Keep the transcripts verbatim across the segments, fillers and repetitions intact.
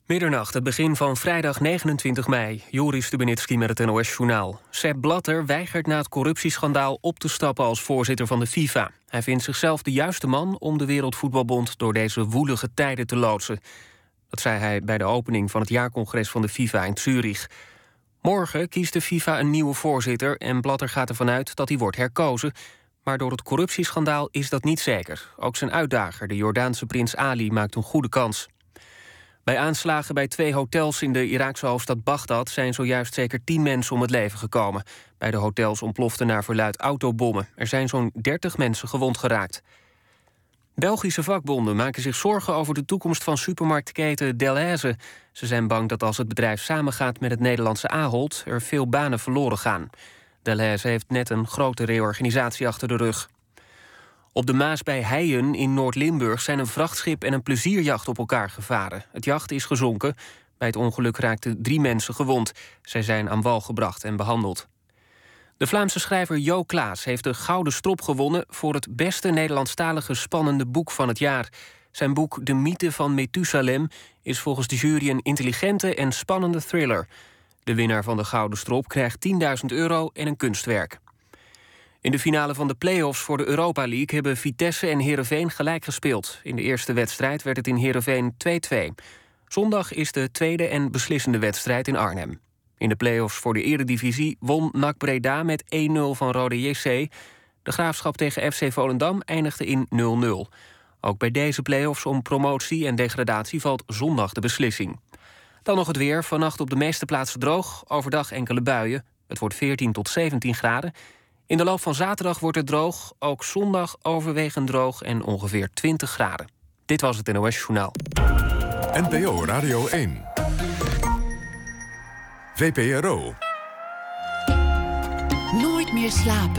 Middernacht, het begin van vrijdag negenentwintig mei. Joris Stubenitski met het N O S-journaal. Sepp Blatter weigert na het corruptieschandaal op te stappen als voorzitter van de FIFA. Hij vindt zichzelf de juiste man om de Wereldvoetbalbond door deze woelige tijden te loodsen. Dat zei hij bij de opening van het jaarcongres van de FIFA in Zurich. Morgen kiest de FIFA een nieuwe voorzitter en Blatter gaat ervan uit dat hij wordt herkozen. Maar door het corruptieschandaal is dat niet zeker. Ook zijn uitdager, de Jordaanse prins Ali, maakt een goede kans. Bij aanslagen bij twee hotels in de Iraakse hoofdstad Bagdad zijn zojuist zeker tien mensen om het leven gekomen. Bij de hotels ontploften naar verluidt autobommen. Er zijn zo'n dertig mensen gewond geraakt. Belgische vakbonden maken zich zorgen over de toekomst van supermarktketen Delhaize. Ze zijn bang dat als het bedrijf samengaat met het Nederlandse Ahold er veel banen verloren gaan. Delhaize heeft net een grote reorganisatie achter de rug. Op de Maas bij Heijen in Noord-Limburg zijn een vrachtschip en een plezierjacht op elkaar gevaren. Het jacht is gezonken. Bij het ongeluk raakten drie mensen gewond. Zij zijn aan wal gebracht en behandeld. De Vlaamse schrijver Jo Klaas heeft de Gouden Strop gewonnen voor het beste Nederlandstalige spannende boek van het jaar. Zijn boek De Mythe van Methusalem is volgens de jury een intelligente en spannende thriller. De winnaar van de Gouden Strop krijgt tienduizend euro en een kunstwerk. In de finale van de play-offs voor de Europa League hebben Vitesse en Heerenveen gelijk gespeeld. In de eerste wedstrijd werd het in Heerenveen twee-twee. Zondag is de tweede en beslissende wedstrijd in Arnhem. In de play-offs voor de Eredivisie won N A C Breda met één nul van Rode J C. De Graafschap tegen F C Volendam eindigde in nul nul. Ook bij deze play-offs om promotie en degradatie valt zondag de beslissing. Dan nog het weer. Vannacht op de meeste plaatsen droog. Overdag enkele buien. Het wordt veertien tot zeventien graden. In de loop van zaterdag wordt het droog. Ook zondag overwegend droog en ongeveer twintig graden. Dit was het N O S-journaal. N P O Radio één. V P R O. Nooit meer slapen.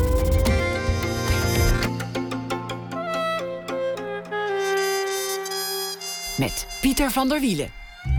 Met Pieter van der Wielen.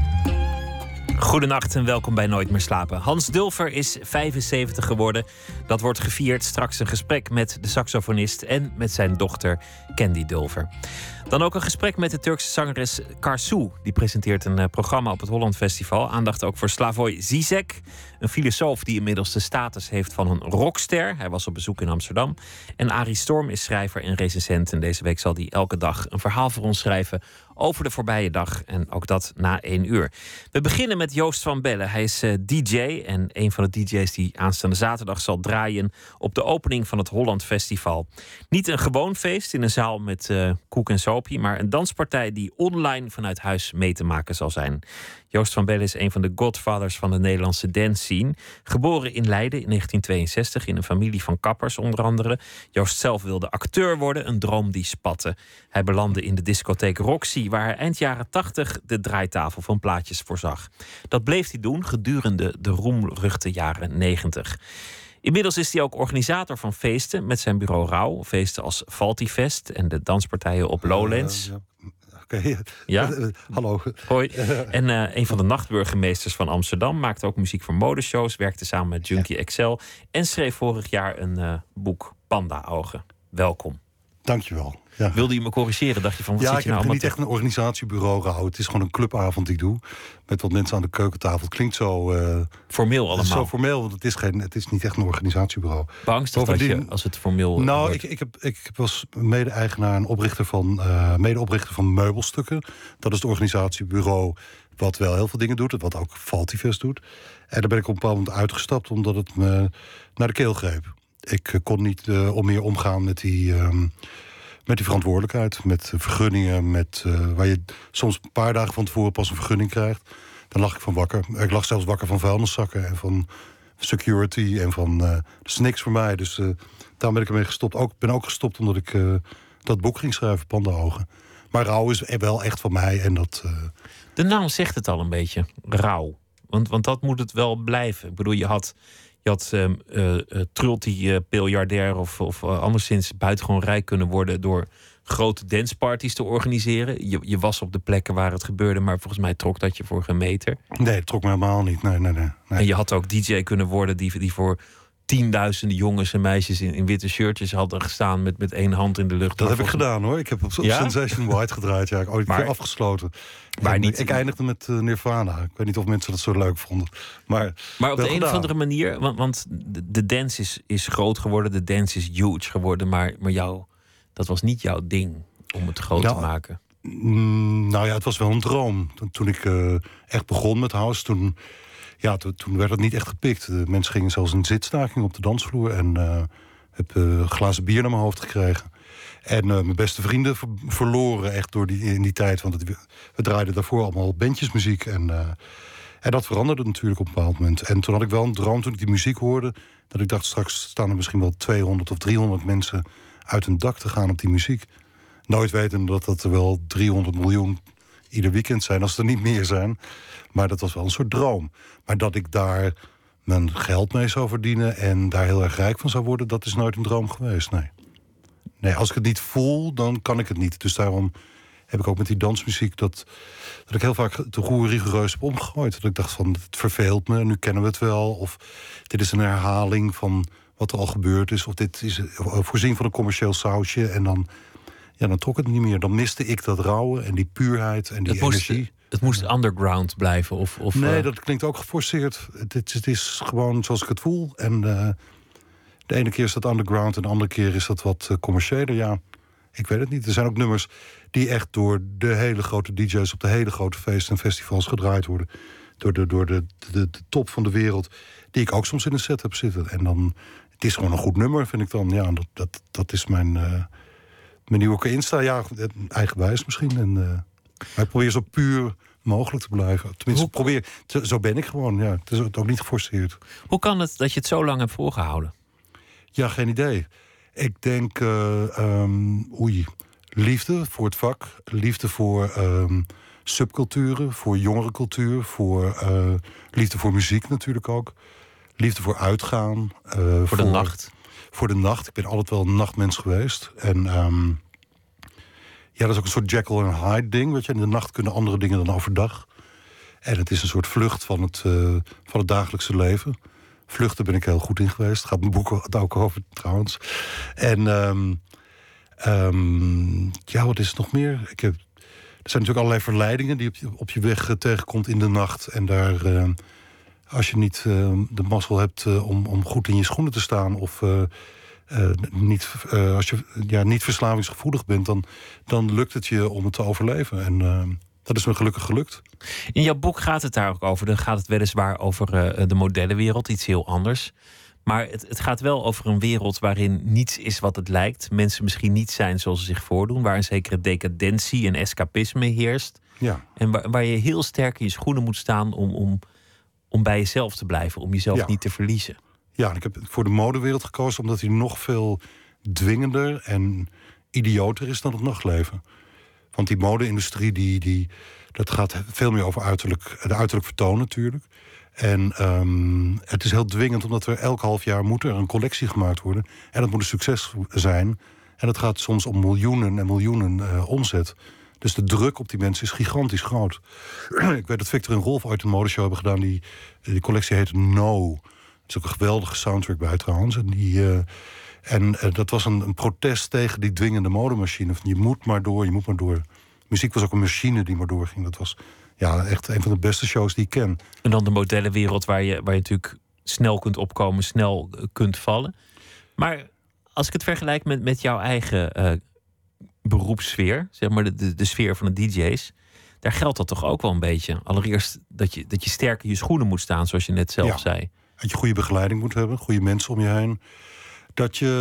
Goedenacht en welkom bij Nooit meer slapen. Hans Dulfer is vijfenzeventig geworden. Dat wordt gevierd. Straks een gesprek met de saxofonist en met zijn dochter Candy Dulfer. Dan ook een gesprek met de Turkse zangeres Karsu. Die presenteert een uh, programma op het Holland Festival. Aandacht ook voor Slavoj Zizek. Een filosoof die inmiddels de status heeft van een rockster. Hij was op bezoek in Amsterdam. En Arie Storm is schrijver en recensent. En deze week zal hij elke dag een verhaal voor ons schrijven over de voorbije dag. En ook dat na één uur. We beginnen met Joost van Bellen. Hij is uh, D J en een van de D J's die aanstaande zaterdag zal draaien op de opening van het Holland Festival. Niet een gewoon feest in een zaal met uh, koek en sopie, maar een danspartij die online vanuit huis mee te maken zal zijn. Joost van Bellen is een van de godfathers van de Nederlandse dance scene. Geboren in Leiden in negentien tweeënzestig in een familie van kappers onder andere. Joost zelf wilde acteur worden, een droom die spatte. Hij belandde in de discotheek Roxy, waar hij eind jaren tachtig de draaitafel van plaatjes voorzag. Dat bleef hij doen gedurende de roemruchte jaren negentig. Inmiddels is hij ook organisator van feesten met zijn bureau Rauw. Feesten als Faltifest en de danspartijen op Lowlands. Uh, ja. Okay. Ja? Hallo. Hoi. En uh, een van de nachtburgemeesters van Amsterdam. Maakte ook muziek voor modeshows. Werkte samen met Junkie ja. X L. En schreef vorig jaar een uh, boek Panda-ogen. Welkom. Dankjewel. Ja. Wilde je me corrigeren? Dacht je van, wat ja, zit je nou allemaal niet echt een organisatiebureau gehouden. Het is gewoon een clubavond die ik doe. Met wat mensen aan de keukentafel. Het klinkt zo... Uh, formeel allemaal. Zo formeel, want het is, geen, het is niet echt een organisatiebureau. Beangstig dat je, als het formeel Nou, wordt. ik, ik, heb, ik was mede-eigenaar en oprichter van, uh, mede-oprichter van Meubelstukken. Dat is het organisatiebureau wat wel heel veel dingen doet. Wat ook Faltifest doet. En daar ben ik op een bepaald moment uitgestapt, omdat het me naar de keel greep. Ik uh, kon niet uh, om meer omgaan met die... Um, Met die verantwoordelijkheid, met vergunningen, met, uh, waar je soms een paar dagen van tevoren pas een vergunning krijgt. Dan lag ik van wakker. Ik lag zelfs wakker van vuilniszakken en van security en van... Uh, dat is niks voor mij, dus uh, daarom ben ik ermee gestopt. Ik ben ook gestopt omdat ik uh, dat boek ging schrijven, Panda-ogen. Maar Rauw is wel echt van mij en dat... Uh... De naam zegt het al een beetje, Rauw. Want, want dat moet het wel blijven. Ik bedoel, je had... Je had uh, uh, Trulti-biljardair uh, of, of uh, anderszins buitengewoon rijk kunnen worden door grote danceparties te organiseren. Je, je was op de plekken waar het gebeurde, maar volgens mij trok dat je voor geen meter. Nee, het trok me helemaal niet. Nee, nee, nee, nee. En je had ook D J kunnen worden die, die voor tienduizenden jongens en meisjes in, in witte shirtjes hadden gestaan met, met één hand in de lucht. Dat heb ik gedaan hoor. Ik heb op, op ja? Sensation White gedraaid. Ja, ik ooit maar, keer afgesloten. Maar en niet, ik eindigde met uh, Nirvana. Ik weet niet of mensen dat zo leuk vonden. Maar, maar op de gedaan. een of andere manier, want, want de, de dance is, is groot geworden, de dance is huge geworden, maar, maar jou, dat was niet jouw ding om het groot nou, te maken. Mm, nou ja, het was wel een droom. Toen, toen ik uh, echt begon met house, toen, ja, to, toen werd het niet echt gepikt. De mensen gingen zelfs in zitstaking op de dansvloer en uh, heb uh, een glazen bier naar mijn hoofd gekregen. En uh, mijn beste vrienden ver- verloren echt door die, in die tijd. Want het, we draaiden daarvoor allemaal bandjesmuziek. En, uh, en dat veranderde natuurlijk op een bepaald moment. En toen had ik wel een droom toen ik die muziek hoorde, dat ik dacht, straks staan er misschien wel tweehonderd of driehonderd mensen uit hun dak te gaan op die muziek. Nooit weten dat dat er wel driehonderd miljoen ieder weekend zijn, als er niet meer zijn. Maar dat was wel een soort droom. Maar dat ik daar mijn geld mee zou verdienen en daar heel erg rijk van zou worden, dat is nooit een droom geweest, nee. Nee, als ik het niet voel, dan kan ik het niet. Dus daarom heb ik ook met die dansmuziek dat, dat ik heel vaak te roer rigoureus heb omgegooid. Dat ik dacht van, het verveelt me, nu kennen we het wel. Of dit is een herhaling van wat er al gebeurd is. Of dit is voorzien van een commercieel sausje. En dan, ja, dan trok het niet meer. Dan miste ik dat rauwe en die puurheid en die het moest, energie. Het moest underground blijven? Of, of, nee, uh... dat klinkt ook geforceerd. Het, het, het is gewoon zoals ik het voel. En uh, de ene keer is dat underground en de andere keer is dat wat uh, commerciëler. Ja, ik weet het niet. Er zijn ook nummers die echt door de hele grote D J's op de hele grote feesten en festivals gedraaid worden. Door de, door de, de, de top van de wereld. Die ik ook soms in een set heb zitten. En dan, het is gewoon een goed nummer, vind ik dan. Ja, dat, dat, dat is mijn, uh, mijn nieuwe Insta. Ja, eigenwijs misschien. En, uh, maar ik probeer zo puur mogelijk te blijven. Tenminste, Hoe... probeer. Zo ben ik gewoon. Ja, het is ook niet geforceerd. Hoe kan het dat je het zo lang hebt volgehouden? Ja, geen idee. Ik denk, uh, um, oei, liefde voor het vak. Liefde voor um, subculturen, voor jongerencultuur. Voor uh, liefde voor muziek natuurlijk ook. Liefde voor uitgaan. Uh, voor, voor de nacht. Voor de nacht. Ik ben altijd wel een nachtmens geweest. En um, ja, dat is ook een soort Jekyll en Hyde ding. Weet je? In de nacht kunnen andere dingen dan overdag. En het is een soort vlucht van het, uh, van het dagelijkse leven. Vluchten ben ik heel goed in geweest. Gaat mijn boek ook over trouwens. En um, um, ja, wat is het nog meer? Ik heb, er zijn natuurlijk allerlei verleidingen die op je, op je weg uh, tegenkomt in de nacht. En daar, uh, als je niet uh, de mazzel hebt uh, om, om goed in je schoenen te staan, of uh, uh, niet, uh, als je ja, niet verslavingsgevoelig bent, dan, dan lukt het je om het te overleven. En uh, dat is me gelukkig gelukt. In jouw boek gaat het daar ook over. Dan gaat het weliswaar over uh, de modellenwereld, iets heel anders. Maar het, het gaat wel over een wereld waarin niets is wat het lijkt. Mensen misschien niet zijn zoals ze zich voordoen. Waar een zekere decadentie en escapisme heerst. Ja. En waar, waar je heel sterk in je schoenen moet staan om, om, om bij jezelf te blijven. Om jezelf ja. niet te verliezen. Ja, en ik heb voor de modewereld gekozen omdat die nog veel dwingender en idioter is dan het nachtleven. Want die mode-industrie, die, die, dat gaat veel meer over uiterlijk, de uiterlijk vertoon natuurlijk. En um, het is heel dwingend, omdat er elk half jaar moet er een collectie gemaakt worden. En dat moet een succes zijn. En dat gaat soms om miljoenen en miljoenen uh, omzet. Dus de druk op die mensen is gigantisch groot. Ik weet dat Victor en Rolf ooit een modeshow hebben gedaan. Die, die collectie heet No. Er is ook een geweldige soundtrack bij trouwens. En die... Uh, En uh, dat was een, een protest tegen die dwingende modemachine. Van je moet maar door, je moet maar door. Muziek was ook een machine die maar doorging. Dat was ja, echt een van de beste shows die ik ken. En dan de modellenwereld waar je, waar je natuurlijk snel kunt opkomen, snel uh, kunt vallen. Maar als ik het vergelijk met, met jouw eigen uh, beroepssfeer, zeg maar de, de, de sfeer van de D J's, daar geldt dat toch ook wel een beetje. Allereerst dat je, dat je sterk in je schoenen moet staan, zoals je net zelf ja, zei. Dat je goede begeleiding moet hebben, goede mensen om je heen. Dat je,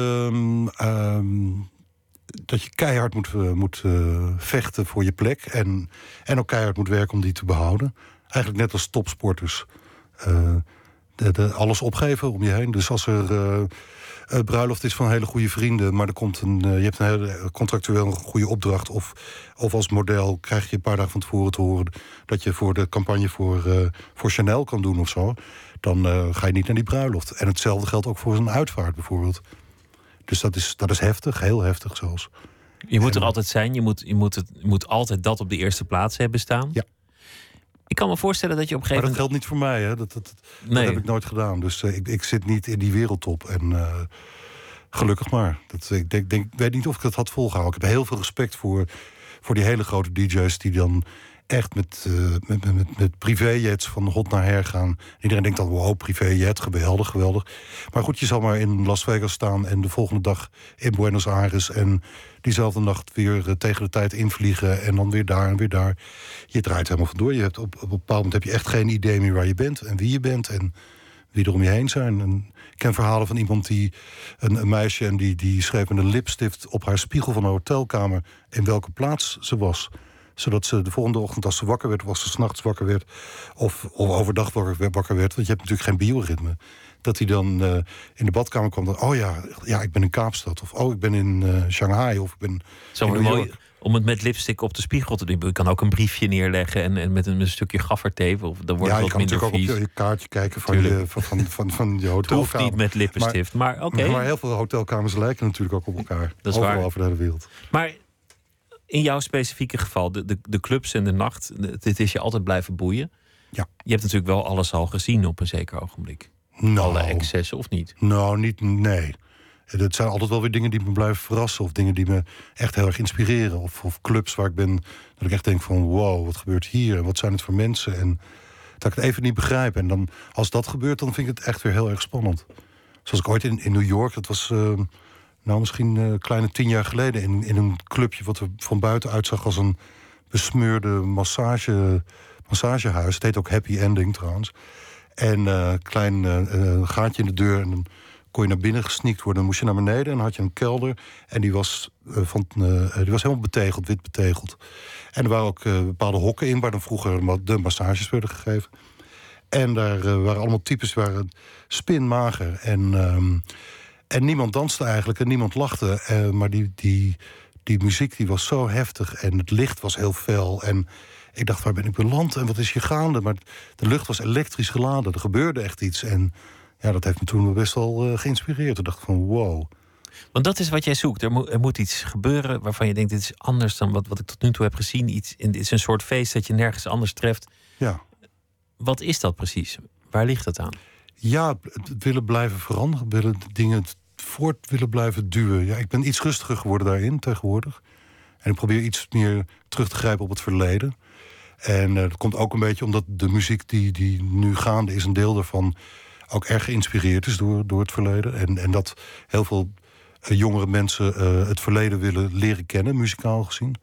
um, dat je keihard moet, uh, moet uh, vechten voor je plek. En, en ook keihard moet werken om die te behouden. Eigenlijk net als topsporters. Uh, de, de, alles opgeven om je heen. Dus als er uh, een bruiloft is van hele goede vrienden, maar er komt een, uh, je hebt een hele contractueel een goede opdracht. Of, of als model krijg je een paar dagen van tevoren te horen dat je voor de campagne voor, uh, voor Chanel kan doen of zo. Dan uh, ga je niet naar die bruiloft. En hetzelfde geldt ook voor een uitvaart bijvoorbeeld. Dus dat is, dat is heftig, heel heftig zelfs. Je moet en, er altijd zijn, je moet, je, moet het, je moet altijd dat op de eerste plaats hebben staan. Ja. Ik kan me voorstellen dat je op een Maar gegeven dat moment... geldt niet voor mij, hè. Dat, dat, dat, Nee. dat heb ik nooit gedaan. Dus uh, ik, ik zit niet in die wereldtop. En uh, gelukkig maar. Dat, ik denk, denk, weet niet of ik dat had volgehouden. Ik heb heel veel respect voor, voor die hele grote D J's... die dan echt met, uh, met, met, met, met privéjets van hot naar her gaan. Iedereen denkt dan, wow, privéjet, geweldig, geweldig. Maar goed, je zal maar in Las Vegas staan... en de volgende dag in Buenos Aires... en diezelfde nacht weer uh, tegen de tijd invliegen... en dan weer daar en weer daar. Je draait helemaal vandoor. Je hebt op, op een bepaald moment heb je echt geen idee meer waar je bent... en wie je bent en wie er om je heen zijn. En ik ken verhalen van iemand die... een, een meisje en die, die schreef met een lipstift op haar spiegel van een hotelkamer... in welke plaats ze was... zodat ze de volgende ochtend als ze wakker werd... of als ze 's nachts wakker werd... of, of overdag wakker, wakker werd... want je hebt natuurlijk geen bioritme... dat hij dan uh, in de badkamer kwam... Dan, oh ja, ja, ik ben in Kaapstad... of oh, ik ben in uh, Shanghai... of ik ben Zo in New mooi York. om het met lipstick op de spiegel te doen. Je kan ook een briefje neerleggen... en, en met een, een stukje gaffertape. Of dan wordt Ja, het je wat kan minder natuurlijk ook vies. op je, je kaartje kijken... van je, van, van, van, van je Het hoeft hotelkamer. niet met lippenstift, maar, maar oké. Okay. Maar heel veel hotelkamers lijken natuurlijk ook op elkaar. Dat is Overal waar. over de hele wereld. Maar in jouw specifieke geval, de, de, de clubs en de nacht... dit is je altijd blijven boeien. Ja. Je hebt natuurlijk wel alles al gezien op een zeker ogenblik. Nou, Alle excessen, of niet? Nou, niet, nee. Het zijn altijd wel weer dingen die me blijven verrassen... of dingen die me echt heel erg inspireren. Of, of clubs waar ik ben, dat ik echt denk van... wow, wat gebeurt hier en wat zijn het voor mensen? En dat ik het even niet begrijp. En dan, als dat gebeurt, dan vind ik het echt weer heel erg spannend. Zoals ik ooit in, in New York, dat was... Uh, nou, misschien een uh, kleine tien jaar geleden... In, in een clubje wat er van buiten uitzag als een besmeurde massage, massagehuis. Het heet ook Happy Ending trouwens. En een uh, klein uh, gaatje in de deur... En dan kon je naar binnen gesneakt worden. Dan moest je naar beneden en dan had je een kelder. En die was, uh, van, uh, die was helemaal betegeld, wit betegeld. En er waren ook uh, bepaalde hokken in... waar dan vroeger de massages werden gegeven. En daar uh, waren allemaal types, die waren spinmager. En, um, en niemand danste eigenlijk en niemand lachte. Uh, maar die, die, die muziek die was zo heftig en het licht was heel fel. En ik dacht, waar ben ik beland en wat is hier gaande? Maar de lucht was elektrisch geladen, er gebeurde echt iets. En ja, dat heeft me toen best wel uh, geïnspireerd. Toen dacht ik van wow. Want dat is wat jij zoekt. Er moet, er moet iets gebeuren waarvan je denkt... dit is anders dan wat, wat ik tot nu toe heb gezien. Iets, dit is een soort feest dat je nergens anders treft. Ja. Wat is dat precies? Waar ligt dat aan? Ja, het willen blijven veranderen. Willen dingen voort willen blijven duwen. Ja, ik ben iets rustiger geworden daarin tegenwoordig. En ik probeer iets meer terug te grijpen op het verleden. En uh, dat komt ook een beetje omdat de muziek die, die nu gaande is... een deel daarvan ook erg geïnspireerd is door, door het verleden. En, en dat heel veel uh, jongere mensen uh, het verleden willen leren kennen, muzikaal gezien.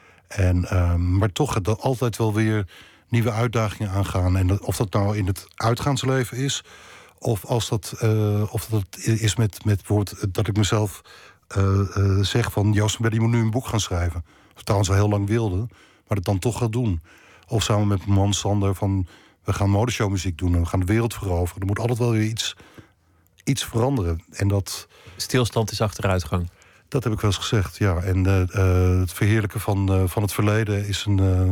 En, uh, maar toch dat altijd wel weer nieuwe uitdagingen aangaan. En dat, of dat nou in het uitgaansleven is... of als dat, uh, of dat is met, met bijvoorbeeld dat ik mezelf uh, uh, zeg van... Joost van Bedde, je moet nu een boek gaan schrijven. Wat ik trouwens al heel lang wilde, maar dat dan toch gaat doen. Of samen met mijn man Sander van... we gaan modeshowmuziek doen en we gaan de wereld veroveren. Er moet altijd wel weer iets, iets veranderen. En dat... Stilstand is achteruitgang. Dat heb ik wel eens gezegd, ja. En uh, uh, het verheerlijken van, uh, van het verleden is een, uh,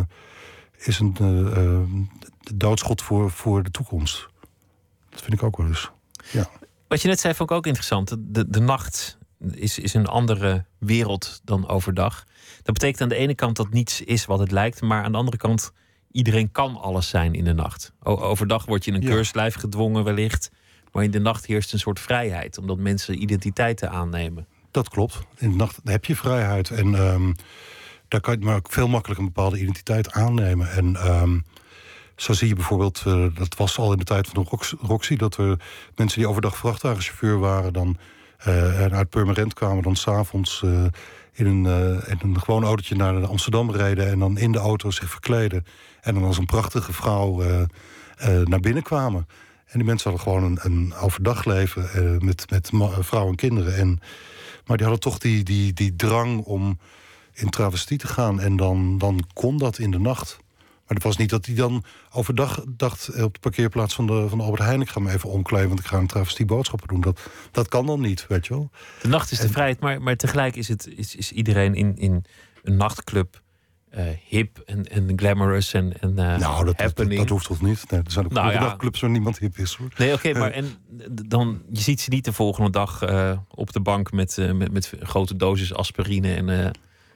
is een uh, uh, doodschot voor, voor de toekomst. Dat vind ik ook wel eens, ja. Wat je net zei vond ik ook interessant. De, de nacht is, is een andere wereld dan overdag. Dat betekent aan de ene kant dat niets is wat het lijkt... maar aan de andere kant... iedereen kan alles zijn in de nacht. O- overdag word je in een Ja. keurslijf gedwongen wellicht. Maar in de nacht heerst een soort vrijheid. Omdat mensen identiteiten aannemen. Dat klopt. In de nacht heb je vrijheid. En um, daar kan je maar ook veel makkelijker een bepaalde identiteit aannemen. En um, zo zie je bijvoorbeeld... Uh, dat was al in de tijd van de Rox- Roxy... dat er mensen die overdag vrachtwagenchauffeur waren... dan uh, en uit Purmerend kwamen... dan s'avonds uh, in, een, uh, in een gewoon autootje naar Amsterdam reden... en dan in de auto zich verkleden... en dan als een prachtige vrouw uh, uh, naar binnen kwamen. En die mensen hadden gewoon een, een overdagleven uh, met, met ma- vrouwen en kinderen. En, maar die hadden toch die, die, die drang om in travestie te gaan. En dan, dan kon dat in de nacht. Maar het was niet dat hij dan overdag dacht... op de parkeerplaats van de, van de Albert Heijn... ik ga me even omkleden, want ik ga een travestie boodschappen doen. Dat, dat kan dan niet, weet je wel. De nacht is de En- vrijheid, maar, maar tegelijk is, het, is, is iedereen in, in een nachtclub... Uh, hip en, en glamorous en, en uh, Nou, dat, dat, happening. dat hoeft toch niet? Nee, er zijn ook Nou, ja. clubs waar niemand hip is, hoor. Nee, oké, okay, maar en dan, je ziet ze niet de volgende dag uh, op de bank met, uh, met, met grote doses aspirine en uh,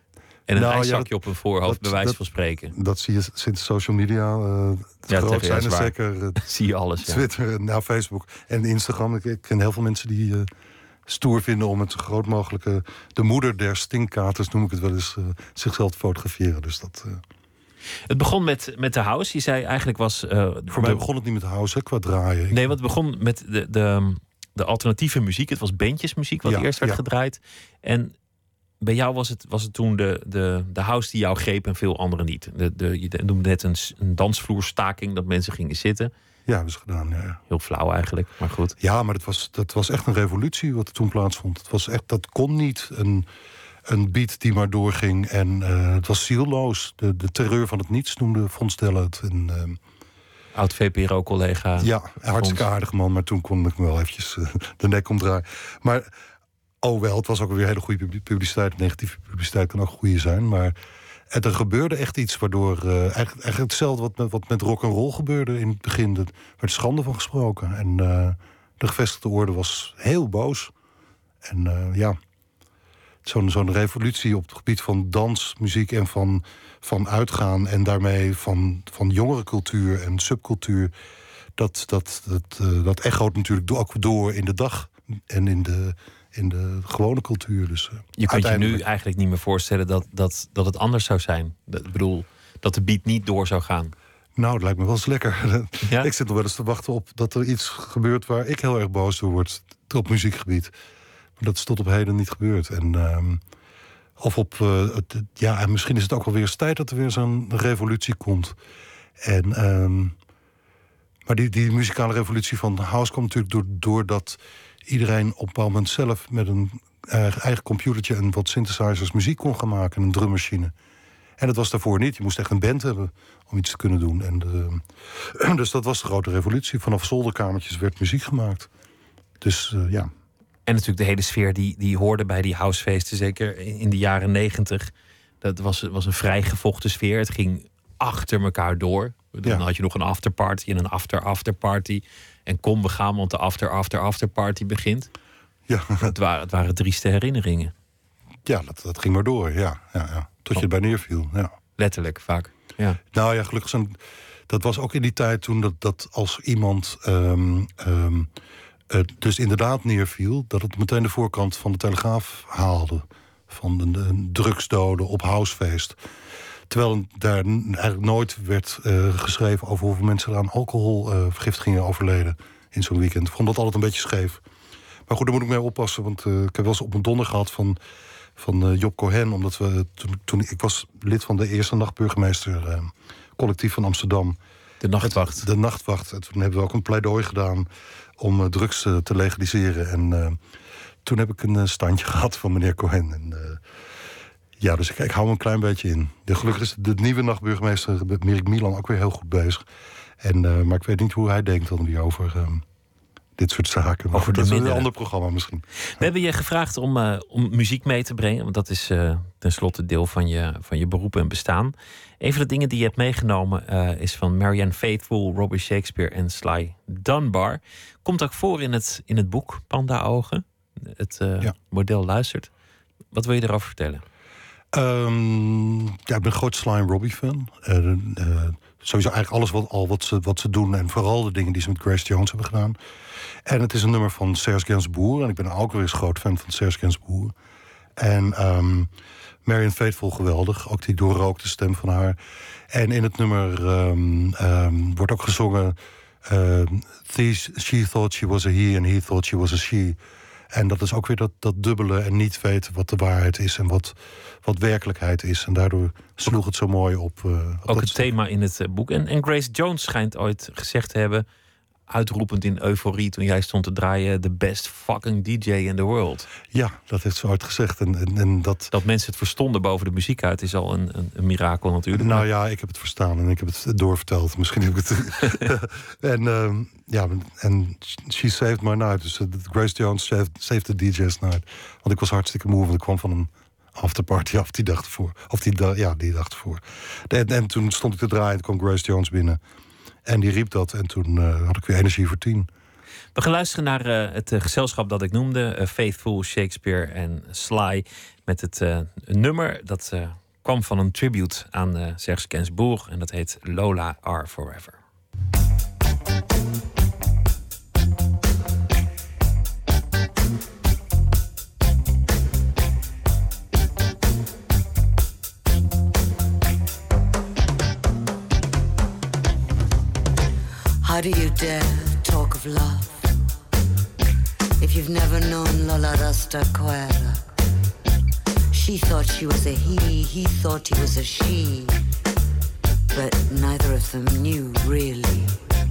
En een Nou, ja, ijszakje dat- op hun voorhoofd, dat- bij wijze dat- van spreken. Dat zie je sinds social media. Uh, Ja, groot tegen- ja, zijn is er waar. zeker uh, Zie je alles, ja. Twitter, nou, Facebook en Instagram. Ik, ik ken heel veel mensen die uh, stoer vinden om het zo groot mogelijke... de moeder der stinkkaters, noem ik het wel eens, uh, zichzelf te fotograferen. Dus dat... Uh, Het begon met, met de house. Je zei eigenlijk was... Uh, voor mij begon het niet met house, hè, qua draaien. Nee, want het begon met de, de, de alternatieve muziek. Het was bandjesmuziek wat Ja, eerst werd ja. gedraaid. En bij jou was het, was het toen de, de, de house die jou greep en veel anderen niet. De, de, je noemde net een, een dansvloerstaking, dat mensen gingen zitten. Ja, hebben ze gedaan, ja. Heel flauw eigenlijk, maar goed. Ja, maar dat was, dat was echt een revolutie wat er toen plaatsvond. Het was echt, dat kon niet een, een beat die maar doorging. En uh, het was zielloos. De, de terreur van het niets noemde Fons Delle het. En, uh, Oud V P R O-collega. ja, hartstikke aardig man. Maar toen kon ik me wel eventjes uh, de nek omdraaien. Maar, oh wel, het was ook weer hele goede publiciteit. Negatieve publiciteit kan ook goede zijn. Maar er gebeurde echt iets waardoor... Uh, eigenlijk, eigenlijk hetzelfde wat met, wat met rock'n'roll gebeurde in het begin. Er werd schande van gesproken. En uh, de gevestigde orde was heel boos. En uh, ja, zo'n zo'n revolutie op het gebied van dans, muziek en van, van uitgaan... en daarmee van, van jongerencultuur en subcultuur... dat, dat, dat, uh, dat echoot natuurlijk ook door in de dag en in de... in de gewone cultuur. Dus, uh, je kunt je nu eigenlijk niet meer voorstellen dat, dat, dat het anders zou zijn. Dat, ik bedoel, dat de beat niet door zou gaan. Nou, dat lijkt me wel eens lekker. Ja? Ik zit nog wel eens te wachten op dat er iets gebeurt... waar ik heel erg boos door word op muziekgebied. Maar dat is tot op heden niet gebeurd. En, um, of op... Uh, het, ja, en misschien is het ook wel weer eens tijd dat er weer zo'n revolutie komt. En... Um, maar die, die muzikale revolutie van de house komt natuurlijk door, doordat... iedereen op een bepaald moment zelf met een eigen computertje... en wat synthesizers muziek kon gaan maken, een drummachine. En dat was daarvoor niet. Je moest echt een band hebben om iets te kunnen doen. En de, dus dat was de grote revolutie. Vanaf zolderkamertjes werd muziek gemaakt. Dus uh, ja. En natuurlijk de hele sfeer die, die hoorde bij die housefeesten... zeker in de jaren negentig. Dat was, was een vrij gevochten sfeer. Het ging achter elkaar door. Dan ja. had je nog een afterparty en een after-afterparty... En kom, we gaan, want de after-after-afterparty begint. Ja. Het waren, het waren trieste herinneringen. Ja, dat, dat ging maar door, ja. ja, ja. Tot je erbij neerviel, ja. Letterlijk, vaak. Ja. Nou ja, gelukkig zijn... Dat was ook in die tijd toen dat, dat als iemand... Um, um, uh, dus inderdaad neerviel... dat het meteen de voorkant van de Telegraaf haalde. Van de, de drugsdoden op housefeest. Terwijl daar eigenlijk nooit werd uh, geschreven... over hoeveel mensen er aan alcoholvergiftigingen uh, overleden in zo'n weekend. Ik vond dat altijd een beetje scheef. Maar goed, daar moet ik mee oppassen. Want uh, ik heb wel eens op een donder gehad van, van uh, Job Cohen. Omdat we toen, toen... Ik was lid van de eerste nachtburgemeester... Uh, collectief van Amsterdam. De Nachtwacht. Het, de Nachtwacht. En toen hebben we ook een pleidooi gedaan... om uh, drugs uh, te legaliseren. En uh, toen heb ik een uh, standje gehad van meneer Cohen. En... Uh, Ja, dus ik, ik hou me een klein beetje in. De, gelukkig is de nieuwe nachtburgemeester Mirk Milan ook weer heel goed bezig. En, uh, maar ik weet niet hoe hij denkt dan weer over uh, dit soort zaken. Over dat is een ander programma misschien. We hebben je gevraagd om, uh, om muziek mee te brengen. Want dat is uh, tenslotte deel van je, van je beroep en bestaan. Een van de dingen die je hebt meegenomen uh, is van Marianne Faithfull, Robbie Shakespeare en Sly Dunbar. Komt ook voor in het, in het boek Panda Ogen. Het uh, ja. model luistert. Wat wil je erover vertellen? Um, ja, ik ben een groot Sly en Robbie fan. Uh, uh, sowieso eigenlijk alles wat, al wat, ze, wat ze doen. En vooral de dingen die ze met Grace Jones hebben gedaan. En het is een nummer van Serge Gainsbourg. En ik ben ook weer eens groot fan van Serge Gainsbourg. En um, Marianne Faithfull geweldig. Ook die doorrookte stem van haar. En in het nummer um, um, wordt ook gezongen... Uh, she thought she was a he and he thought she was a she... En dat is ook weer dat, dat dubbele en niet weten wat de waarheid is... en wat, wat werkelijkheid is. En daardoor sloeg het zo mooi op. Uh, op ook het thema in het uh, boek. En, en Grace Jones schijnt ooit gezegd te hebben... uitroepend in euforie toen jij stond te draaien... the best fucking D J in the world. Ja, dat heeft ze ooit gezegd. En, en, en dat... dat mensen het verstonden boven de muziek uit... is al een, een, een mirakel natuurlijk. Nou ja, ik heb het verstaan en ik heb het doorverteld. Misschien heb ik het... en uh, ja, en she saved my night. Dus uh, Grace Jones saved, saved the D J's night. Want ik was hartstikke moe, want ik kwam van een afterparty af die dag ervoor. Of die, da- ja, die dag ervoor. En, en toen stond ik te draaien en kwam Grace Jones binnen... En die riep dat en toen uh, had ik weer energie voor tien. We gaan luisteren naar uh, het uh, gezelschap dat ik noemde. Uh, Faithfull, Shakespeare en Sly. Met het uh, nummer dat uh, kwam van een tribute aan uh, Serge Gainsbourg. En dat heet Lola R Forever. How do you dare talk of love if you've never known Lola Rastaquera? She thought she was a he, he thought he was a she, but neither of them knew really.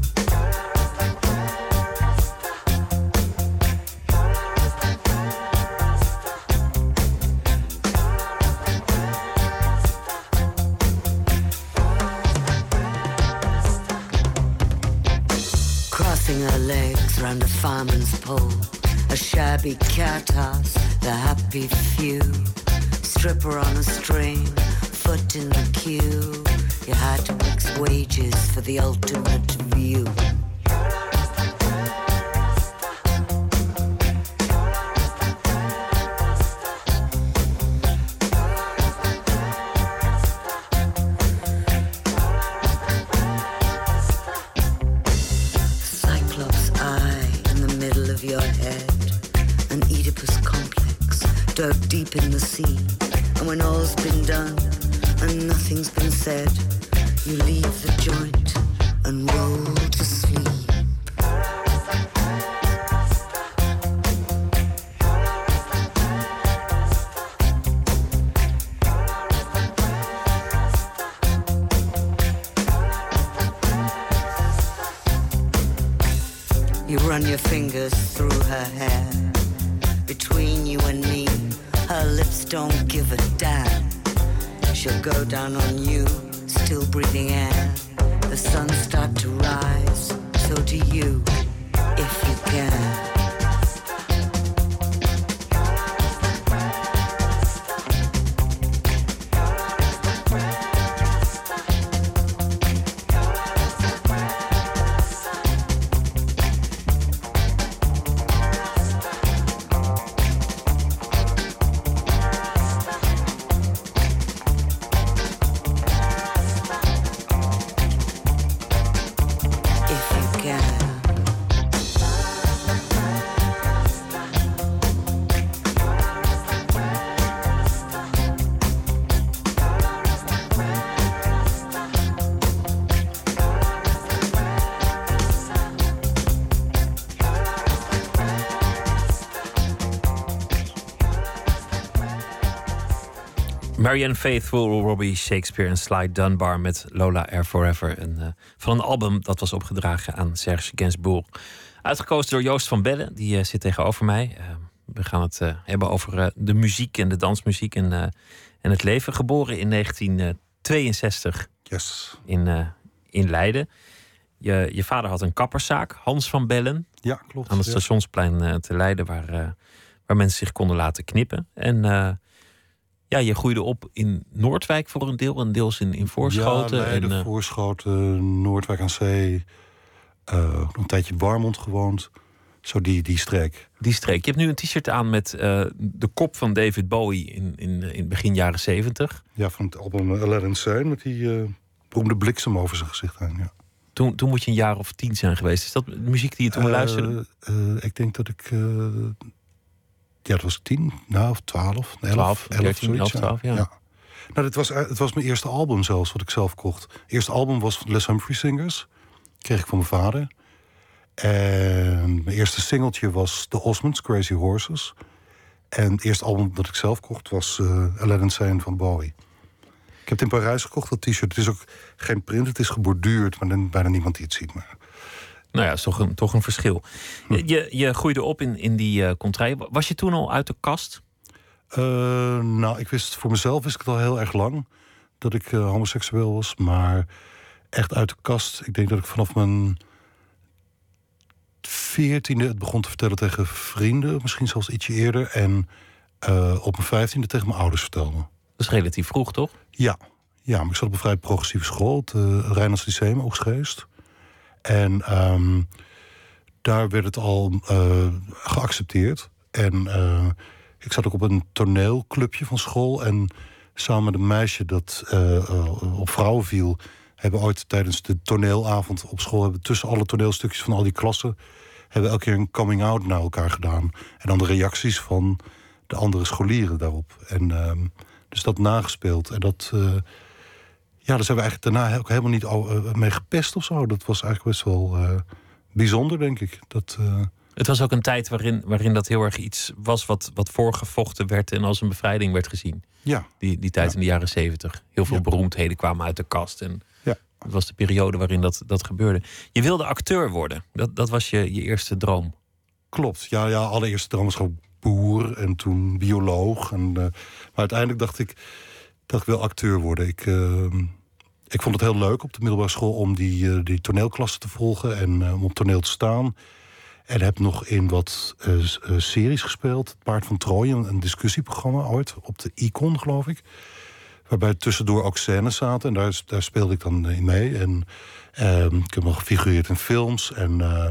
Crossing her legs round a fireman's pole, a shabby cat house, the happy few. Stripper on a string, foot in the queue. You had to mix wages for the ultimate view. Cyclops eye in the middle of your head, an Oedipus complex dug deep in the sea. And when all's been done and nothing's been said, you leave the joint and roll to sleep. You run your fingers through her hair. Between you and me, her lips don't give a damn. She'll go down on you, still breathing air. The sun start to rise, so do you, if you can. Marianne Faithfull, Robbie Shakespeare en Sly Dunbar met Lola R Forever. En, uh, van een album dat was opgedragen aan Serge Gainsbourg. Uitgekozen door Joost van Bellen, die uh, zit tegenover mij. Uh, we gaan het uh, hebben over uh, de muziek en de dansmuziek en, uh, en het leven. Geboren in negentien tweeënzestig Yes. in, uh, in Leiden. Je, je vader had een kapperszaak, Hans van Bellen. Ja, klopt. Aan het ja. stationsplein uh, te Leiden, waar, uh, waar mensen zich konden laten knippen. En uh, ja, je groeide op in Noordwijk voor een deel, en deels in, in Voorschoten. Ja, Leiden, en, uh, Voorschoten, Noordwijk aan Zee. Uh, een tijdje in Warmond gewoond. Zo die, die streek. Die streek. Je hebt nu een t-shirt aan met uh, de kop van David Bowie in, in, in begin jaren zeventig. Ja, van het album Aladdin Sane met die uh, beroemde bliksem over zijn gezicht aan. Ja. Toen, toen moet je een jaar of tien zijn geweest. Is dat muziek die je toen uh, luisterde? Uh, ik denk dat ik... Uh, ja, dat was tien, nou, of twaalf. twaalf, dertien, elf, twaalf, ja. ja. Nou, dit was, het was mijn eerste album zelfs, wat ik zelf kocht. Het eerste album was van Les Humphrey Singers. Kreeg ik van mijn vader. En mijn eerste singeltje was The Osmonds, Crazy Horses. En het eerste album dat ik zelf kocht was uh, Aladdin Sane van Bowie. Ik heb het in Parijs gekocht, dat t-shirt. Het is ook geen print, het is geborduurd, maar dan bijna niemand die het ziet. Maar... Nou ja, dat is toch een, toch een verschil. Hm. Je, je groeide op in, in die uh, contrée. Was je toen al uit de kast? Uh, nou, ik wist voor mezelf wist ik het al heel erg lang dat ik uh, homoseksueel was. Maar echt uit de kast, ik denk dat ik vanaf mijn veertiende het begon te vertellen tegen vrienden. Misschien zelfs ietsje eerder. En uh, op mijn vijftiende tegen mijn ouders vertelde. Dat is relatief vroeg, toch? Ja, ja, maar ik zat op een vrij progressieve school. Het uh, Rijnlands Lyceum, Oegstgeest. En um, daar werd het al uh, geaccepteerd. En uh, ik zat ook op een toneelclubje van school. En samen met een meisje dat uh, uh, op vrouwen viel, hebben ooit tijdens de toneelavond op school, hebben tussen alle toneelstukjes van al die klassen, hebben we elke keer een coming-out naar elkaar gedaan. En dan de reacties van de andere scholieren daarop. En uh, dus dat nagespeeld. En dat, uh, ja, daar zijn we eigenlijk daarna ook helemaal niet uh, mee gepest of zo. Dat was eigenlijk best wel uh, bijzonder, denk ik. Dat, uh... Het was ook een tijd waarin, waarin dat heel erg iets was wat, wat voorgevochten werd en als een bevrijding werd gezien. Ja. Die, die tijd ja. in de jaren zeventig. Heel veel ja. beroemdheden kwamen uit de kast. En ja. het was de periode waarin dat, dat gebeurde. Je wilde acteur worden. Dat, dat was je, je eerste droom. Klopt. Ja, ja, allereerste droom was gewoon boer en toen bioloog. En, uh, maar uiteindelijk dacht ik dat ik wil acteur worden. Ik, uh, ik vond het heel leuk op de middelbare school om die, uh, die toneelklassen te volgen en uh, om op toneel te staan. En heb nog in wat uh, uh, series gespeeld. Het Paard van Troje, een, een discussieprogramma ooit op de Icon, geloof ik. Waarbij tussendoor ook scènes zaten. En daar, daar speelde ik dan in mee. En uh, ik heb nog gefigureerd in films. En, uh,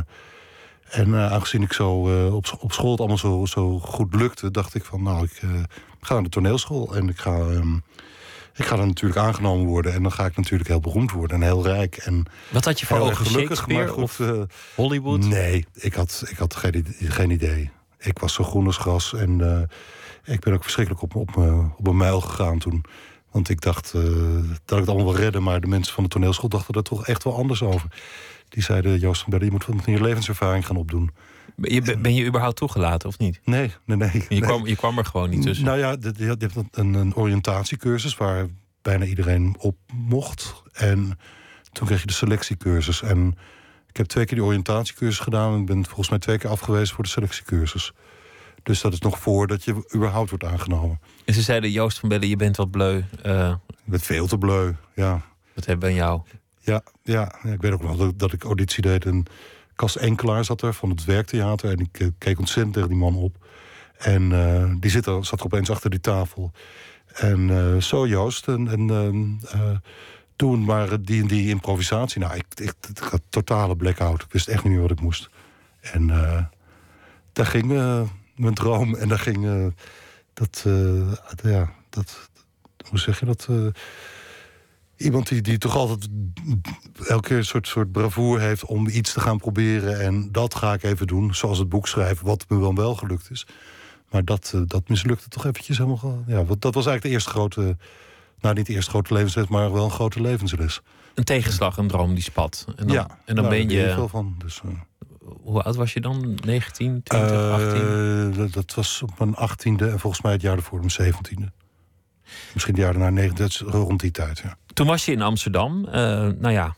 en uh, aangezien ik zo uh, op, op school het allemaal zo, zo goed lukte, dacht ik van nou, ik uh, ga naar de toneelschool. En ik ga, um, ik ga dan natuurlijk aangenomen worden. En dan ga ik natuurlijk heel beroemd worden en heel rijk. En wat had je voor ogen? Shakespeare goed, of uh, Hollywood? Nee, ik had, ik had geen, geen idee. Ik was zo groen als gras. En uh, ik ben ook verschrikkelijk op, op, uh, op een mijl gegaan toen. Want ik dacht uh, dat ik het allemaal wil redden. Maar de mensen van de toneelschool dachten er toch echt wel anders over. Die zeiden, Joost van Bedde, je moet wat meer levenservaring gaan opdoen. Ben je, ben je überhaupt toegelaten of niet? Nee, nee, nee. Je, nee. Kwam, je kwam er gewoon niet tussen? Nou ja, je hebt een, een oriëntatiecursus waar bijna iedereen op mocht. En toen kreeg je de selectiecursus. En ik heb twee keer die oriëntatiecursus gedaan. En ik ben volgens mij twee keer afgewezen voor de selectiecursus. Dus dat is nog voordat je überhaupt wordt aangenomen. En ze zeiden, Joost van Bedde, je bent wat bleu. Uh, ik ben veel te bleu, ja. Wat hebben we aan jou? Ja, ja, ja, ik weet ook wel dat, dat ik auditie deed. En Cas Enkelaar zat er van het Werktheater. En ik uh, keek ontzettend tegen die man op. En uh, die zit er, zat er opeens achter die tafel. En uh, zo Joost, en, en uh, uh, toen maar die en die improvisatie. Nou, ik, ik, ik had totale blackout. Ik wist echt niet meer wat ik moest. En uh, daar ging uh, mijn droom. En daar ging uh, dat, uh, ja, dat, hoe zeg je dat? Uh, iemand die, die toch altijd elke keer een soort, soort bravoure heeft om iets te gaan proberen. En dat ga ik even doen, zoals het boek schrijven, wat me wel wel gelukt is. Maar dat, uh, dat mislukte toch eventjes helemaal. Ja, dat was eigenlijk de eerste grote, nou niet de eerste grote levensles, maar wel een grote levensles. Een tegenslag, een droom die spat. En dan, ja, en dan nou, ben je. Er veel van, dus, uh, hoe oud was je dan? negentien, twintig, achttien? Uh, dat, dat was op mijn achttiende en volgens mij het jaar ervoor mijn zeventiende. Misschien het jaar daarna negentien, rond die tijd, ja. Toen was je in Amsterdam. Uh, nou ja,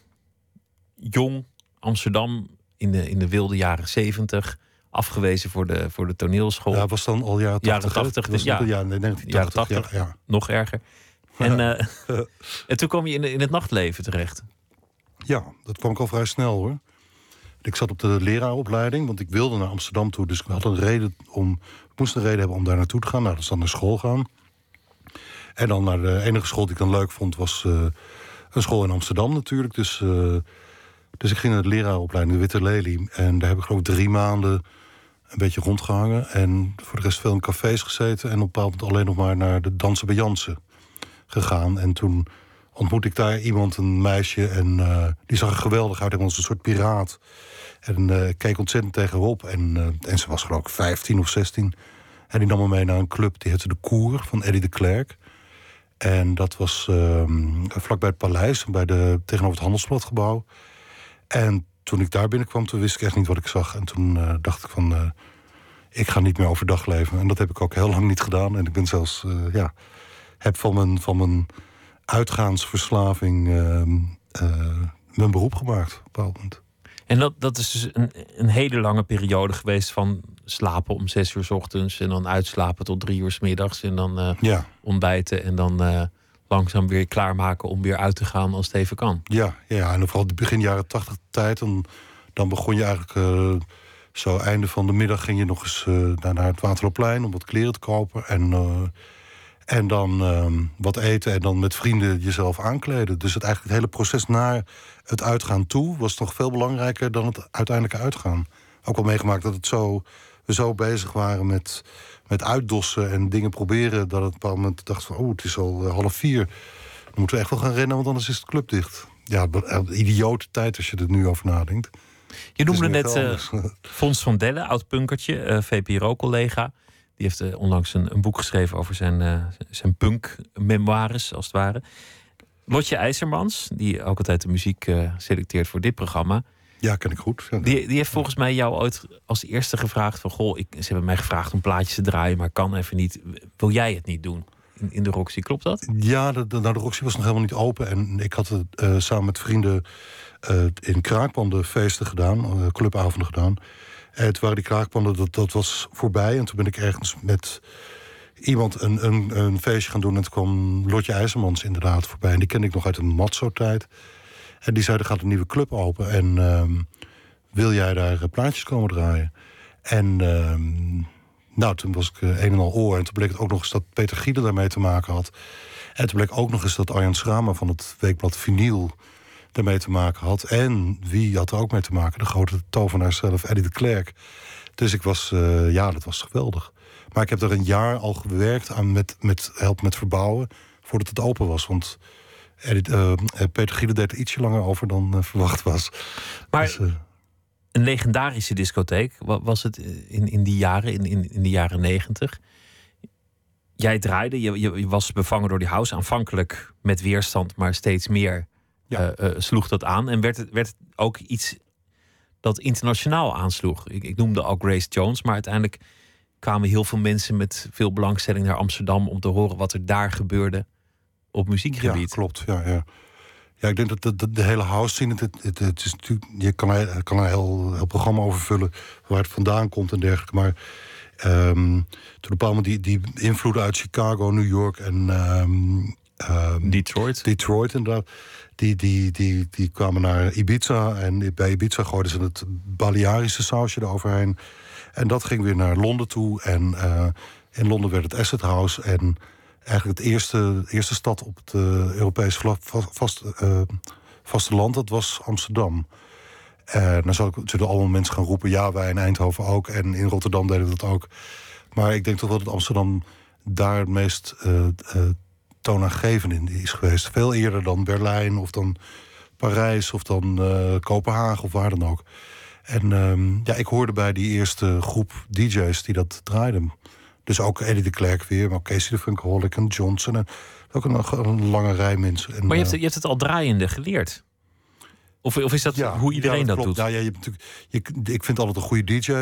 jong Amsterdam in de, in de wilde jaren zeventig. Afgewezen voor de, voor de toneelschool. Ja, was dan al jaren tachtig. Jaren tachtig, dus ja. Ja, nee, negentien tachtig, jaren tachtig, ja, ja. Nog erger. En, uh, en toen kwam je in, in het nachtleven terecht. Ja, dat kwam ik al vrij snel, hoor. Ik zat op de leraaropleiding, want ik wilde naar Amsterdam toe. Dus ik had een reden om, ik moest een reden hebben om daar naartoe te gaan. Nou, dat is dan naar school gaan. En dan naar de enige school die ik dan leuk vond, was uh, een school in Amsterdam natuurlijk. Dus, uh, dus ik ging naar de leraaropleiding, de Witte Lelie. En daar heb ik geloof ik drie maanden een beetje rondgehangen. En voor de rest veel in cafés gezeten. En op een bepaald moment alleen nog maar naar de Dansen bij Jansen gegaan. En toen ontmoette ik daar iemand, een meisje. En uh, die zag er geweldig uit. Hij was een soort piraat. En uh, keek ontzettend tegenop. En, uh, en ze was geloof ik vijftien of zestien. En die nam me mee naar een club, die heette De Koer, van Eddie de Klerk. En dat was uh, vlakbij het paleis, bij de, tegenover het Handelsbladgebouw. En toen ik daar binnenkwam, toen wist ik echt niet wat ik zag. En toen uh, dacht ik van, uh, ik ga niet meer overdag leven. En dat heb ik ook heel lang niet gedaan. En ik ben zelfs, uh, ja, heb van mijn, van mijn uitgaansverslaving uh, uh, mijn beroep gemaakt op een bepaald moment. En dat, dat is dus een, een hele lange periode geweest van slapen om zes uur 's ochtends en dan uitslapen tot drie uur 's middags en dan uh, ja. ontbijten en dan uh, langzaam weer klaarmaken om weer uit te gaan als het even kan. Ja, ja, en vooral begin jaren tachtig tijd, dan, dan begon je eigenlijk uh, zo einde van de middag ging je nog eens uh, naar, naar het Waterloopplein om wat kleren te kopen en, uh, en dan uh, wat eten en dan met vrienden jezelf aankleden. Dus het eigenlijk het hele proces naar het uitgaan toe was nog veel belangrijker dan het uiteindelijke uitgaan. Ook wel meegemaakt dat het zo we zo bezig waren met, met uitdossen en dingen proberen, dat het op een bepaald moment dacht van, oh, het is al uh, half vier. Dan moeten we echt wel gaan rennen, want anders is het club dicht. Ja, een idiote tijd als je er nu over nadenkt. Je noemde net uh, Fons van Delle, oud-punkertje, uh, V P R O-collega. Die heeft uh, onlangs een, een boek geschreven over zijn, uh, zijn punk-memoires, als het ware. Lotje IJzermans, die ook altijd de muziek uh, selecteert voor dit programma. Ja, ken ik goed. Ja. Die, die heeft volgens mij jou ooit als eerste gevraagd van, goh, ik, ze hebben mij gevraagd om plaatjes te draaien, maar kan even niet. Wil jij het niet doen in, in de Roxy? Klopt dat? Ja, de, de, nou, de Roxy was nog helemaal niet open. En ik had het uh, samen met vrienden uh, in kraakpanden feesten gedaan, uh, clubavonden gedaan. En toen waren die kraakpanden, dat, dat was voorbij. En toen ben ik ergens met iemand een, een, een feestje gaan doen. En toen kwam Lotje IJzermans inderdaad voorbij. En die kende ik nog uit de Matzo-tijd. En die zei, er gaat een nieuwe club open. En um, wil jij daar plaatjes komen draaien? En um, nou, toen was ik uh, een en al oor. En toen bleek het ook nog eens dat Peter Giede daarmee te maken had. En toen bleek ook nog eens dat Arjan Schrama van het weekblad Vinyl daarmee te maken had. En wie had er ook mee te maken? De grote tovenaar zelf, Eddie de Klerk. Dus ik was, uh, ja, dat was geweldig. Maar ik heb er een jaar al gewerkt aan met, met help met verbouwen voordat het open was. Want Eddie, uh, Peter Giede deed er ietsje langer over dan uh, verwacht was. Maar dus, uh, een legendarische discotheek was het in, in die jaren, in, in, in de jaren negentig. Jij draaide, je, je was bevangen door die house. Aanvankelijk met weerstand, maar steeds meer ja. uh, uh, sloeg dat aan. En werd het, werd het ook iets dat internationaal aansloeg. Ik, ik noemde al Grace Jones, maar uiteindelijk kwamen heel veel mensen met veel belangstelling naar Amsterdam om te horen wat er daar gebeurde op muziekgebied. Ja, klopt. Ja, ja. Ja, ik denk dat de, de, de hele house scene, het, het, het is natuurlijk, je kan er, kan er een heel, heel programma over vullen waar het vandaan komt en dergelijke. Maar um, toen op een die, die invloeden uit Chicago, New York en um, um, Detroit. Detroit inderdaad. Die, die, die, die kwamen naar Ibiza en bij Ibiza gooiden ze het Balearische sausje eroverheen. En dat ging weer naar Londen toe. En uh, in Londen werd het Acid House. En eigenlijk het eerste, eerste stad op het uh, Europese vla, vast, uh, vasteland, dat was Amsterdam. En dan zullen, zullen allemaal mensen gaan roepen, ja, wij in Eindhoven ook. En in Rotterdam deden we dat ook. Maar ik denk toch wel dat Amsterdam daar het meest uh, uh, toonaangevend in is geweest. Veel eerder dan Berlijn of dan Parijs of dan uh, Kopenhagen of waar dan ook. En um, ja, ik hoorde bij die eerste groep D J's die dat draaiden. Dus ook Eddie de Klerk weer, maar ook Casey de Funkaholic en Johnson. En ook een, een lange rij mensen. En, maar je hebt, je hebt het al draaiende geleerd? Of, of is dat ja, hoe iedereen ja, dat, dat doet? Ja, ja, je hebt natuurlijk, je, ik vind altijd een goede D J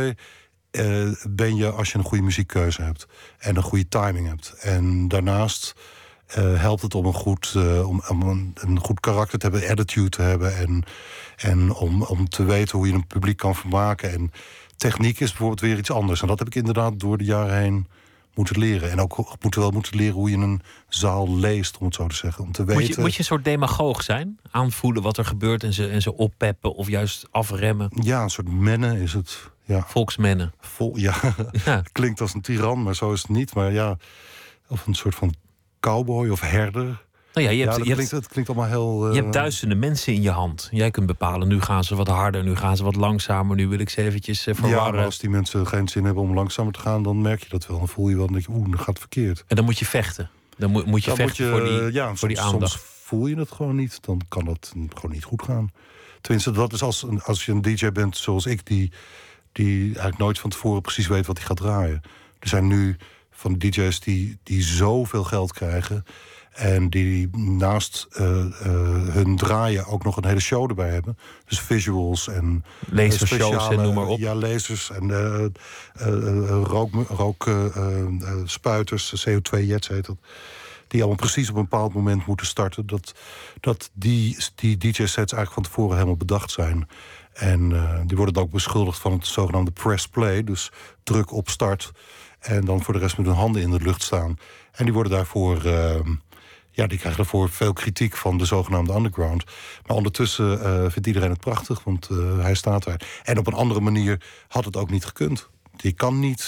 uh, ben je als je een goede muziekkeuze hebt. En een goede timing hebt. En daarnaast uh, helpt het om een goed, uh, om, om een, een goed karakter te hebben, attitude te hebben. En, en om, om te weten hoe je een publiek kan vermaken. En techniek is bijvoorbeeld weer iets anders. En dat heb ik inderdaad door de jaren heen moeten leren. En ook moeten wel moeten leren hoe je een zaal leest, om het zo te zeggen. Om te weten... Moet je, moet je een soort demagoog zijn? Aanvoelen wat er gebeurt en ze, en ze oppeppen of juist afremmen? Ja, een soort mennen is het. Ja. Volksmennen. Vol, ja. ja, klinkt als een tiran, maar zo is het niet. Maar ja, of een soort van cowboy of herder. Nou ja, je hebt, ja, dat je klinkt, hebt, het klinkt allemaal heel... Uh... Je hebt duizenden mensen in je hand. Jij kunt bepalen, nu gaan ze wat harder, nu gaan ze wat langzamer, nu wil ik ze eventjes uh, verwarren. Ja, maar als die mensen geen zin hebben om langzamer te gaan, dan merk je dat wel. Dan voel je wel, dan denk je, oeh, dat gaat verkeerd. En dan moet je vechten. Dan moet, moet je dan vechten moet je, voor die, ja, voor soms, die aandacht. Soms voel je het gewoon niet, dan kan dat gewoon niet goed gaan. Tenminste, dat is als, als je een D J bent zoals ik, die, die eigenlijk nooit van tevoren precies weet wat hij gaat draaien. Er zijn nu van D J's die, die zoveel geld krijgen en die naast uh, uh, hun draaien ook nog een hele show erbij hebben. Dus visuals en lasershows en noem maar op. Ja, lasers en uh, uh, uh, rook, rook uh, uh, spuiters, C O twee jets heet dat. Die allemaal precies op een bepaald moment moeten starten. Dat, dat die, die D J-sets eigenlijk van tevoren helemaal bedacht zijn. En uh, die worden dan ook beschuldigd van het zogenaamde press play. Dus druk op start en dan voor de rest met hun handen in de lucht staan. En die worden daarvoor... Uh, Ja, die krijgen daarvoor veel kritiek van de zogenaamde underground. Maar ondertussen uh, vindt iedereen het prachtig, want uh, hij staat daar. En op een andere manier had het ook niet gekund. Je kan niet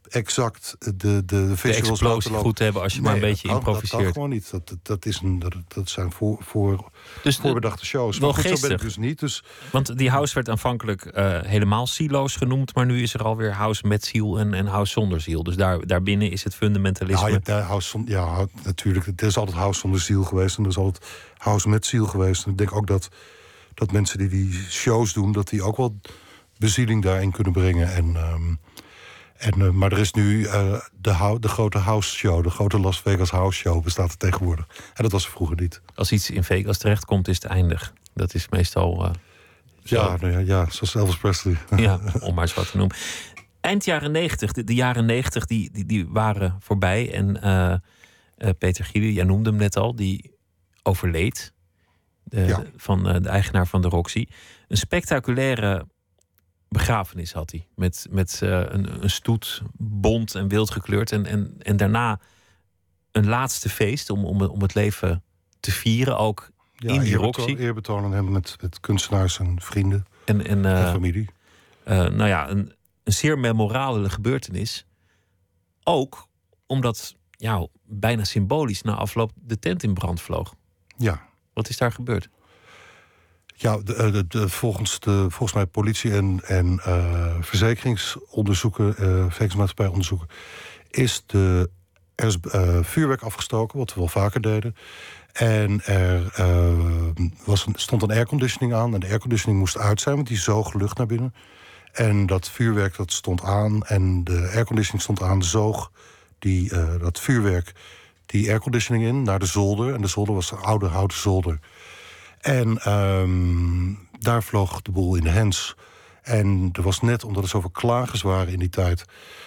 exact de, de, de de explosie goed te hebben als je nee, maar een beetje dat, improviseert. Dat kan gewoon niet. Dat, dat, dat, is een, dat, dat zijn voor, voor, dus voorbedachte shows. Wel maar goed, geestig. Zo ben ik dus niet. Dus... Want die house werd aanvankelijk uh, helemaal zieloos genoemd, maar nu is er alweer house met ziel en, en house zonder ziel. Dus daar, daarbinnen is het fundamentalisme. Nou, ja, house, ja, natuurlijk. Er is altijd house zonder ziel geweest en er is altijd house met ziel geweest. En ik denk ook dat, dat mensen die die shows doen, dat die ook wel bezieling daarin kunnen brengen. En, um, en, uh, maar er is nu uh, de, de grote house show, de grote Las Vegas house show bestaat er tegenwoordig. En dat was er vroeger niet. Als iets in Vegas terechtkomt, is het eindig. Dat is meestal... Uh, ja, nou ja, ja, zoals Elvis Presley. Ja, om maar eens wat te noemen. Eind jaren negentig, de, de jaren negentig, die, die, die waren voorbij. En uh, uh, Peter Giede, jij noemde hem net al, die overleed. De, ja. de, van uh, de eigenaar van de Roxy. Een spectaculaire begrafenis had hij. Met, met uh, een, een stoet, bont en wild gekleurd. En, en, en daarna een laatste feest om, om, om het leven te vieren. Ook ja, in die eerbetoon, Roxy. Eerbetoon aan hem met, met kunstenaars en vrienden en, en, uh, en familie. Uh, nou ja, een, een zeer memorabele gebeurtenis. Ook omdat, ja, bijna symbolisch na afloop de tent in brand vloog. Ja. Wat is daar gebeurd? Ja, de, de, de, volgens, de, volgens mij politie en, en uh, verzekeringsonderzoeken, uh, verzekeringsmaatschappijonderzoeken, is de, er is uh, vuurwerk afgestoken, wat we wel vaker deden. En er uh, was een, stond een airconditioning aan en de airconditioning moest uit zijn, want die zoog lucht naar binnen. En dat vuurwerk dat stond aan en de airconditioning stond aan, zoog die, uh, dat vuurwerk die airconditioning in naar de zolder. En de zolder was een oude houten zolder. En um, daar vloog de boel in de hens. En er was net, omdat er zoveel klagers waren in die tijd,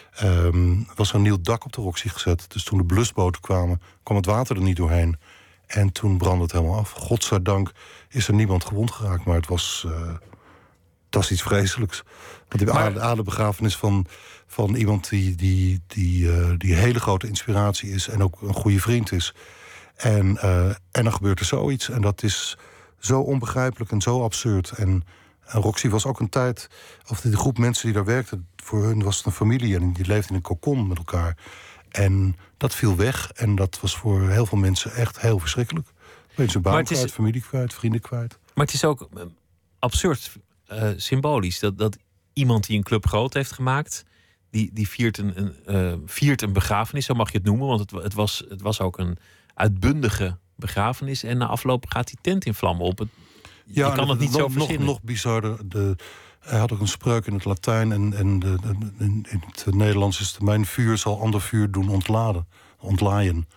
um, was er een nieuw dak op de Roxy gezet. Dus toen de blusboten kwamen, kwam het water er niet doorheen. En toen brandde het helemaal af. Godzijdank is er niemand gewond geraakt, maar het was, uh, dat is iets vreselijks. Want die maar... aderbegrafenis van, van iemand die, die, die, uh, die een hele grote inspiratie is en ook een goede vriend is. En, uh, en dan gebeurt er zoiets. En dat is zo onbegrijpelijk en zo absurd. En, en Roxy was ook een tijd, of de groep mensen die daar werkten, voor hun was het een familie en die leefden in een kokon met elkaar. En dat viel weg en dat was voor heel veel mensen echt heel verschrikkelijk. Mensen baan kwijt, is... familie kwijt, vrienden kwijt. Maar het is ook absurd uh, symbolisch dat, dat iemand die een club groot heeft gemaakt, die, die viert, een, een, uh, viert een begrafenis, zo mag je het noemen, want het, het, was, het was ook een uitbundige begrafenis. En na afloop gaat die tent in vlammen op. Het, ja, je kan het niet nog, zo verzinnen. Nog, nog bizarder. De, hij had ook een spreuk in het Latijn en, en de, de, in, in het Nederlands is het: mijn vuur zal ander vuur doen ontladen, ontlaaien.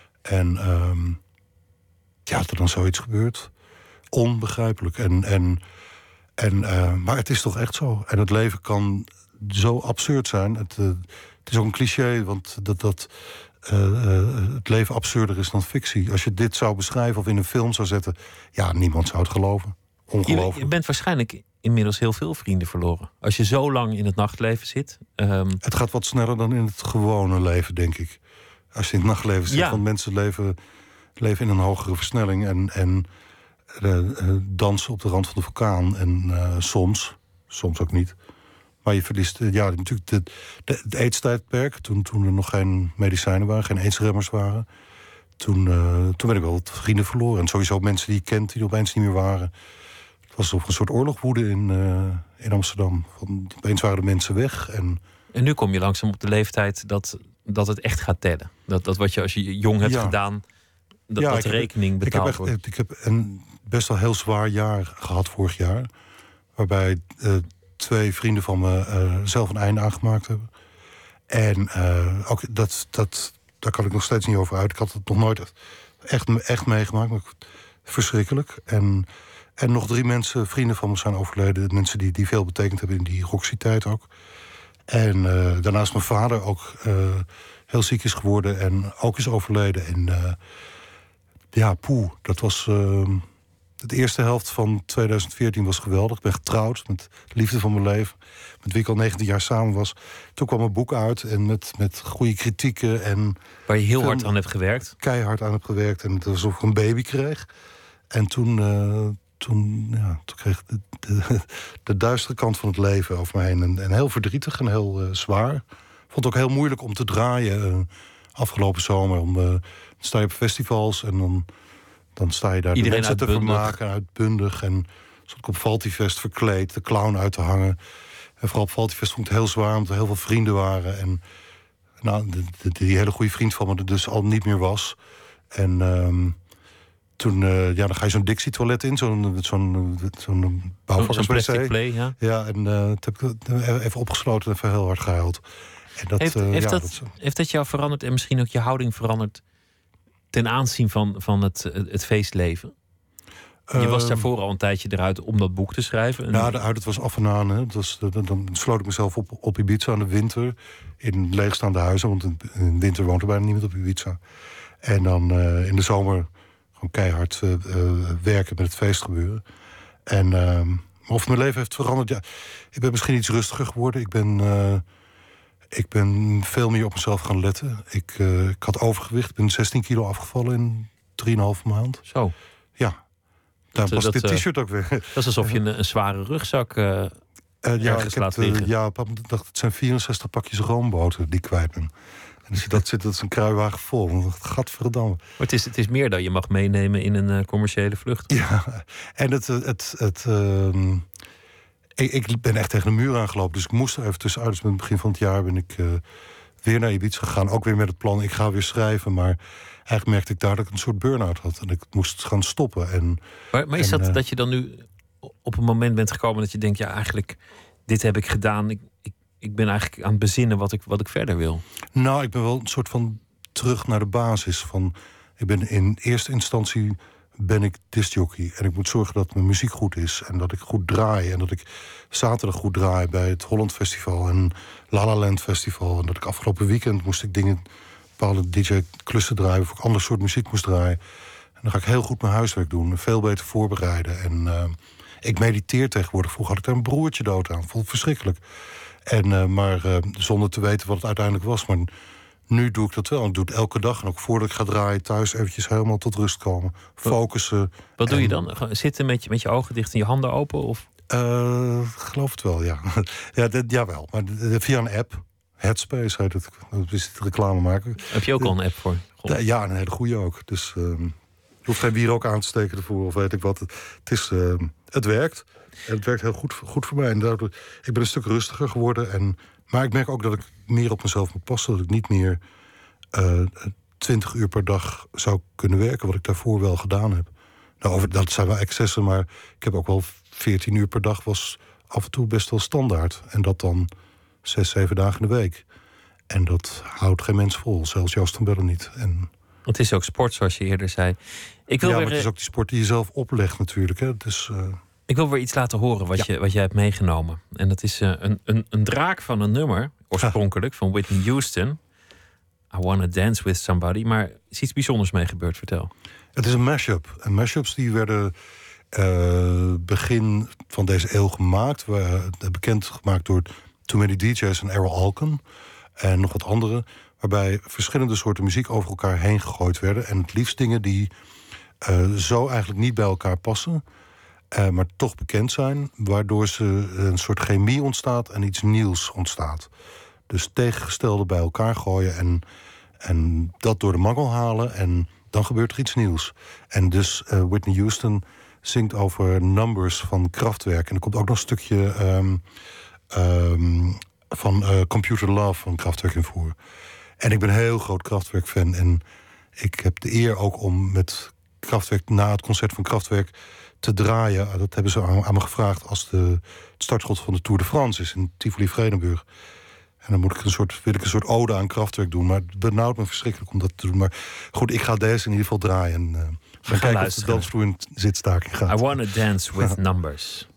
En um, ja, dat er dan zoiets gebeurt. Onbegrijpelijk. En, en, en, uh, maar het is toch echt zo. En het leven kan zo absurd zijn. Het, uh, het is ook een cliché, want dat, dat uh, uh, het leven absurder is dan fictie. Als je dit zou beschrijven of in een film zou zetten, ja, niemand zou het geloven. Ongelooflijk. Je, je bent waarschijnlijk inmiddels heel veel vrienden verloren. Als je zo lang in het nachtleven zit. Um... Het gaat wat sneller dan in het gewone leven, denk ik. Als je in het nachtleven zit, ja. Want mensen leven, leven in een hogere versnelling en, en uh, uh, dansen op de rand van de vulkaan. En uh, soms, soms ook niet. Maar je verliest, uh, ja, natuurlijk de, de, het AIDS-tijdperk, toen, toen er nog geen medicijnen waren, geen AIDS-remmers waren. Toen, uh, toen ben ik wel wat vrienden verloren. En sowieso mensen die je kent, die er opeens niet meer waren. Het was toch een soort oorlog woede in, uh, in Amsterdam. Van, opeens waren de mensen weg. En, en nu kom je langzaam op de leeftijd dat, dat het echt gaat tellen. Dat, dat wat je als je jong hebt ja. gedaan, dat, ja, dat de rekening heb, betaald ik heb echt, wordt. Ik heb een best wel heel zwaar jaar gehad vorig jaar. Waarbij uh, twee vrienden van me uh, zelf een einde aangemaakt hebben. En uh, ook dat, dat, daar kan ik nog steeds niet over uit. Ik had het nog nooit echt, echt meegemaakt. Maar verschrikkelijk. En, en nog drie mensen, vrienden van me, zijn overleden. Mensen die, die veel betekend hebben in die Roxy-tijd ook. En uh, daarnaast mijn vader ook uh, heel ziek is geworden en ook is overleden. En uh, ja, poeh, dat was... Uh, de eerste helft van tweeduizend veertien was geweldig. Ik ben getrouwd met de liefde van mijn leven. Met wie ik al negentien jaar samen was. Toen kwam een boek uit en met, met goede kritieken. En waar je heel hard aan hebt gewerkt. Keihard aan heb gewerkt. En het was alsof ik een baby kreeg. En toen, uh, toen, ja, toen kreeg ik de, de, de duistere kant van het leven over me heen. En, en heel verdrietig en heel uh, zwaar. vond het ook heel moeilijk om te draaien uh, afgelopen zomer. Om, uh, dan sta je op festivals en dan, dan sta je daar Iedereen de mensen te uitbundig. vermaken, uitbundig. En zat ik op Valtivest verkleed, de clown uit te hangen. En vooral op Valtivest vond ik het heel zwaar, omdat er heel veel vrienden waren. En nou, de, de, die hele goede vriend van me er dus al niet meer was. En um, toen, uh, ja, dan ga je zo'n Dixie-toilet in, zo'n zo'n zo'n bouwvakkerswc. Zo'n plastic play, ja. Ja, en uh, toen heb ik even opgesloten en even heel hard gehuild. En dat, heeft, uh, heeft, ja, dat, dat, heeft dat jou veranderd en misschien ook je houding veranderd ten aanzien van, van het, het, het feestleven? Je was uh, daarvoor al een tijdje eruit om dat boek te schrijven. En... Nou, de uit het was af en aan. Hè. Was, dan, dan sloot ik mezelf op op Ibiza in de winter. In leegstaande huizen, want in de winter woont er bijna niemand op Ibiza. En dan uh, in de zomer gewoon keihard uh, uh, werken met het feestgebeuren. En uh, of mijn leven heeft veranderd, ja. Ik ben misschien iets rustiger geworden. Ik ben, uh, ik ben veel meer op mezelf gaan letten. Ik, uh, ik had overgewicht. Ik ben zestien kilo afgevallen in drieënhalve maand. Zo. Ja. Daar Dat, was dat, dit t-shirt ook weer. Dat is alsof je een, een zware rugzak uh, uh, ja, ergens ik laat heb, liggen. Uh, ja, papa dacht het zijn vierenzestig pakjes roomboter die ik kwijt ben. En als je dat zit, dat is een kruiwagen vol. Want gadverdamme. Maar het is, het is meer dan je mag meenemen in een uh, commerciële vlucht. Ja, en het... het, het, het uh, ik, ik ben echt tegen de muur aangelopen. Dus ik moest er even tussenuit. Dus met het begin van het jaar ben ik uh, weer naar Ibiza gegaan. Ook weer met het plan, ik ga weer schrijven. Maar eigenlijk merkte ik daar dat ik een soort burn-out had. En ik moest gaan stoppen. En, maar, maar is en, dat uh, dat je dan nu op een moment bent gekomen dat je denkt, ja, eigenlijk, dit heb ik gedaan. Ik, ik, ik ben eigenlijk aan het bezinnen wat ik, wat ik verder wil. Nou, ik ben wel een soort van terug naar de basis. Van, ik ben in eerste instantie ben ik discjockey. En ik moet zorgen dat mijn muziek goed is. En dat ik goed draai. En dat ik zaterdag goed draai bij het Holland Festival en La La Land Festival. En dat ik afgelopen weekend moest ik dingen, bepaalde D J-klussen draaien, of ik ander soort muziek moest draaien. En dan ga ik heel goed mijn huiswerk doen. Veel beter voorbereiden. En uh, ik mediteer tegenwoordig. Vroeger had ik daar een broertje dood aan. Vond het verschrikkelijk. En, uh, maar uh, zonder te weten wat het uiteindelijk was. Maar nu doe ik dat wel. Ik doe het elke dag. En ook voordat ik ga draaien thuis eventjes helemaal tot rust komen. Focussen. Wat doe en, je dan? Zitten met je, met je ogen dicht en je handen open? Of? Uh, geloof het wel, ja. ja dat, jawel, maar de, de, via een app. Headspace heet het. Dat is het reclame maken. Heb je ook al een app voor? De, ja, een hele goede ook. Dus uh, je hoeft geen bier ook aan te steken ervoor of weet ik wat. Het, is, uh, het werkt. En het werkt heel goed, goed voor mij. En daardoor, ik ben een stuk rustiger geworden. En, maar ik merk ook dat ik meer op mezelf moet passen. Dat ik niet meer uh, twintig uur per dag zou kunnen werken. Wat ik daarvoor wel gedaan heb. Nou, over, dat zijn wel excessen, maar ik heb ook wel veertien uur per dag was af en toe best wel standaard. En dat dan zes, zeven dagen in de week. En dat houdt geen mens vol, zelfs Joost van Bellen niet. En het is ook sport, zoals je eerder zei. Ik wil ja, weer, maar het is ook die sport die je zelf oplegt natuurlijk. Hè. Dus, uh... ik wil weer iets laten horen wat, ja. je, wat jij hebt meegenomen. En dat is uh, een, een, een draak van een nummer, oorspronkelijk, van Whitney Houston. I Wanna Dance With Somebody. Maar er is iets bijzonders mee gebeurd, vertel. Het is een mashup. En mashups die werden uh, begin van deze eeuw gemaakt. Uh, bekend gemaakt door Too Many D J's en Errol Alkan. En nog wat andere. Waarbij verschillende soorten muziek over elkaar heen gegooid werden. En het liefst dingen die uh, zo eigenlijk niet bij elkaar passen. Uh, maar toch bekend zijn. Waardoor ze een soort chemie ontstaat en iets nieuws ontstaat. Dus tegengestelde bij elkaar gooien en, en dat door de mangel halen. En dan gebeurt er iets nieuws. En dus uh, Whitney Houston zingt over Numbers van Kraftwerk. En er komt ook nog een stukje um, um, van uh, Computer Love van Kraftwerk in voor. En ik ben een heel groot Kraftwerk-fan. En ik heb de eer ook om met Kraftwerk na het concert van Kraftwerk te draaien. Dat hebben ze aan, aan me gevraagd als de, het startschot van de Tour de France is in Tivoli-Vredenburg. En dan moet ik een soort, wil ik een soort ode aan Kraftwerk doen. Maar het benauwt me verschrikkelijk om dat te doen. Maar goed, ik ga deze in ieder geval draaien. En uh, dan kijken of de dansvloer in zitstaking gaat. I Wanna Dance With Numbers.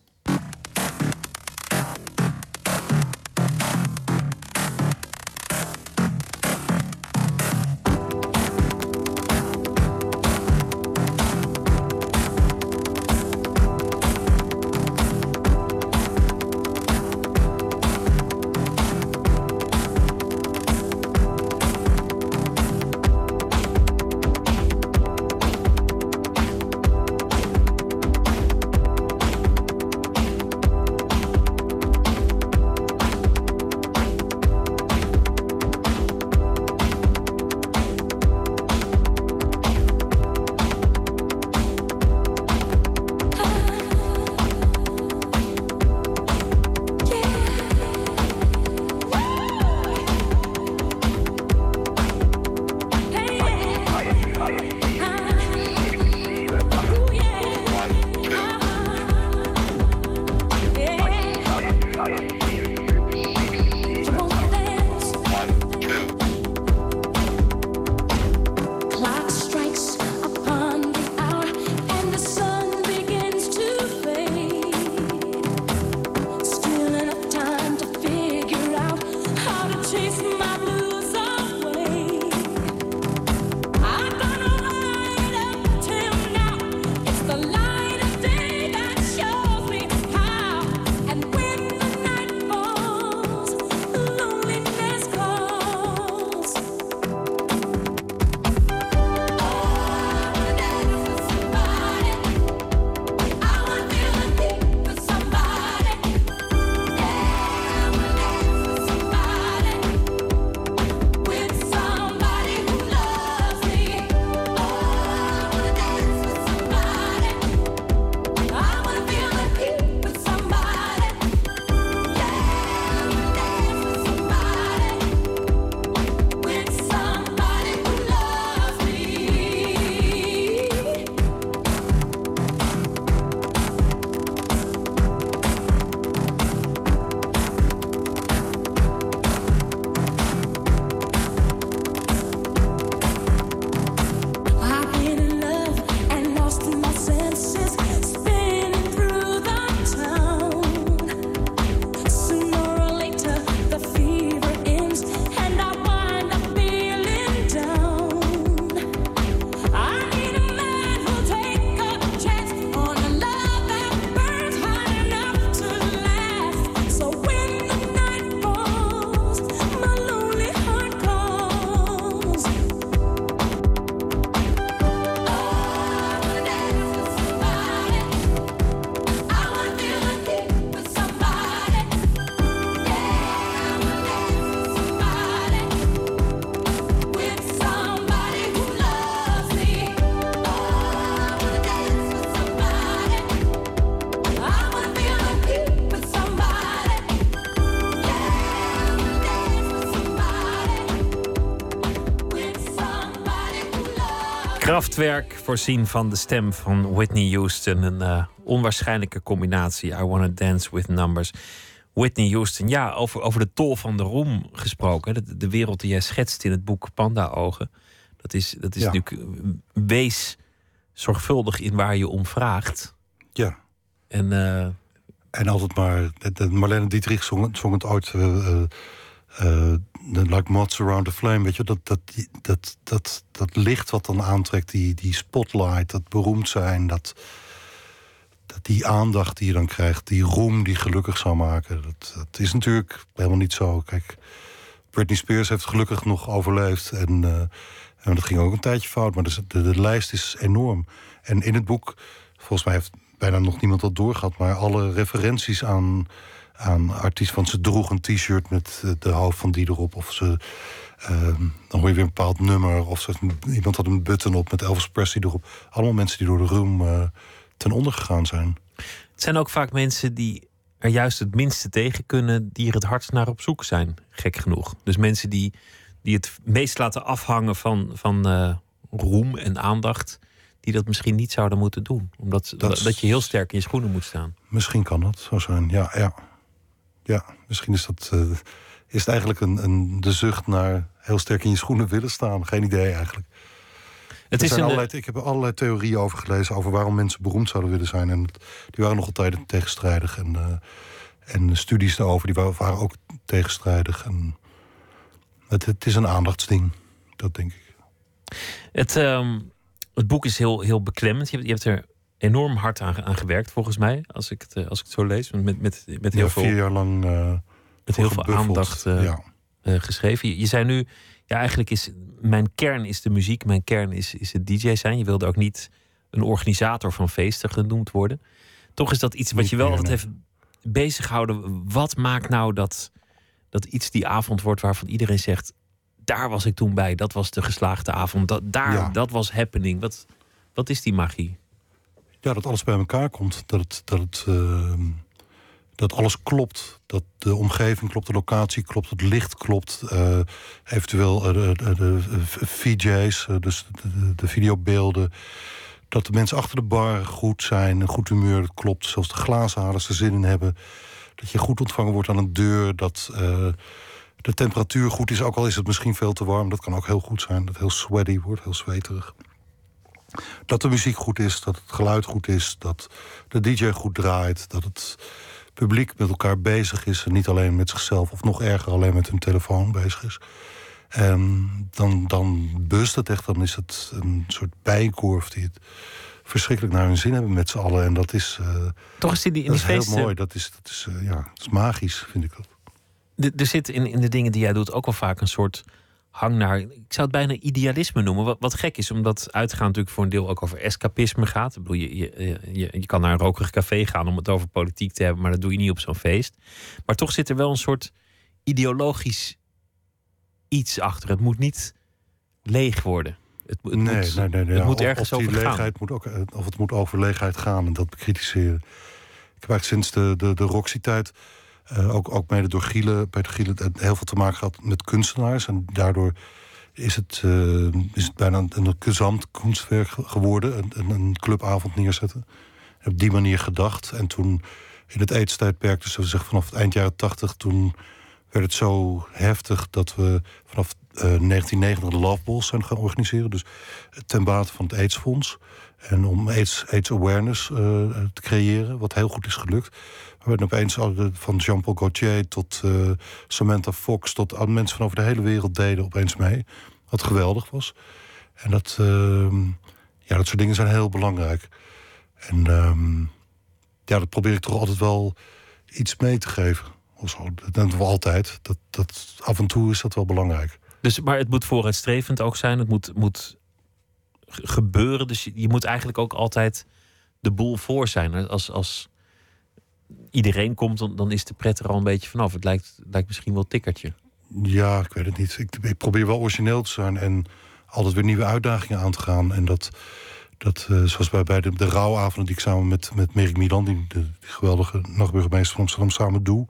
Kraftwerk, voorzien van de stem van Whitney Houston. Een uh, onwaarschijnlijke combinatie. I Wanna Dance With Numbers. Whitney Houston, ja, over, over de tol van de roem gesproken. De, de wereld die jij schetst in het boek Panda-ogen. Dat is, dat is ja. natuurlijk... Wees zorgvuldig in waar je om vraagt. Ja. En, uh, en altijd maar... Marlene Dietrich zong, zong het ooit... Uh, uh, Uh, like moths around the flame, weet je, dat, dat, dat, dat, dat licht wat dan aantrekt, die, die spotlight, dat beroemd zijn, dat, dat die aandacht die je dan krijgt, die roem die gelukkig zou maken, dat, dat is natuurlijk helemaal niet zo. Kijk, Britney Spears heeft gelukkig nog overleefd en, uh, en dat ging ook een tijdje fout, maar de, de, de lijst is enorm. En in het boek, volgens mij heeft bijna nog niemand dat doorgehad, maar alle referenties aan aan artiesten, want ze droeg een t-shirt met de hoofd van die erop, of ze uh, dan hoor je weer een bepaald nummer, of ze, iemand had een button op met Elvis Presley erop. Allemaal mensen die door de roem uh, ten onder gegaan zijn. Het zijn ook vaak mensen die er juist het minste tegen kunnen, die er het hardst naar op zoek zijn, gek genoeg. Dus mensen die, die het meest laten afhangen van, van uh, roem en aandacht, die dat misschien niet zouden moeten doen. Omdat dat, dat je heel sterk in je schoenen moet staan. Misschien kan dat zo zijn, ja, ja. Ja, misschien is, dat, uh, is het eigenlijk een, een, de zucht naar heel sterk in je schoenen willen staan. Geen idee eigenlijk. Het is een, allerlei, ik heb er allerlei theorieën over gelezen over waarom mensen beroemd zouden willen zijn. En die waren nog altijd tegenstrijdig. En, uh, en studies daarover die waren, waren ook tegenstrijdig. En het, het is een aandachtsding, dat denk ik. Het, um, het boek is heel, heel beklemmend. Je hebt, je hebt er enorm hard aan, aan gewerkt, volgens mij, als ik het, als ik het zo lees. Met, met, met heel ja, veel, vier jaar lang uh, met heel veel aandacht uh, ja. uh, geschreven. Je, je zei nu, ja, eigenlijk is mijn kern is de muziek, mijn kern is, is het D J zijn. Je wilde ook niet een organisator van feesten genoemd worden. Toch is dat iets wat je wel altijd heeft bezighouden. Wat maakt nou dat, dat iets die avond wordt waarvan iedereen zegt, daar was ik toen bij, dat was de geslaagde avond, dat, daar, ja. dat was happening. Wat, wat is die magie? Ja, dat alles bij elkaar komt. Dat, het, dat, het, uh, dat alles klopt. Dat de omgeving klopt, de locatie klopt, het licht klopt. Uh, eventueel uh, de, de, de V J's, uh, dus de, de videobeelden. Dat de mensen achter de bar goed zijn, een goed humeur, dat klopt. Zelfs de glazenhalers er zin in hebben. Dat je goed ontvangen wordt aan een deur. Dat uh, de temperatuur goed is, ook al is het misschien veel te warm. Dat kan ook heel goed zijn. Dat het heel sweaty wordt, heel zweterig. Dat de muziek goed is, dat het geluid goed is, dat de D J goed draait, dat het publiek met elkaar bezig is en niet alleen met zichzelf, of nog erger alleen met hun telefoon bezig is. En dan, dan bust het echt, dan is het een soort bijenkorf die het verschrikkelijk naar hun zin hebben met z'n allen. En dat is, uh, Toch is die, in die dat is feesten heel mooi, dat is, dat is, uh, ja, dat is magisch, vind ik dat. Er, er zit in, in de dingen die jij doet ook wel vaak een soort hang naar, ik zou het bijna idealisme noemen. Wat, wat gek is, omdat uitgaan natuurlijk voor een deel ook over escapisme gaat. Ik bedoel, je, je, je, je kan naar een rokerig café gaan om het over politiek te hebben, maar dat doe je niet op zo'n feest. Maar toch zit er wel een soort ideologisch iets achter. Het moet niet leeg worden. Het, het nee, moet, nee, nee, nee. Het moet ja, ergens of die over gaan. leegheid moet ook, of het moet over leegheid gaan en dat bekritiseren. Ik heb eigenlijk sinds de, de, de Roxy-tijd Uh, ook, ook mede door Giele, Peter Giele, heel veel te maken gehad met kunstenaars. En daardoor is het, uh, is het bijna een, een gezamtkunstwerk geworden. Een, een clubavond neerzetten. En op die manier gedacht. En toen in het AIDS-tijdperk, dus we zeggen vanaf het eind jaren tachtig, toen werd het zo heftig dat we vanaf uh, negentien negentig de Love Balls zijn gaan organiseren. Dus ten bate van het AIDS-fonds. En om AIDS, AIDS awareness uh, te creëren, wat heel goed is gelukt. We werden opeens van Jean-Paul Gaultier tot uh, Samantha Fox, tot aan mensen van over de hele wereld deden opeens mee. Wat geweldig was. En dat, uh, ja, dat soort dingen zijn heel belangrijk. En um, ja, dat probeer ik toch altijd wel iets mee te geven. Of zo. Dat doen we altijd. Dat, dat, af en toe is dat wel belangrijk. Dus, maar het moet vooruitstrevend ook zijn. Het moet, moet gebeuren. Dus je, je moet eigenlijk ook altijd de boel voor zijn. Als, als iedereen komt, dan, dan is de pret er al een beetje vanaf. Het lijkt, lijkt misschien wel tikkertje. Ja, ik weet het niet. Ik, ik probeer wel origineel te zijn en altijd weer nieuwe uitdagingen aan te gaan. En dat, dat uh, zoals bij, bij de, de rouwavonden die ik samen met, met Merik Milan, die, de, die geweldige nachtburgemeester van Amsterdam, samen doe.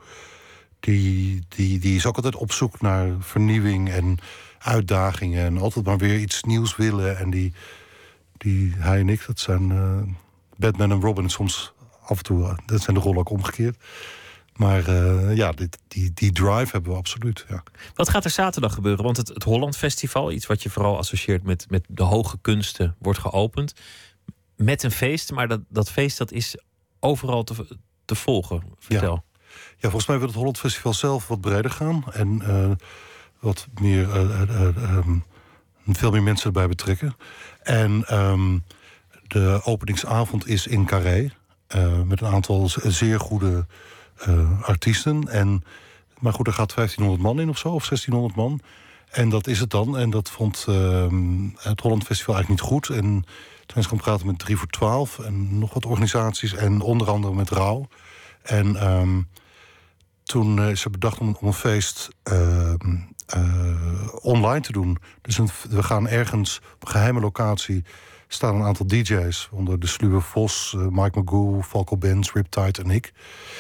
Die, die, die is ook altijd op zoek naar vernieuwing en uitdagingen. En altijd maar weer iets nieuws willen. En die, die, hij en ik, dat zijn uh, Batman en Robin. Soms af en toe, uh, dat zijn de rollen ook omgekeerd. Maar uh, ja, dit, die, die drive hebben we absoluut, ja. Wat gaat er zaterdag gebeuren? Want het, het Holland Festival, iets wat je vooral associeert met, met de hoge kunsten, wordt geopend. Met een feest, maar dat, dat feest dat is overal te, te volgen. Vertel. Ja. ja, volgens mij wil het Holland Festival zelf wat breder gaan. En uh, wat meer, uh, uh, uh, um, veel meer mensen erbij betrekken. En um, de openingsavond is in Carré. Uh, met een aantal zeer goede uh, artiesten. En, maar goed, er gaat vijftienhonderd man in of zo, of zestienhonderd man. En dat is het dan. En dat vond uh, het Holland Festival eigenlijk niet goed. En toen is gaan praten met drie voor twaalf en nog wat organisaties. En onder andere met Rauw. En um, toen is er bedacht om, om een feest uh, uh, online te doen. Dus een, we gaan ergens op een geheime locatie staan een aantal D J's. Onder de Sluwe Vos, uh, Mike Magoo, Falco Benz, Riptide en ik.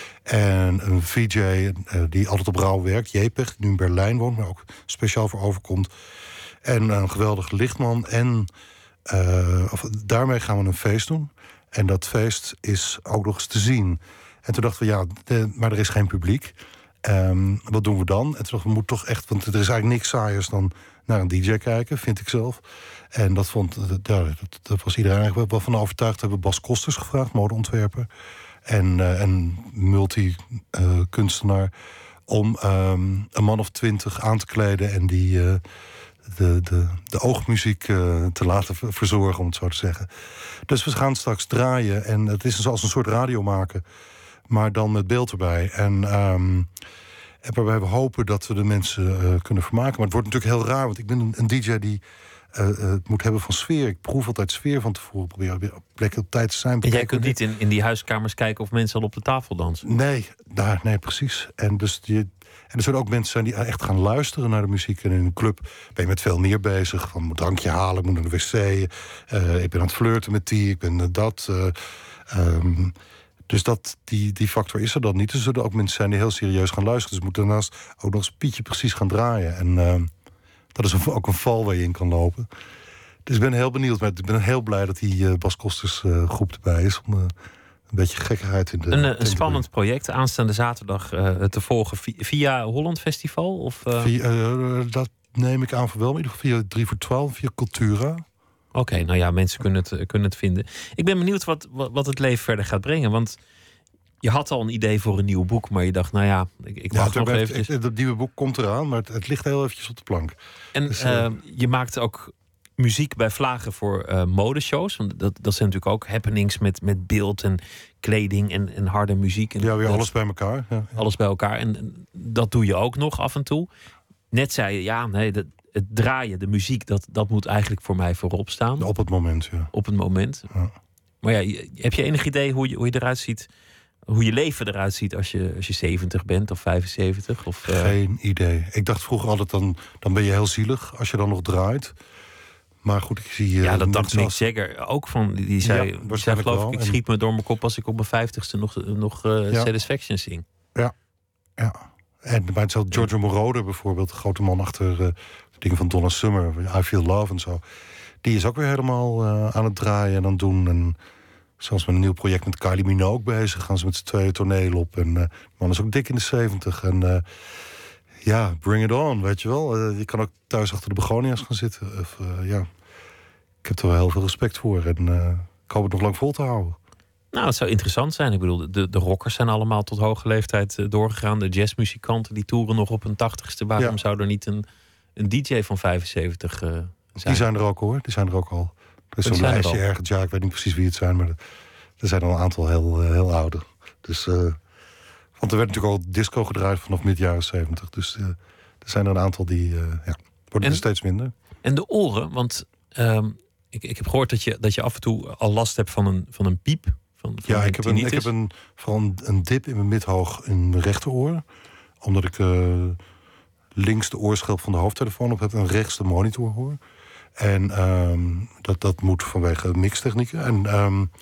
En een V J uh, die altijd op Rauw werkt, Jepeg, die nu in Berlijn woont, maar ook speciaal voor overkomt. En een geweldige lichtman. En uh, of, daarmee gaan we een feest doen. En dat feest is ook nog eens te zien. En toen dachten we, ja, de, maar er is geen publiek. Um, wat doen we dan? En toen dachten we, we moeten toch echt, want er is eigenlijk niks saaiers dan naar een D J kijken, vind ik zelf. En dat vond, ja, dat, dat was iedereen eigenlijk wel van overtuigd. We hebben Bas Kosters gevraagd, modeontwerper. En uh, een multi-kunstenaar. Uh, om um, een man of twintig aan te kleden en die uh, de, de, de oogmuziek uh, te laten verzorgen, om het zo te zeggen. Dus we gaan straks draaien. En het is als een soort radio maken, maar dan met beeld erbij. En, um, en waarbij we hopen dat we de mensen uh, kunnen vermaken. Maar het wordt natuurlijk heel raar, want ik ben een, een D J die uh, uh, het moet hebben van sfeer. Ik proef altijd sfeer van tevoren. Probeer weer op plekken op tijd te zijn. En jij kunt niet in, in die huiskamers kijken of mensen al op de tafel dansen? Nee, daar, nee, precies. En, dus die, en er zullen ook mensen zijn die echt gaan luisteren naar de muziek. En in een club ben je met veel meer bezig. Van, moet drankje halen, ik moet naar de wc. Uh, ik ben aan het flirten met die, ik ben uh, dat. Uh, um, Dus dat, die, die factor is er dan niet. Er zullen ook mensen zijn die heel serieus gaan luisteren. Dus we moeten daarnaast ook nog eens Pietje precies gaan draaien. En uh, dat is een, ook een val waar je in kan lopen. Dus ik ben heel benieuwd. Maar ik ben heel blij dat die uh, Bas Kosters uh, groep erbij is. Om uh, een beetje gekkigheid in de... Een, een spannend project. Aanstaande zaterdag uh, te volgen via Holland Festival? Of, uh... via, uh, dat neem ik aan voor wel. In ieder geval via drie voor twaalf, via Cultura. Oké, okay, nou ja, mensen kunnen het, kunnen het vinden. Ik ben benieuwd wat, wat, wat het leven verder gaat brengen. Want je had al een idee voor een nieuw boek, maar je dacht, nou ja, ik, ik wacht ja, nog eventjes. Het, het nieuwe boek komt eraan, maar het, het ligt heel eventjes op de plank. En dus, uh, uh, je maakt ook muziek bij vlagen voor uh, modeshows. Want dat, dat zijn natuurlijk ook happenings met, met beeld en kleding en, en harde muziek. En ja, weer dat, alles bij elkaar. Ja, ja. Alles bij elkaar. En, en dat doe je ook nog af en toe. Net zei je, ja, nee, dat, het draaien, de muziek, dat, dat moet eigenlijk voor mij voorop staan. Op het moment, ja. Op het moment. Ja. Maar ja, heb je enig idee hoe je, hoe je eruit ziet, hoe je leven eruit ziet als je, als je zeventig bent of vijfenzeventig? Of, uh... Geen idee. Ik dacht vroeger altijd, dan, dan ben je heel zielig als je dan nog draait. Maar goed, ik zie... Uh, ja, dat dacht Mick Jagger ook van. Die, die zei, ja, die zei geloof ik, ik schiet me door mijn kop als ik op mijn vijftigste nog, nog uh, ja. Satisfaction zing. Ja, ja. En bij het Giorgio Moroder bijvoorbeeld, de grote man achter uh, dingen van Donna Summer, I Feel Love en zo. Die is ook weer helemaal uh, aan het draaien en aan het doen. En zelfs met een nieuw project met Kylie Minogue ook bezig. Gaan ze met z'n tweeën toneel op. En uh, de man is ook dik in de zeventig. En uh, ja, bring it on, weet je wel. Uh, je kan ook thuis achter de begonia's gaan zitten. Of, uh, ja. Ik heb er wel heel veel respect voor. En uh, ik hoop het nog lang vol te houden. Nou, het zou interessant zijn. Ik bedoel, de, de rockers zijn allemaal tot hoge leeftijd uh, doorgegaan. De jazzmuzikanten die toeren nog op hun tachtigste. Waarom ja. zou er niet een, een D J van vijfenzeventig uh, zijn? Die zijn er ook hoor. Die zijn er ook al. Er is zo'n lijstje ergens. Ja, ik weet niet precies wie het zijn. Maar er zijn al een aantal heel, uh, heel oude. Dus, uh, want er werd natuurlijk al disco gedraaid vanaf mid jaren zeventig. Dus uh, er zijn er een aantal die uh, ja, worden er steeds minder. En de oren, want um, ik, ik heb gehoord dat je, dat je af en toe al last hebt van een, van een piep. Van, van ja, ik heb, een, ik heb een, vooral een, een dip in mijn midhoog in mijn rechteroor. Omdat ik uh, links de oorschelp van de hoofdtelefoon op heb en rechts de monitor hoor. En um, dat, dat moet vanwege mixtechnieken. En, um,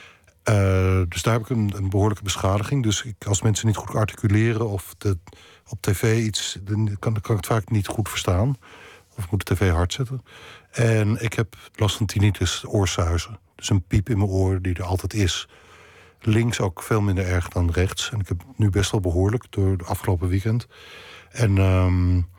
uh, dus daar heb ik een, een behoorlijke beschadiging. Dus ik, als mensen niet goed articuleren of de, op tv iets, dan kan, kan ik het vaak niet goed verstaan. Of ik moet de tv hard zetten. En ik heb last van tinnitus, oorsuizen. Dus een piep in mijn oor die er altijd is. Links ook veel minder erg dan rechts. En ik heb het nu best wel behoorlijk door het afgelopen weekend. En um,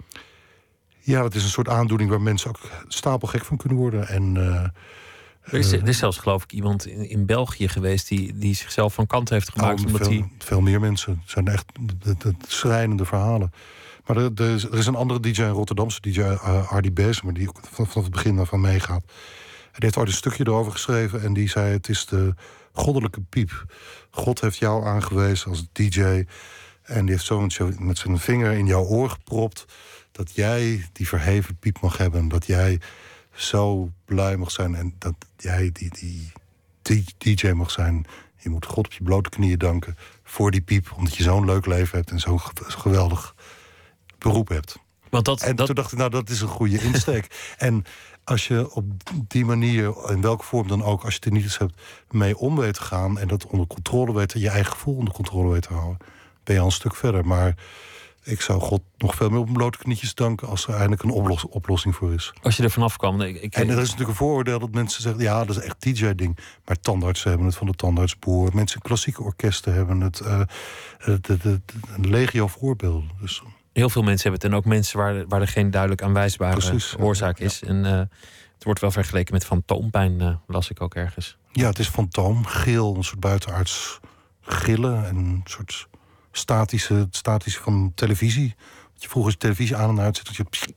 ja, dat is een soort aandoening waar mensen ook stapelgek van kunnen worden. En uh, Er is, er is zelfs, geloof ik, iemand in, in België geweest die, die zichzelf van kant heeft gemaakt. Oh, omdat veel, die... veel meer mensen. Het zijn echt de, de, de schrijnende verhalen. Maar er, er, is, er is een andere D J, een Rotterdamse D J, uh, Ardy Bezemer, die ook vanaf het begin daarvan meegaat. Hij heeft ooit een stukje erover geschreven en die zei: het is de goddelijke piep. God heeft jou aangewezen als D J en die heeft zo met zijn vinger in jouw oor gepropt dat jij die verheven piep mag hebben. Dat jij zo blij mag zijn en dat jij die, die, die D J mag zijn. Je moet God op je blote knieën danken voor die piep, omdat je zo'n leuk leven hebt en zo'n geweldig beroep hebt. Want dat, en dat... toen dacht ik, nou, dat is een goede insteek. En als je op die manier, in welke vorm dan ook, als je tinnitus hebt, mee om weet te gaan en dat onder controle weet, je eigen gevoel onder controle weet te houden, ben je al een stuk verder. Maar ik zou God nog veel meer op mijn blote knietjes danken als er eindelijk een oplos- oplossing voor is. Als je er vanaf kwam. Ik, ik... En er is natuurlijk een vooroordeel dat mensen zeggen, ja, dat is echt D J-ding. Maar tandartsen hebben het van de tandartsboer. Mensen in klassieke orkesten hebben het. Uh, de, de, de, de legio voorbeelden. Dus heel veel mensen hebben het. En ook mensen waar, waar er geen duidelijk aanwijsbare Precies, oorzaak ja, is. Ja. En uh, het wordt wel vergeleken met fantoompijn, uh, las ik ook ergens. Ja, het is fantoom, gil, een soort buitenaards gillen. En een soort statische, statische van televisie. Dat je vroeger televisie aan en uit zet, dat je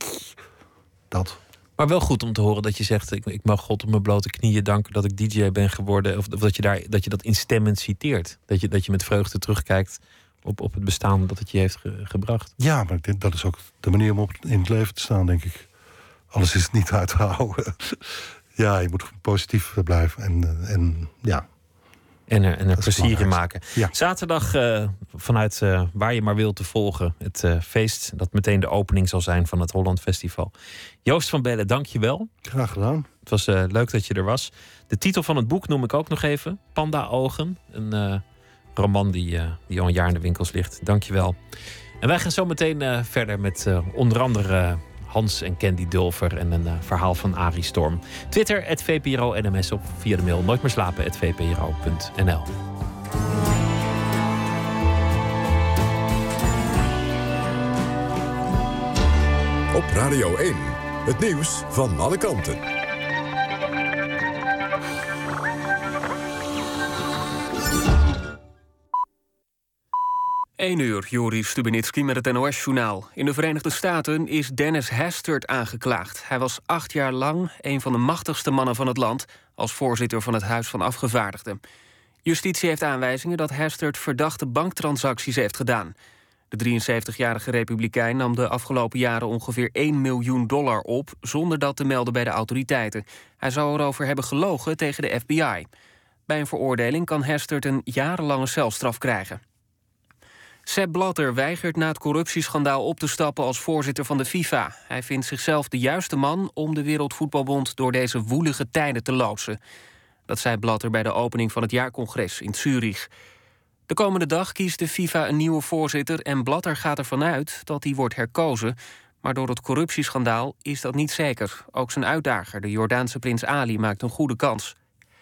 dat. Maar wel goed om te horen dat je zegt, ik, ik mag God op mijn blote knieën danken dat ik D J ben geworden. Of, of dat je daar dat je dat instemmend citeert. Dat je, dat je met vreugde terugkijkt op, op het bestaan dat het je heeft ge, gebracht. Ja, maar ik denk, dat is ook de manier om op in het leven te staan, denk ik. Alles is niet uit te houden. Ja, je moet positief blijven. En, en ja. En er, en er plezier in maken. Ja. Zaterdag uh, vanuit uh, waar je maar wilt te volgen. Het uh, feest dat meteen de opening zal zijn van het Holland Festival. Joost van Bellen, dank je wel. Graag gedaan. Het was uh, leuk dat je er was. De titel van het boek noem ik ook nog even. Panda Ogen. Een uh, roman die, uh, die al een jaar in de winkels ligt. Dank je wel. En wij gaan zo meteen uh, verder met uh, onder andere Uh, Hans en Candy Dulfer en een uh, verhaal van Arie Storm. Twitter, at V P R O N M S, op via de mail nooit meer slapen, at v p r o punt n l. Op Radio één, het nieuws van alle kanten. één uur, Joris Stubenitski met het N O S-journaal. In de Verenigde Staten is Dennis Hastert aangeklaagd. Hij was acht jaar lang een van de machtigste mannen van het land als voorzitter van het Huis van Afgevaardigden. Justitie heeft aanwijzingen dat Hastert verdachte banktransacties heeft gedaan. De drieënzeventigjarige republikein nam de afgelopen jaren ongeveer één miljoen dollar op zonder dat te melden bij de autoriteiten. Hij zou erover hebben gelogen tegen de F B I. Bij een veroordeling kan Hastert een jarenlange celstraf krijgen. Sepp Blatter weigert na het corruptieschandaal op te stappen als voorzitter van de FIFA. Hij vindt zichzelf de juiste man om de Wereldvoetbalbond door deze woelige tijden te loodsen. Dat zei Blatter bij de opening van het jaarcongres in Zurich. De komende dag kiest de FIFA een nieuwe voorzitter en Blatter gaat ervan uit dat hij wordt herkozen. Maar door het corruptieschandaal is dat niet zeker. Ook zijn uitdager, de Jordaanse prins Ali, maakt een goede kans.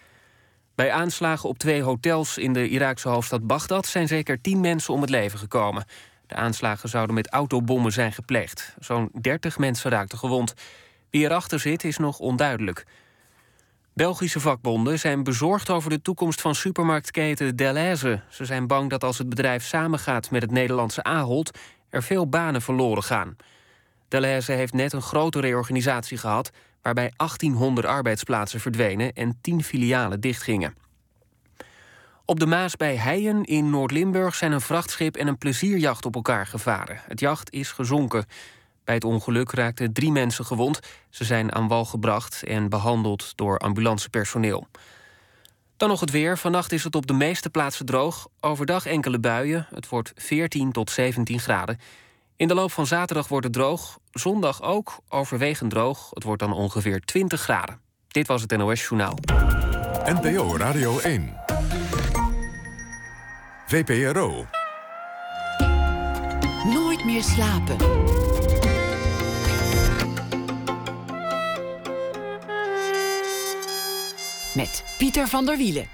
Bij aanslagen op twee hotels in de Iraakse hoofdstad Bagdad zijn zeker tien mensen om het leven gekomen. De aanslagen zouden met autobommen zijn gepleegd. Zo'n dertig mensen raakten gewond. Wie erachter zit is nog onduidelijk. Belgische vakbonden zijn bezorgd over de toekomst van supermarktketen Delhaize. Ze zijn bang dat als het bedrijf samengaat met het Nederlandse Ahold er veel banen verloren gaan. Delhaize heeft net een grote reorganisatie gehad waarbij achttienhonderd arbeidsplaatsen verdwenen en tien filialen dichtgingen. Op de Maas bij Heijen in Noord-Limburg zijn een vrachtschip en een plezierjacht op elkaar gevaren. Het jacht is gezonken. Bij het ongeluk raakten drie mensen gewond. Ze zijn aan wal gebracht en behandeld door ambulancepersoneel. Dan nog het weer. Vannacht is het op de meeste plaatsen droog. Overdag enkele buien. Het wordt veertien tot zeventien graden. In de loop van zaterdag wordt het droog. Zondag ook overwegend droog. Het wordt dan ongeveer twintig graden. Dit was het N O S-journaal. N P O Radio één. V P R O. Nooit meer slapen. met Pieter van der Wielen.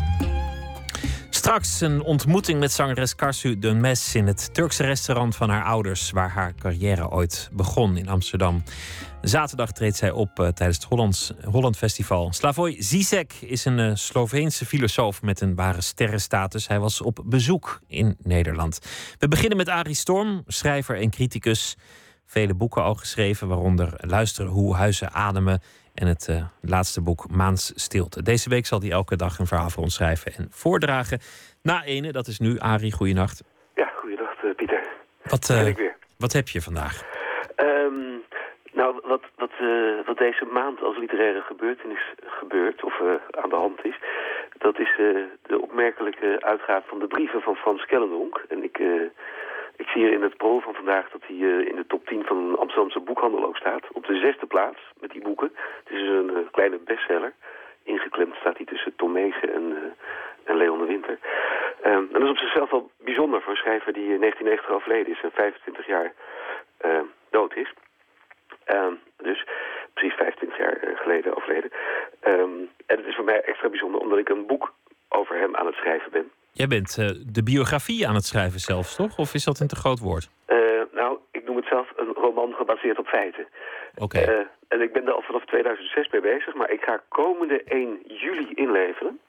Straks een ontmoeting met zangeres Karsu Dönmez in het Turkse restaurant van haar ouders, waar haar carrière ooit begon in Amsterdam. Zaterdag treedt zij op uh, tijdens het Hollands, Holland Festival. Slavoj Zizek is een uh, Sloveense filosoof met een ware sterrenstatus. Hij was op bezoek in Nederland. We beginnen met Arie Storm, schrijver en criticus. Vele boeken al geschreven, waaronder Luisteren hoe huizen ademen en het uh, laatste boek Maansstilte. Deze week zal hij elke dag een verhaal voor ons schrijven en voordragen. Na ene, dat is nu. Arie, goeienacht. Ja, goeienacht uh, Pieter. Wat, uh, wat heb je vandaag? Um, nou, wat, wat, uh, wat deze maand als literaire gebeurtenis gebeurt, of uh, aan de hand is, dat is uh, de opmerkelijke uitgave van de brieven van Frans Kellendonk. En ik... Uh, Ik zie hier in het pro van vandaag dat hij uh, in de top tien van een Amsterdamse boekhandel ook staat. Op de zesde plaats met die boeken. Het is een uh, kleine bestseller. Ingeklemd staat hij tussen Tom Meegen en, uh, en Leon de Winter. Um, en dat is op zichzelf wel bijzonder voor een schrijver die in negentien negentig overleden is en vijfentwintig jaar uh, dood is. Um, dus precies vijfentwintig jaar uh, geleden overleden. Um, en het is voor mij extra bijzonder omdat ik een boek over hem aan het schrijven ben. Jij bent uh, de biografie aan het schrijven zelfs, toch? Of is dat een te groot woord? Uh, nou, ik noem het zelf een roman gebaseerd op feiten. Oké. Okay. Uh, en ik ben er al vanaf tweeduizend zes mee bezig, maar ik ga komende één juli inleveren.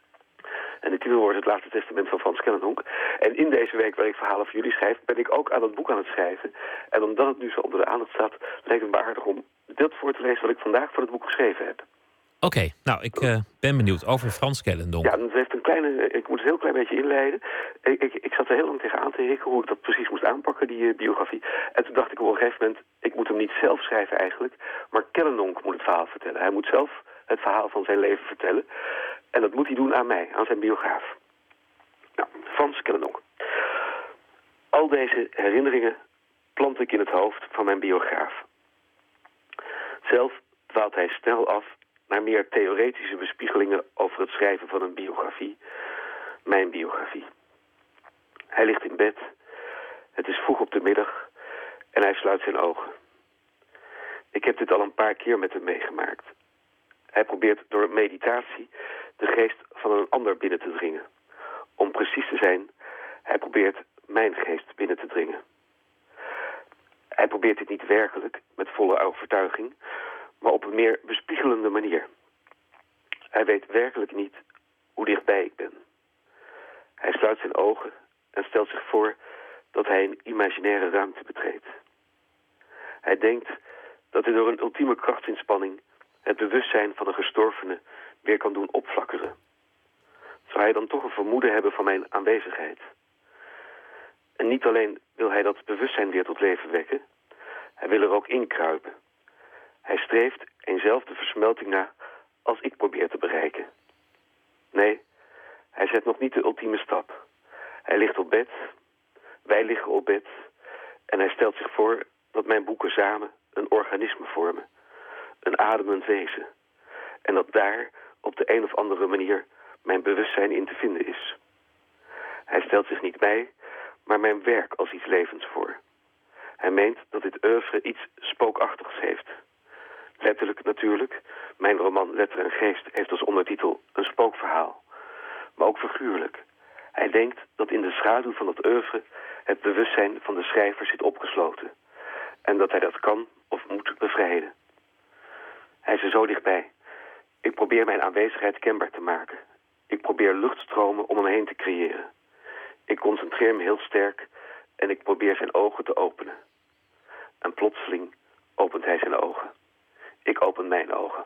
En de titel wordt Het Laatste Testament van Frans Kellendonk. En in deze week, waar ik verhalen voor jullie schrijf, ben ik ook aan het boek aan het schrijven. En omdat het nu zo onder de aandacht staat, lijkt het me aardig om dat voor te lezen wat ik vandaag voor het boek geschreven heb. Oké, okay, nou, ik uh, ben benieuwd over Frans Kellendonk. Ja, het heeft een kleine, ik moet het heel klein beetje inleiden. Ik, ik, ik zat er heel lang tegenaan te hikken hoe ik dat precies moest aanpakken, die uh, biografie. En toen dacht ik op een gegeven moment, ik moet hem niet zelf schrijven eigenlijk, maar Kellendonk moet het verhaal vertellen. Hij moet zelf het verhaal van zijn leven vertellen. En dat moet hij doen aan mij, aan zijn biograaf. Nou, Frans Kellendonk. Al deze herinneringen plant ik in het hoofd van mijn biograaf. Zelf dwaalt hij snel af naar meer theoretische bespiegelingen over het schrijven van een biografie. Mijn biografie. Hij ligt in bed. Het is vroeg op de middag. En hij sluit zijn ogen. Ik heb dit al een paar keer met hem meegemaakt. Hij probeert door meditatie de geest van een ander binnen te dringen. Om precies te zijn, hij probeert mijn geest binnen te dringen. Hij probeert dit niet werkelijk, met volle overtuiging, maar op een meer bespiegelende manier. Hij weet werkelijk niet hoe dichtbij ik ben. Hij sluit zijn ogen en stelt zich voor dat hij een imaginaire ruimte betreedt. Hij denkt dat hij door een ultieme krachtsinspanning het bewustzijn van een gestorvene weer kan doen opflakkeren. Zou hij dan toch een vermoeden hebben van mijn aanwezigheid? En niet alleen wil hij dat bewustzijn weer tot leven wekken, hij wil er ook inkruipen. Hij streeft eenzelfde versmelting na als ik probeer te bereiken. Nee, hij zet nog niet de ultieme stap. Hij ligt op bed, wij liggen op bed en hij stelt zich voor dat mijn boeken samen een organisme vormen. Een ademend wezen. En dat daar op de een of andere manier mijn bewustzijn in te vinden is. Hij stelt zich niet mij, maar mijn werk als iets levends voor. Hij meent dat dit oeuvre iets spookachtigs heeft. Letterlijk natuurlijk. Mijn roman Letter en Geest heeft als ondertitel een spookverhaal. Maar ook figuurlijk. Hij denkt dat in de schaduw van dat oeuvre het bewustzijn van de schrijver zit opgesloten. En dat hij dat kan of moet bevrijden. Hij is er zo dichtbij. Ik probeer mijn aanwezigheid kenbaar te maken. Ik probeer luchtstromen om hem heen te creëren. Ik concentreer me heel sterk en ik probeer zijn ogen te openen. En plotseling opent hij zijn ogen. Ik open mijn ogen.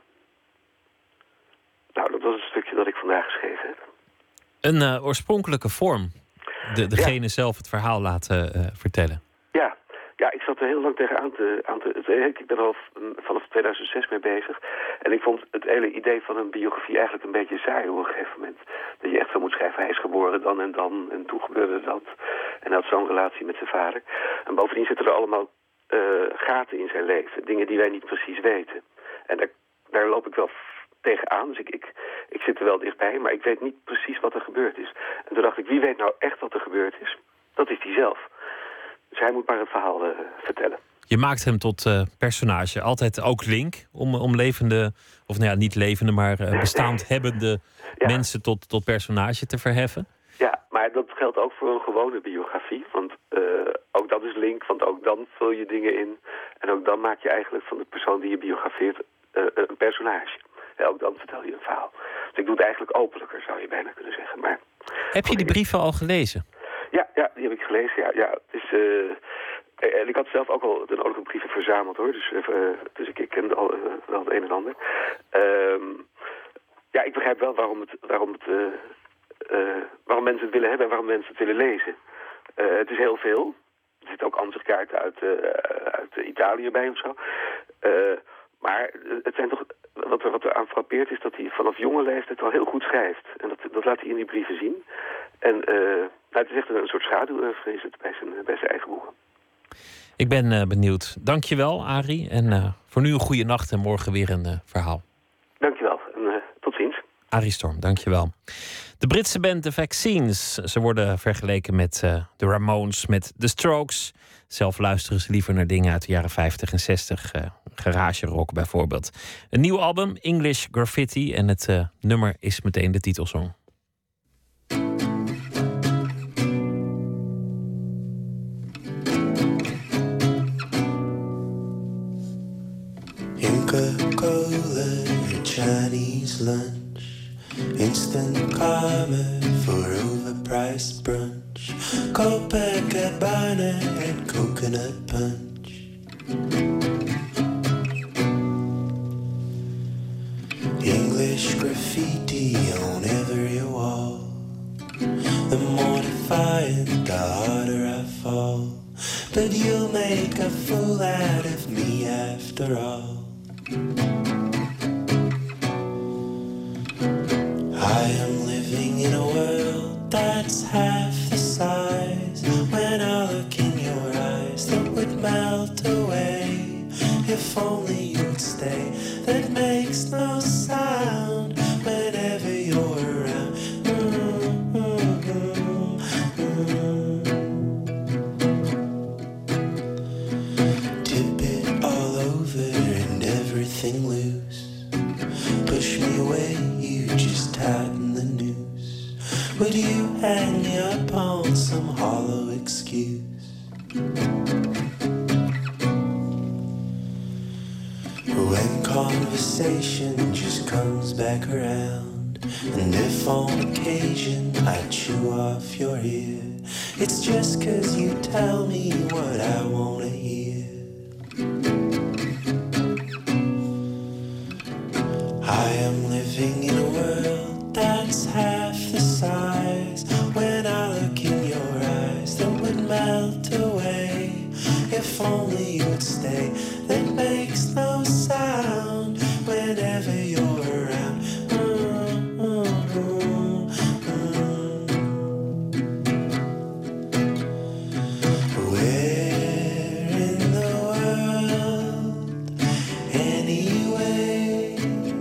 Nou, dat was het stukje dat ik vandaag geschreven heb. Een uh, oorspronkelijke vorm. De, degene ja. zelf het verhaal laten uh, vertellen. Ja. Ja, ik zat er heel lang tegenaan te, aan te... Ik ben er al vanaf tweeduizend zes mee bezig. En ik vond het hele idee van een biografie eigenlijk een beetje saai op een gegeven moment. Dat je echt zo moet schrijven, hij is geboren dan en dan. En toen gebeurde dat. En hij had zo'n relatie met zijn vader. En bovendien zitten er allemaal uh, gaten in zijn leven. Dingen die wij niet precies weten. En daar, daar loop ik wel tegenaan. Dus ik, ik, ik zit er wel dichtbij. Maar ik weet niet precies wat er gebeurd is. En toen dacht ik, wie weet nou echt wat er gebeurd is? Dat is hij zelf. Dus hij moet maar het verhaal uh, vertellen. Je maakt hem tot uh, personage. Altijd ook link om, om levende, of nou ja, niet levende, maar uh, bestaand hebbende ja. mensen tot, tot personage te verheffen. Ja, maar dat geldt ook voor een gewone biografie. Want uh, ook dat is link, want ook dan vul je dingen in. En ook dan maak je eigenlijk van de persoon die je biografeert uh, een personage. Ja, ook dan vertel je een verhaal. Dus ik doe het eigenlijk openlijker, zou je bijna kunnen zeggen. Maar, heb je die brieven al gelezen? Ja, ja, die heb ik gelezen, ja. ja het is, uh, en ik had zelf ook al de nodige brieven verzameld, hoor. Dus, uh, dus ik, ik ken al, uh, wel het een en ander. Uh, ja, ik begrijp wel waarom, het, waarom, het, uh, uh, waarom mensen het willen hebben en waarom mensen het willen lezen. Uh, het is heel veel. Er zitten ook ansichtkaarten uit, uh, uit Italië bij of zo. Uh, maar het zijn toch... Wat er, wat er aan frappeert is dat hij vanaf jonge leeftijd al heel goed schrijft. En dat, dat laat hij in die brieven zien. En uh, nou, het is echt een soort schaduw, vrees het, bij zijn, bij zijn eigen boeken. Ik ben uh, benieuwd. Dank je wel, Arie. En uh, voor nu een goede nacht en morgen weer een uh, verhaal. Dank je wel en uh, tot ziens. Arie Storm, dank je wel. De Britse band The Vaccines. Ze worden vergeleken met uh, de Ramones, met The Strokes. Zelf luisteren ze liever naar dingen uit de jaren vijftig en zestig. Uh, garage rock bijvoorbeeld. Een nieuw album, English Graffiti. En het uh, nummer is meteen de titelsong. Coca-Cola, Chinese lunch, instant karma for overpriced brunch, Copacabana and coconut punch. English graffiti on every wall. The more defiant, the harder I fall. But you'll make a fool out of me after all. I am living in a world that's half the size. When I look in your eyes, that would melt away. If only you'd stay. That makes no sound whenever you're around. Mm-hmm, mm-hmm, mm-hmm. Tip it all over and everything loose. Push me away, you just tighten the noose. Would you hang me up on some hollow excuse? When conversation just comes back around, and if on occasion I chew off your ear, it's just 'cause you tell me what I wanna hear. I am living in a world that's half the size. When I look in your eyes, that would melt away. If only you would stay. That makes no sound whenever you're around. Mm, mm, mm, mm. Where in the world, anyway?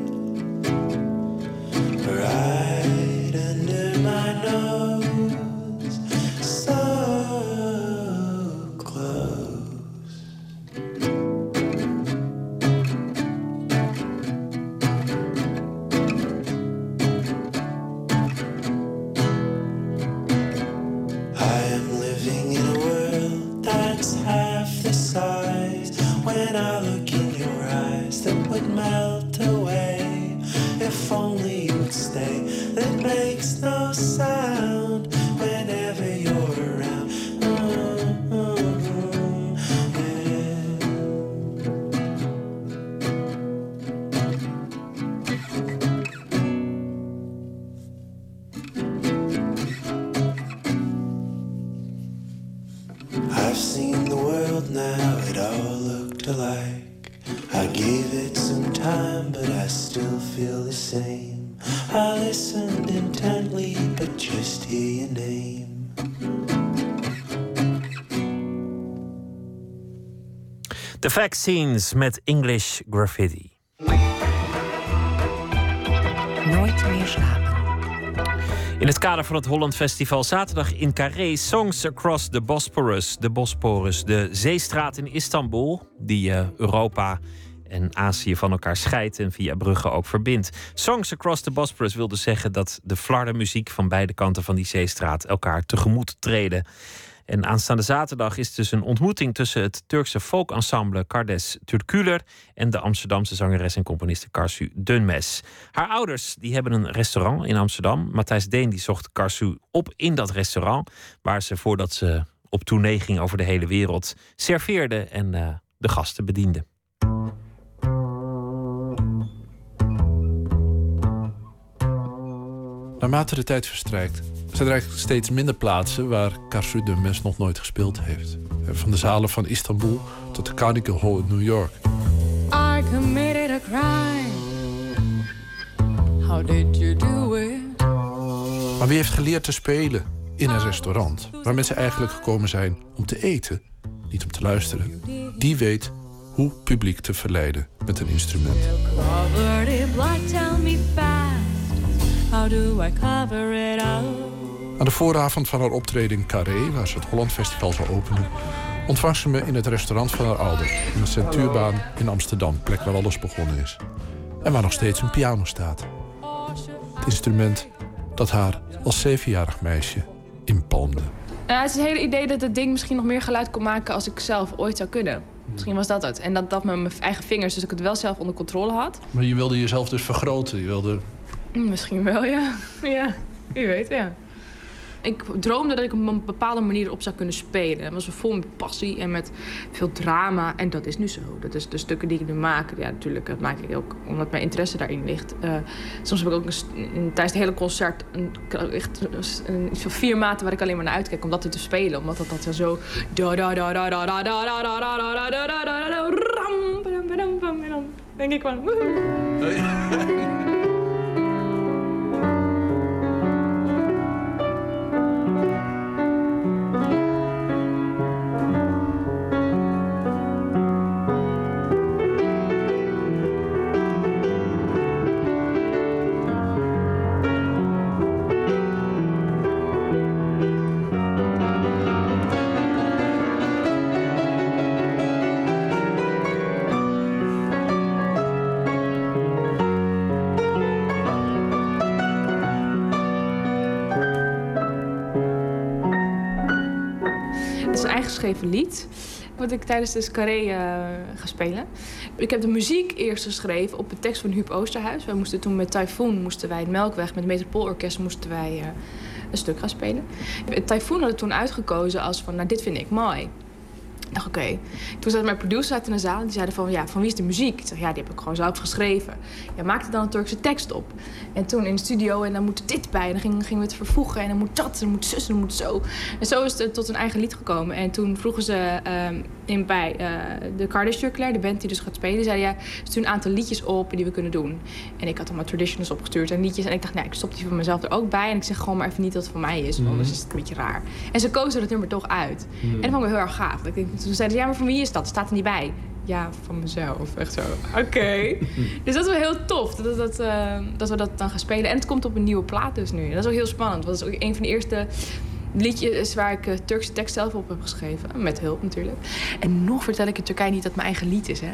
Right under my nose, so close. I am living in a world that's half the size. When I look in your eyes, that would melt away. If only you would stay. That makes no sound whenever you're around. Mm, mm, mm, yeah. I've seen the world now, it all looked alike. I gave it some time, but I still feel the same. I listened intently, but just hear your name. The Vaccines met English Graffiti. Nooit meer slapen. In het kader van het Holland Festival zaterdag in Carré Songs Across the Bosporus. De Bosporus, de zeestraat in Istanbul, die uh, Europa en Azië van elkaar scheidt en via bruggen ook verbindt. Songs Across the Bosporus wil dus zeggen dat de flardenmuziek van beide kanten van die zeestraat elkaar tegemoet treden. En aanstaande zaterdag is dus een ontmoeting tussen het Turkse folkensemble Kardeş Türküler en de Amsterdamse zangeres en componiste Karsu Dönmez. Haar ouders die hebben een restaurant in Amsterdam. Matthijs Deen die zocht Karsu op in dat restaurant, waar ze voordat ze op tournee ging over de hele wereld serveerde en uh, de gasten bediende. Naarmate de tijd verstrijkt, zijn er eigenlijk steeds minder plaatsen waar Karsu Dönmez nog nooit gespeeld heeft. Van de zalen van Istanbul tot de Carnegie Hall in New York. I committed a crime. How did you do it? Maar wie heeft geleerd te spelen in een restaurant waar mensen eigenlijk gekomen zijn om te eten, niet om te luisteren, die weet hoe publiek te verleiden met een instrument. Covered in blood, tell me fast. How do I cover it up? Aan de vooravond van haar optreden in Carré, waar ze het Holland Festival zal openen, ontvangt ze me in het restaurant van haar ouders in de Centuurbaan in Amsterdam, plek waar alles begonnen is. En waar nog steeds een piano staat. Het instrument dat haar als zevenjarig meisje inpalmde. Nou, het is het hele idee dat het ding misschien nog meer geluid kon maken als ik zelf ooit zou kunnen. Misschien was dat het. En dat, dat met mijn eigen vingers, dus ik het wel zelf onder controle had. Maar je wilde jezelf dus vergroten, je wilde... Misschien wel, ja. Ja, wie weet, ja. Ik droomde dat ik op een bepaalde manier op zou kunnen spelen. Dat was vol met passie en met veel drama. En dat is nu zo. Dat is de stukken die ik nu maak. Ja, natuurlijk, dat maak ik ook omdat mijn interesse daarin ligt. Uh, soms heb ik ook een, een, tijdens het hele concert een, echt een, iets van vier maten waar ik alleen maar naar uitkijk om dat te spelen. Omdat dat, dat zo... En dan denk ik van... geschreven lied, wat ik tijdens de Carré uh, ga spelen. Ik heb de muziek eerst geschreven op de tekst van Huub Oosterhuis. Wij moesten toen met Typhoon, moesten wij het Melkweg, met het Metropoolorkest moesten wij uh, een stuk gaan spelen. Typhoon had het toen uitgekozen als van, nou dit vind ik mooi. Ik dacht, oké. Okay. Toen zaten mijn producers uit in de zaal en die zeiden van, ja, van wie is de muziek? Ik zeg, ja, die heb ik gewoon zelf geschreven. Ja, maak er dan een Turkse tekst op. En toen in de studio, en dan moet dit bij. En dan gingen, gingen we het vervoegen. En dan moet dat, en dan moet zus, en dan moet zo. En zo is het tot een eigen lied gekomen. En toen vroegen ze um, in, bij uh, de Kardeş Türküler, de band die dus gaat spelen, zeiden, ja, stuur een aantal liedjes op die we kunnen doen. En ik had allemaal traditionals opgestuurd en liedjes. En ik dacht, nou, ik stop die van mezelf er ook bij. En ik zeg gewoon maar even niet dat het van mij is, want anders is het een beetje raar. En ze kozen het nummer toch uit. Mm. En dat vond ik heel erg gaaf. Ik denk, toen zeiden ze, ja, maar van wie is dat? Staat er niet bij. Ja, van mezelf. Echt zo. Oké. Okay. Dus dat is wel heel tof. Dat, dat, uh, dat we dat dan gaan spelen. En het komt op een nieuwe plaat dus nu. Dat is ook heel spannend. Want dat is ook een van de eerste liedjes waar ik uh, Turkse tekst zelf op heb geschreven. Met hulp natuurlijk. En nog vertel ik in Turkije niet dat het mijn eigen lied is, hè.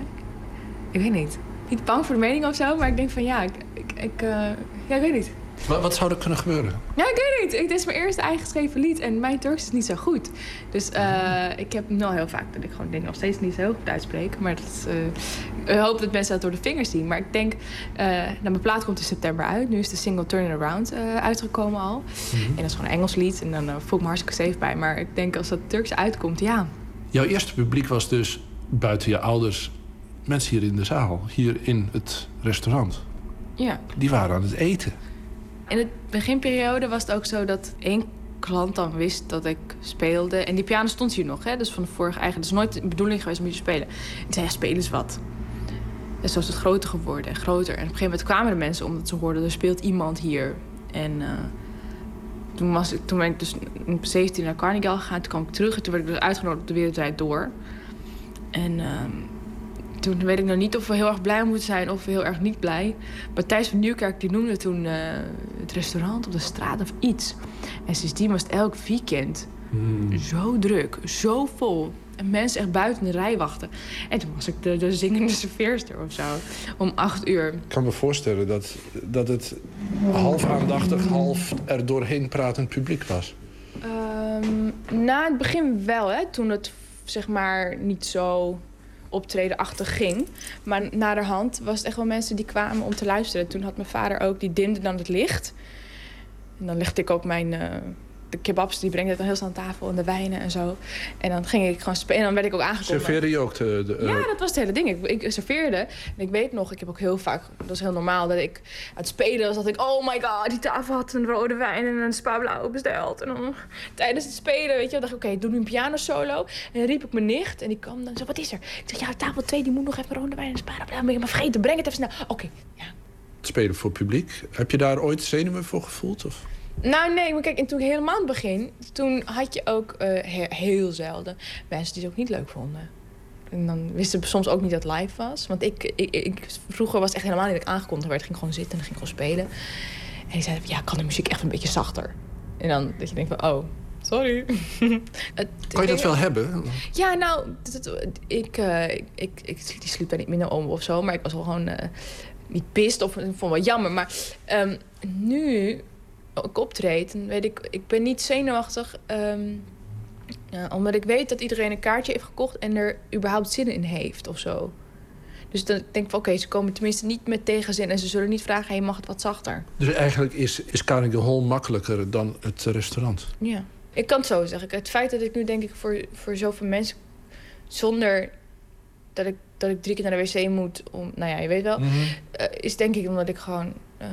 Ik weet niet. Niet bang voor de mening of zo. Maar ik denk van ja, ik... ik, ik uh, ja, ik weet niet. Wat, wat zou er kunnen gebeuren? Ja, ik weet niet. Het is mijn eerste eigen geschreven lied. En mijn Turks is niet zo goed. Dus uh, ik heb nu al heel vaak dat ik gewoon dingen nog steeds niet zo heel goed uitspreek. Maar dat is, uh, ik hoop dat mensen dat door de vingers zien. Maar ik denk, uh, nou, mijn plaat komt in september uit. Nu is de single Turning Around uh, uitgekomen al. Mm-hmm. En dat is gewoon een Engels lied. En dan uh, voel ik me hartstikke safe bij. Maar ik denk als dat Turks uitkomt, ja. Jouw eerste publiek was dus buiten je ouders mensen hier in de zaal. Hier in het restaurant. Ja. Die waren aan het eten. In de beginperiode was het ook zo dat één klant dan wist dat ik speelde. En die piano stond hier nog, hè? Dus van de vorige eigenaar. Het is nooit de bedoeling geweest om hier te spelen. En ik zei, ja, speel eens wat. En zo is het groter geworden en groter. En op een gegeven moment kwamen de mensen omdat ze hoorden, er speelt iemand hier. En uh, toen, was ik, toen ben ik dus in zeventien naar Carnegie gegaan. Toen kwam ik terug en toen werd ik dus uitgenodigd op de Wereldrijd Door. En uh, toen weet ik nog niet of we heel erg blij moeten zijn of heel erg niet blij. Maar Thijs van Nieuwkerk die noemde toen uh, het restaurant op de straat of iets. En sindsdien was het elk weekend mm. zo druk, zo vol. En mensen echt buiten de rij wachten. En toen was ik de, de zingende serveerster of zo. Om acht uur. Ik kan me voorstellen dat, dat het half aandachtig, half er doorheen pratend publiek was. Um, na het begin wel, hè. Toen het zeg maar niet zo optredenachtig ging. Maar naderhand was het echt wel mensen die kwamen om te luisteren. Toen had mijn vader ook, die dimde dan het licht. En dan legde ik ook mijn... Uh, de kebabs, die brengde het dan heel snel aan tafel en de wijnen en zo. En dan ging ik gewoon spelen en dan werd ik ook aangekondigd. Serveerde je ook de... de uh... Ja, dat was het hele ding. Ik, ik serveerde. En ik weet nog, ik heb ook heel vaak... Dat is heel normaal, dat ik aan het spelen was... dat ik, oh my god, die tafel had een rode wijn en een spa blauw besteld. En dan tijdens het spelen, weet je, dacht ik, oké, okay, doe nu een piano solo. En dan riep ik mijn nicht en die kwam dan zo, wat is er? Ik zeg, ja, tafel twee, die moet nog even rode wijn en spa blauw. Ben ik maar vergeten, breng het even snel. Oké, okay, ja. Spelen voor publiek. Heb je daar ooit zenuwen voor gevoeld? Of? Nou, nee, maar kijk, en toen ik helemaal aan het begin... toen had je ook uh, he- heel zelden mensen die het ook niet leuk vonden. En dan wisten ze soms ook niet dat het live was. Want ik, ik, ik, vroeger was het echt helemaal niet dat ik aangekondigd werd. Ik ging gewoon zitten en ging gewoon spelen. En die zeiden, ja, kan de muziek echt een beetje zachter? En dan dat je denkt van, oh, sorry. het, kan je dat wel hebben? Ja, nou, dat, dat, ik, uh, ik, ik, ik die sliep daar niet minder om of zo. Maar ik was wel gewoon uh, niet pist of ik vond het wel jammer. Maar um, nu... ik optreed, en weet ik, ik ben niet zenuwachtig. Um, ja, omdat ik weet dat iedereen een kaartje heeft gekocht en er überhaupt zin in heeft of zo. Dus dan denk ik van oké, okay, ze komen tenminste niet met tegenzin en ze zullen niet vragen, hey, mag het wat zachter? Dus eigenlijk is, is Carnegie Hall makkelijker dan het restaurant? Ja, ik kan het zo zeggen. Het feit dat ik nu denk ik voor, voor zoveel mensen, zonder dat ik, dat ik drie keer naar de wc moet, om, nou ja, je weet wel, mm-hmm. uh, is denk ik omdat ik gewoon uh,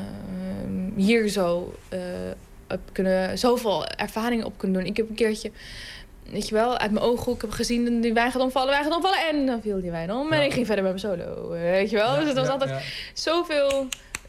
hier zo uh, heb kunnen, zoveel ervaringen op kunnen doen. Ik heb een keertje, weet je wel, uit mijn ooghoek heb gezien, die wijn gaat omvallen, wijn gaat omvallen. En dan viel die wijn om. Ja. En ik ging verder met mijn solo, weet je wel. Ja, dus het was ja, altijd ja. zoveel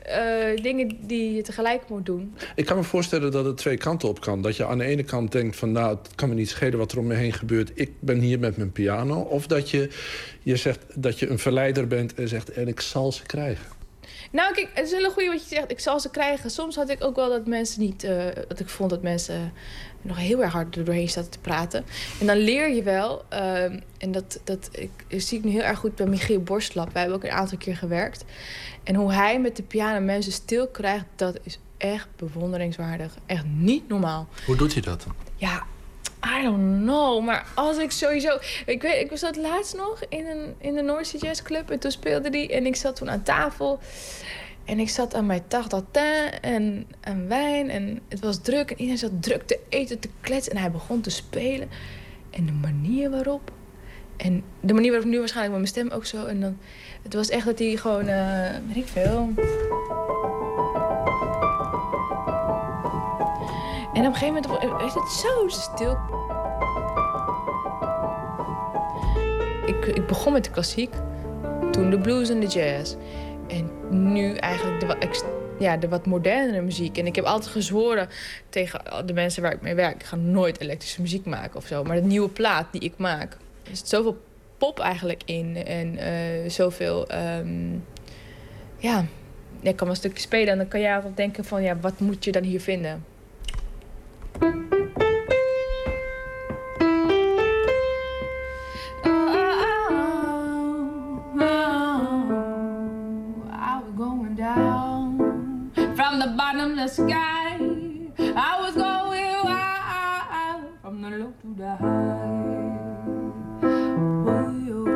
uh, dingen die je tegelijk moet doen. Ik kan me voorstellen dat het twee kanten op kan. Dat je aan de ene kant denkt van, nou, het kan me niet schelen wat er om me heen gebeurt. Ik ben hier met mijn piano. Of dat je, je zegt dat je een verleider bent en zegt, en ik zal ze krijgen. Nou, kijk, het is een hele goeie wat je zegt. Ik zal ze krijgen. Soms had ik ook wel dat mensen niet... Uh, dat ik vond dat mensen nog heel erg hard er doorheen zaten te praten. En dan leer je wel. Uh, en dat, dat ik, dat zie ik nu heel erg goed bij Michiel Borstlap. Wij hebben ook een aantal keer gewerkt. En hoe hij met de piano mensen stil krijgt, dat is echt bewonderingswaardig. Echt niet normaal. Hoe doet hij dat dan? Ja, I don't know. Maar als ik sowieso... Ik weet, ik was dat laatst nog in, een, in de Noordse Jazz Club. En toen speelde die. En ik zat toen aan tafel. En ik zat aan mijn tartatin en aan wijn. En het was druk. En iedereen zat druk te eten, te kletsen. En hij begon te spelen. En de manier waarop... En de manier waarop nu waarschijnlijk met mijn stem ook zo. En dan... Het was echt dat hij gewoon... Uh, weet ik veel... En op een gegeven moment is het zo stil. Ik, ik begon met de klassiek, toen de blues en de jazz. En nu eigenlijk de wat, ja, de wat modernere muziek. En ik heb altijd gezworen tegen de mensen waar ik mee werk, ik ga nooit elektrische muziek maken of zo. Maar de nieuwe plaat die ik maak, er zit zoveel pop eigenlijk in. En uh, zoveel... Um, ja, ik kan wel een stukje spelen en dan kan jij altijd denken van, ja, wat moet je dan hier vinden? The sky, I was going wild from the low to the high. Oh,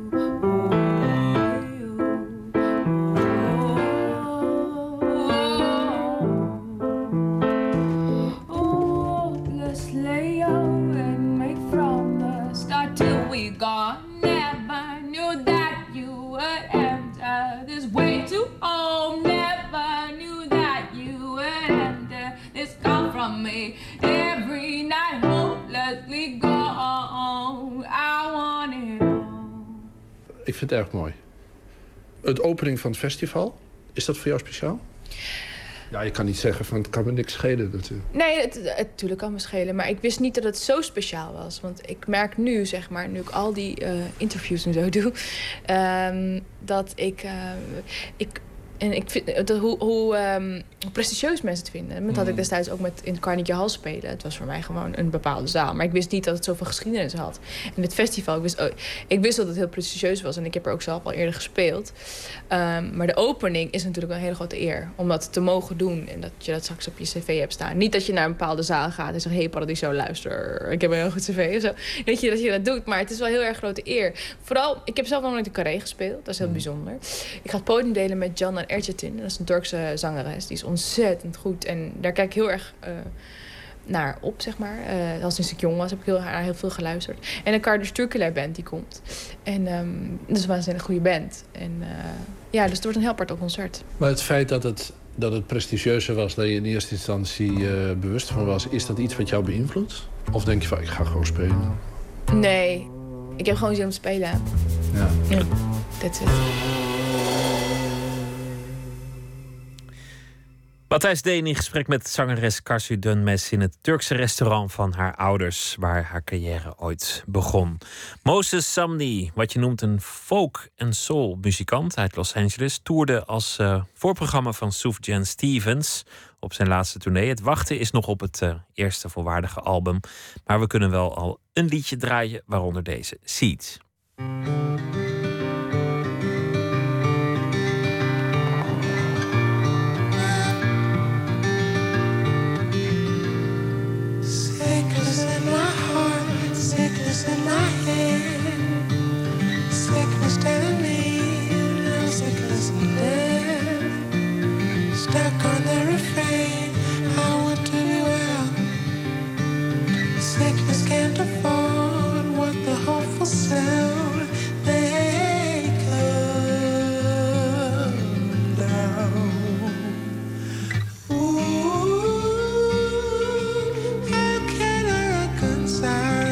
oh, oh, let's lay out and make from the start till we gone. Never knew that you would enter this way to home. Never knew that you would enter this come from me every night hopelessly gone. I want it all. Ik vind het erg mooi. Het opening van het festival, is dat voor jou speciaal? Ja, je kan niet zeggen van het kan me niks schelen natuurlijk. Nee, het, het, natuurlijk kan me schelen. Maar ik wist niet dat het zo speciaal was. Want ik merk nu, zeg maar, nu ik al die uh, interviews en zo doe... Um, dat ik... Uh, ik En ik vind dat hoe, hoe, um, hoe prestigieus mensen het vinden. Dat had ik destijds ook met in het Carnegie Hall spelen. Het was voor mij gewoon een bepaalde zaal. Maar ik wist niet dat het zoveel geschiedenis had. En het festival, ik wist, oh, ik wist dat het heel prestigieus was. En ik heb er ook zelf al eerder gespeeld. Um, maar de opening is natuurlijk een hele grote eer. Om dat te mogen doen. En dat je dat straks op je cv hebt staan. Niet dat je naar een bepaalde zaal gaat en zegt... Hey Paradiso, luister, ik heb een heel goed cv of zo. Weet je, dat je dat doet. Maar het is wel heel erg grote eer. Vooral, ik heb zelf nog nooit de Carré gespeeld. Dat is heel bijzonder. Ik ga het podium delen met Candan Erçetin. Dat is een Turkse zangeres. Die is ontzettend goed. En daar kijk ik heel erg uh, naar op, zeg maar. Uh, al sinds ik jong was heb ik heel, naar heel veel geluisterd. En de Carter Turkulair Band die komt. En um, dat is een waanzinnig goede band. En uh, ja, dus het wordt een heel apart concert. Maar het feit dat het, dat het prestigieuzer was... dat je in eerste instantie uh, bewust van was... is dat iets wat jou beïnvloedt? Of denk je van, ik ga gewoon spelen? Nee, ik heb gewoon zin om te spelen. Ja. Ja, that's it. Matthijs Deen in gesprek met zangeres Karsu Dönmez in het Turkse restaurant van haar ouders, waar haar carrière ooit begon. Moses Samni, wat je noemt een folk- en soul-muzikant uit Los Angeles, toerde als uh, voorprogramma van Sufjan Stevens op zijn laatste tournee. Het wachten is nog op het uh, eerste volwaardige album, maar we kunnen wel al een liedje draaien, waaronder deze, Seeds. In my head, sickness telling me no sickness and death. Stuck on the refrain, I want to be well. Sickness can't afford what the hopeful sound they come down. Ooh, how can I reconcile?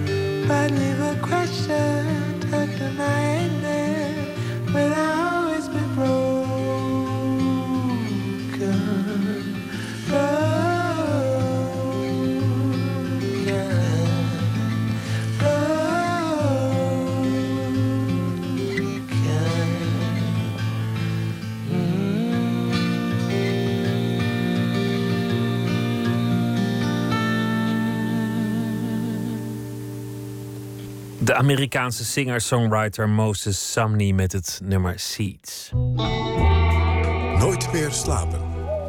But leave a question tucked in my head. Will I always De Amerikaanse singer-songwriter Moses Sumney met het nummer Seeds. Nooit meer slapen.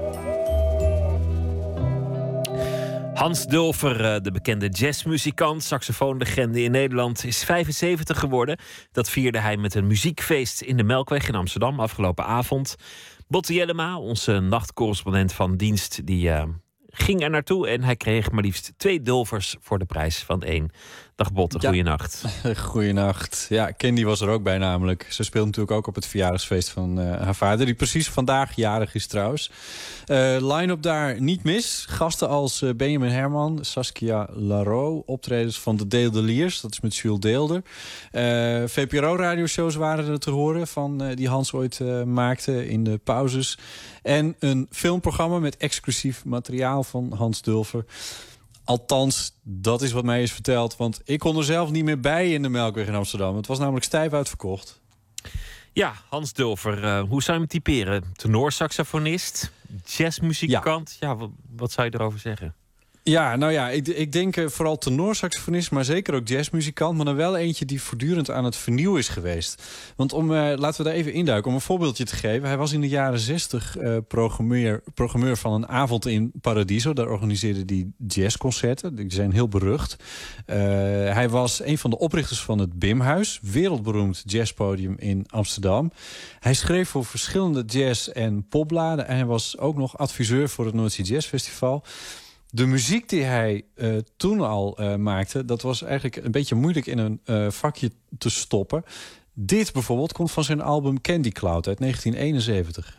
Hans Dulfer, de bekende jazzmuzikant, saxofoonlegende in Nederland, is vijfenzeventig geworden. Dat vierde hij met een muziekfeest in de Melkweg in Amsterdam afgelopen avond. Botte Jellema, onze nachtcorrespondent van dienst, die uh, ging er naartoe en hij kreeg maar liefst twee Dulfers voor de prijs van één. Dag Botte, ja. Goeienacht. Goeienacht. Ja, Candy was er ook bij namelijk. Ze speelt natuurlijk ook op het verjaardagsfeest van uh, haar vader, die precies vandaag jarig is trouwens. Uh, line-up daar niet mis. Gasten als uh, Benjamin Herman, Saskia Larro, optredens van de Deeldeliers, dat is met Jules Deelder. Uh, V P R O-radioshows waren er te horen van uh, die Hans ooit uh, maakte in de pauzes. En een filmprogramma met exclusief materiaal van Hans Dulfer. Althans, dat is wat mij is verteld. Want ik kon er zelf niet meer bij in de Melkweg in Amsterdam. Het was namelijk stijf uitverkocht. Ja, Hans Dulfer, uh, hoe zou je hem typeren? Tenorsaxofonist, jazzmuzikant. Ja, ja wat, wat zou je erover zeggen? Ja, nou ja, ik, ik denk uh, vooral tenorsaxofonist, maar zeker ook jazzmuzikant. Maar dan wel eentje die voortdurend aan het vernieuwen is geweest. Want om, uh, laten we daar even induiken, om een voorbeeldje te geven. Hij was in de jaren zestig uh, programmeur, programmeur van een avond in Paradiso. Daar organiseerde hij jazzconcerten. Die zijn heel berucht. Uh, hij was een van de oprichters van het Bimhuis. Wereldberoemd jazzpodium in Amsterdam. Hij schreef voor verschillende jazz- en popbladen. En hij was ook nog adviseur voor het Noordzee Jazz Festival. De muziek die hij uh, toen al uh, maakte, dat was eigenlijk een beetje moeilijk in een uh, vakje te stoppen. Dit bijvoorbeeld komt van zijn album Candy Cloud uit negentien eenenzeventig.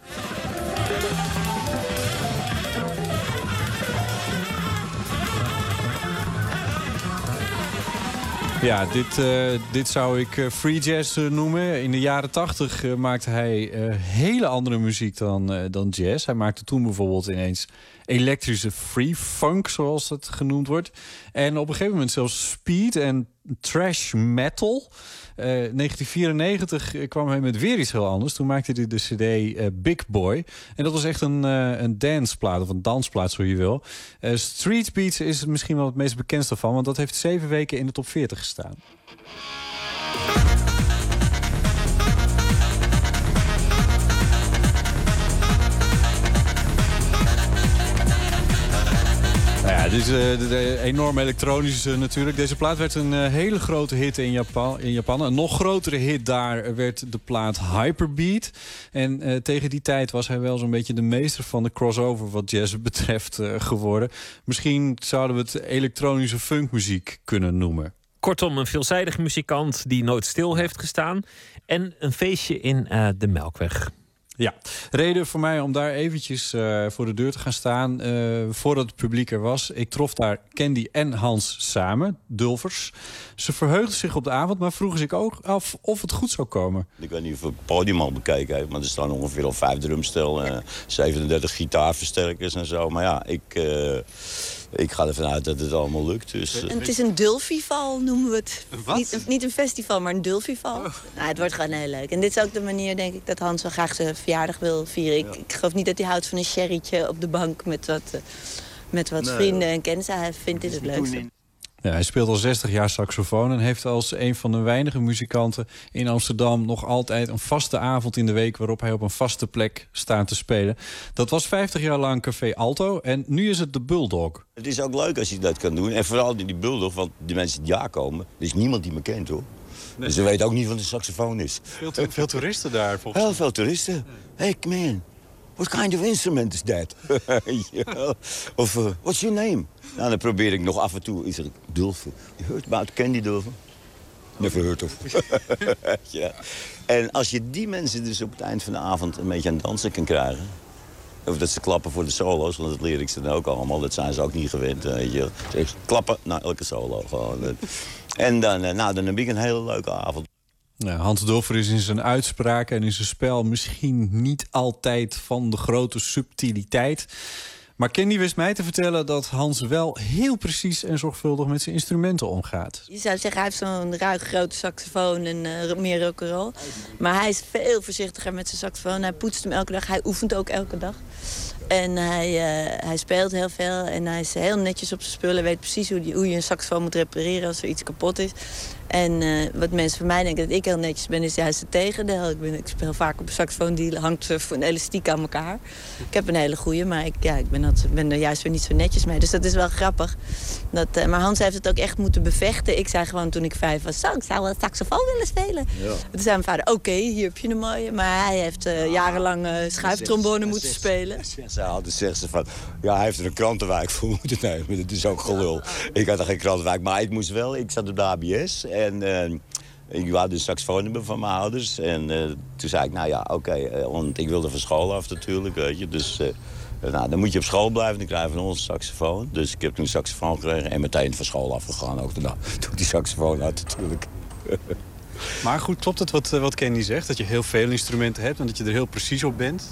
Ja, dit, uh, dit zou ik uh, free jazz uh, noemen. In de jaren tachtig uh, maakte hij uh, hele andere muziek dan, uh, dan jazz. Hij maakte toen bijvoorbeeld ineens elektrische free funk, zoals het genoemd wordt. En op een gegeven moment zelfs speed en trash metal. Uh, negentien vierennegentig kwam hij met weer iets heel anders. Toen maakte hij de cd uh, Big Boy. En dat was echt een, uh, een danceplaat, of een dansplaat, zo je wil. Uh, Street Beats is misschien wel het meest bekendste van, want dat heeft zeven weken in de top veertig gestaan. Nou ja, dit is uh, de, de enorm elektronisch uh, natuurlijk. Deze plaat werd een uh, hele grote hit in Japan, in Japan. Een nog grotere hit daar werd de plaat Hyperbeat. En uh, tegen die tijd was hij wel zo'n beetje de meester van de crossover wat jazz betreft uh, geworden. Misschien zouden we het elektronische funkmuziek kunnen noemen. Kortom, een veelzijdig muzikant die nooit stil heeft gestaan. En een feestje in uh, de Melkweg. Ja, reden voor mij om daar eventjes uh, voor de deur te gaan staan uh, voordat het publiek er was. Ik trof daar Candy en Hans samen, Dulfers. Ze verheugden zich op de avond, maar vroegen zich ook af of het goed zou komen. Ik weet niet of ik het podium al bekeken heb, maar er staan ongeveer al vijf drumstel en zevenendertig gitaarversterkers en zo. Maar ja, ik, uh, ik ga ervan uit dat het allemaal lukt. Dus, uh. En het is een Dulfival, noemen we het. Wat? Niet, niet een festival, maar een Dulfival. Oh. Nou, het wordt gewoon heel leuk. En dit is ook de manier, denk ik, dat Hans wel graag zijn verjaardag wil vieren. Ik, ja. ik geloof niet dat hij houdt van een sherrytje op de bank met wat, uh, met wat nee. vrienden en kennissen. Hij vindt dit het leukste. Ja, hij speelt al zestig jaar saxofoon en heeft als een van de weinige muzikanten in Amsterdam nog altijd een vaste avond in de week waarop hij op een vaste plek staat te spelen. Dat was vijftig jaar lang Café Alto en nu is het de Bulldog. Het is ook leuk als je dat kan doen. En vooral die Bulldog, want die mensen die daar komen, er is niemand die me kent hoor. Nee. Dus ze weten ook niet wat een saxofoon is. Veel, to- veel toeristen daar volgens mij. Heel veel toeristen. Hey man, what kind of instrument is that? ja. Of uh, what's your name? Nou, dan probeer ik nog af en toe. Is er Dulfer? You heard about Candy Dulfer? Never heard of. ja. En als je die mensen dus op het eind van de avond een beetje aan het dansen kan krijgen. Of dat ze klappen voor de solo's, want dat leer ik ze dan ook allemaal. Dat zijn ze ook niet gewend. Weet je. Ze klappen naar elke solo gewoon. En dan, nou, dan heb ik een hele leuke avond. Ja, Hans Dulfer is in zijn uitspraken en in zijn spel misschien niet altijd van de grote subtiliteit. Maar Candy wist mij te vertellen dat Hans wel heel precies en zorgvuldig met zijn instrumenten omgaat. Je zou zeggen, hij heeft zo'n ruig grote saxofoon en uh, meer rock'n'roll. Maar hij is veel voorzichtiger met zijn saxofoon. Hij poetst hem elke dag, hij oefent ook elke dag. En hij, uh, hij speelt heel veel en hij is heel netjes op zijn spullen. Weet precies hoe, die, hoe je een saxofoon moet repareren als er iets kapot is. En uh, wat mensen van mij denken dat ik heel netjes ben, is juist het tegendeel. Ik, ben, ik speel vaak op een saxofoon die hangt uh, een elastiek aan elkaar. Ik heb een hele goeie, maar ik, ja, ik ben, dat, ben er juist weer niet zo netjes mee. Dus dat is wel grappig. Dat, uh, maar Hans heeft het ook echt moeten bevechten. Ik zei gewoon toen ik vijf was, zo, ik zou wel een saxofoon willen spelen. Ja. Toen zei mijn vader, oké, okay, hier heb je een mooie. Maar hij heeft uh, jarenlang uh, schuiftrombone moeten spelen. Ze hadden zeggen ze van, ja, hij heeft er een krantenwijk voor moeten nemen. Dat is ook gelul. Ik had er geen krantenwijk, maar ik moest wel. Ik zat op de A B S en uh, ik wou de saxofoon hebben van mijn ouders. En uh, toen zei ik, nou ja, oké, okay, uh, want ik wilde van school af natuurlijk, weet je. Dus uh, nou, dan moet je op school blijven, dan krijg je van ons een saxofoon. Dus ik heb toen een saxofoon gekregen en meteen van school afgegaan. Ook daarna, toen ik die saxofoon had natuurlijk. Maar goed, klopt het wat, wat Kenny zegt? Dat je heel veel instrumenten hebt en dat je er heel precies op bent?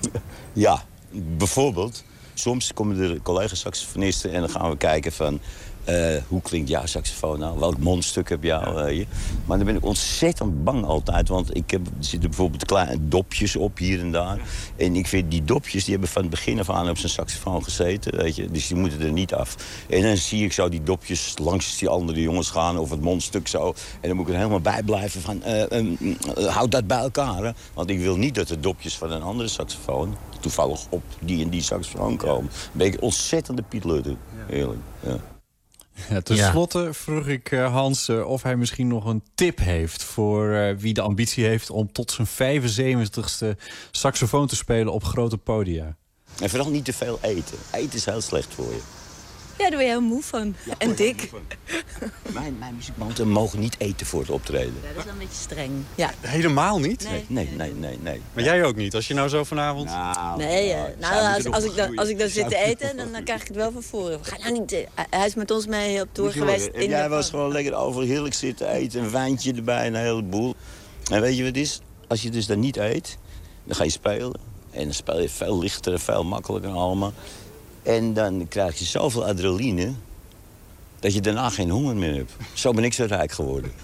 Ja, bijvoorbeeld. Soms komen er collega-saxofonisten en dan gaan we kijken van... Uh, hoe klinkt jouw saxofoon nou? Welk mondstuk heb jou? Uh, maar dan ben ik ontzettend bang altijd. Want ik heb, er zitten bijvoorbeeld kleine dopjes op hier en daar. En ik vind die dopjes, die hebben van het begin af aan op zijn saxofoon gezeten. Weet je? Dus die moeten er niet af. En dan zie ik zo die dopjes langs die andere jongens gaan. Of het mondstuk zo. En dan moet ik er helemaal bij blijven van... Uh, um, uh, houd dat bij elkaar. Hè? Want ik wil niet dat de dopjes van een andere saxofoon... toevallig op die en die saxofoon komen. Dan ben ik ontzettende pietlutter. Eerlijk, ja. Ja, ten slotte ja. vroeg ik uh, Hans uh, of hij misschien nog een tip heeft... voor uh, wie de ambitie heeft om tot zijn vijfenzeventigste saxofoon te spelen op grote podia. En vooral niet te veel eten. Eten is heel slecht voor je. Ja, daar ben je heel moe van. Ja, en dik. Van. Mijn, mijn muziekbanten mogen niet eten voor het optreden. Ja, dat is wel een beetje streng. Ja. Helemaal niet? Nee, nee, nee, nee. nee. Maar jij ook niet, als je nou zo vanavond... Nou, nee, uh, nou, als, als, ik dan, als ik dan zit te eten, dan, dan krijg ik het wel van voren. We gaan nou niet... Uh, hij is met ons mee op tour geweest. En jij was gewoon lekker over heerlijk zitten eten. Een wijntje erbij, een heleboel. En weet je wat het is? Als je dus dan niet eet, dan ga je spelen. En dan speel je veel lichter en veel makkelijker allemaal. En dan krijg je zoveel adrenaline dat je daarna geen honger meer hebt. Zo ben ik zo rijk geworden.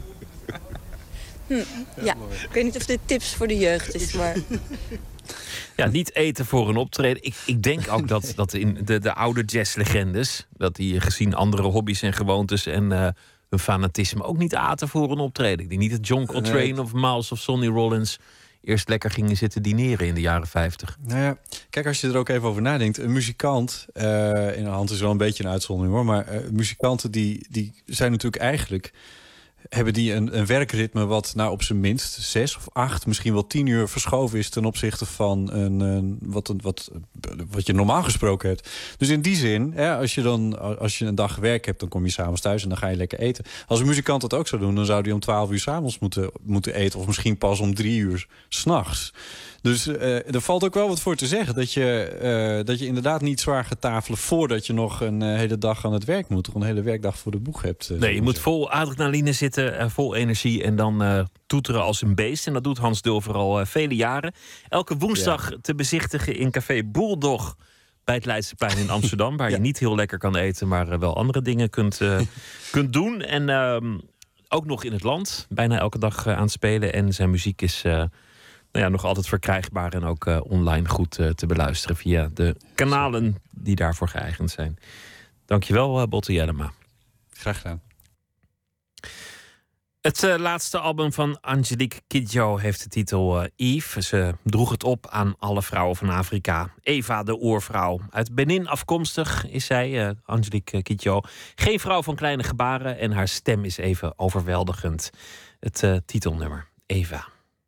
Hm, ja, ik weet niet of dit tips voor de jeugd is, maar... Ja, niet eten voor een optreden. Ik, ik denk ook dat, dat in de, de oude jazzlegendes... dat die gezien andere hobby's en gewoontes en uh, hun fanatisme... ook niet aten voor een optreden. Ik denk niet dat John Coltrane nee. of Miles of Sonny Rollins... eerst lekker gingen zitten dineren in de jaren vijftig. Nou ja, kijk, als je er ook even over nadenkt. Een muzikant, uh, in de hand is wel een beetje een uitzondering hoor... maar uh, muzikanten die, die zijn natuurlijk eigenlijk... hebben die een, een werkritme wat nou op zijn minst zes of acht... misschien wel tien uur verschoven is ten opzichte van een, een, wat, een, wat, wat je normaal gesproken hebt. Dus in die zin, hè, als, je dan, als je een dag werk hebt... dan kom je s'avonds thuis en dan ga je lekker eten. Als een muzikant dat ook zou doen, dan zou hij om twaalf uur 's avonds moeten, moeten eten... of misschien pas om drie uur 's nachts. Dus uh, er valt ook wel wat voor te zeggen. Dat je, uh, dat je inderdaad niet zwaar gaat tafelen... voordat je nog een uh, hele dag aan het werk moet. Of een hele werkdag voor de boeg hebt. Uh, nee, je moet zeggen. Vol adrenaline zitten, uh, vol energie... en dan uh, toeteren als een beest. En dat doet Hans Dulfer al uh, vele jaren. Elke woensdag ja. te bezichtigen in café Bulldog... bij het Leidseplein in Amsterdam. Waar ja. je niet heel lekker kan eten... maar uh, wel andere dingen kunt, uh, kunt doen. En uh, ook nog in het land. Bijna elke dag uh, aan het spelen. En zijn muziek is... Uh, Nou ja, nog altijd verkrijgbaar en ook uh, online goed uh, te beluisteren... via de kanalen die daarvoor geëigend zijn. Dankjewel, uh, Botte Jellema. Graag gedaan. Het uh, laatste album van Angelique Kidjo heeft de titel uh, Eve. Ze droeg het op aan alle vrouwen van Afrika. Eva, de oervrouw. Uit Benin afkomstig is zij, uh, Angelique Kidjo. Geen vrouw van kleine gebaren en haar stem is even overweldigend. Het uh, titelnummer, Eva.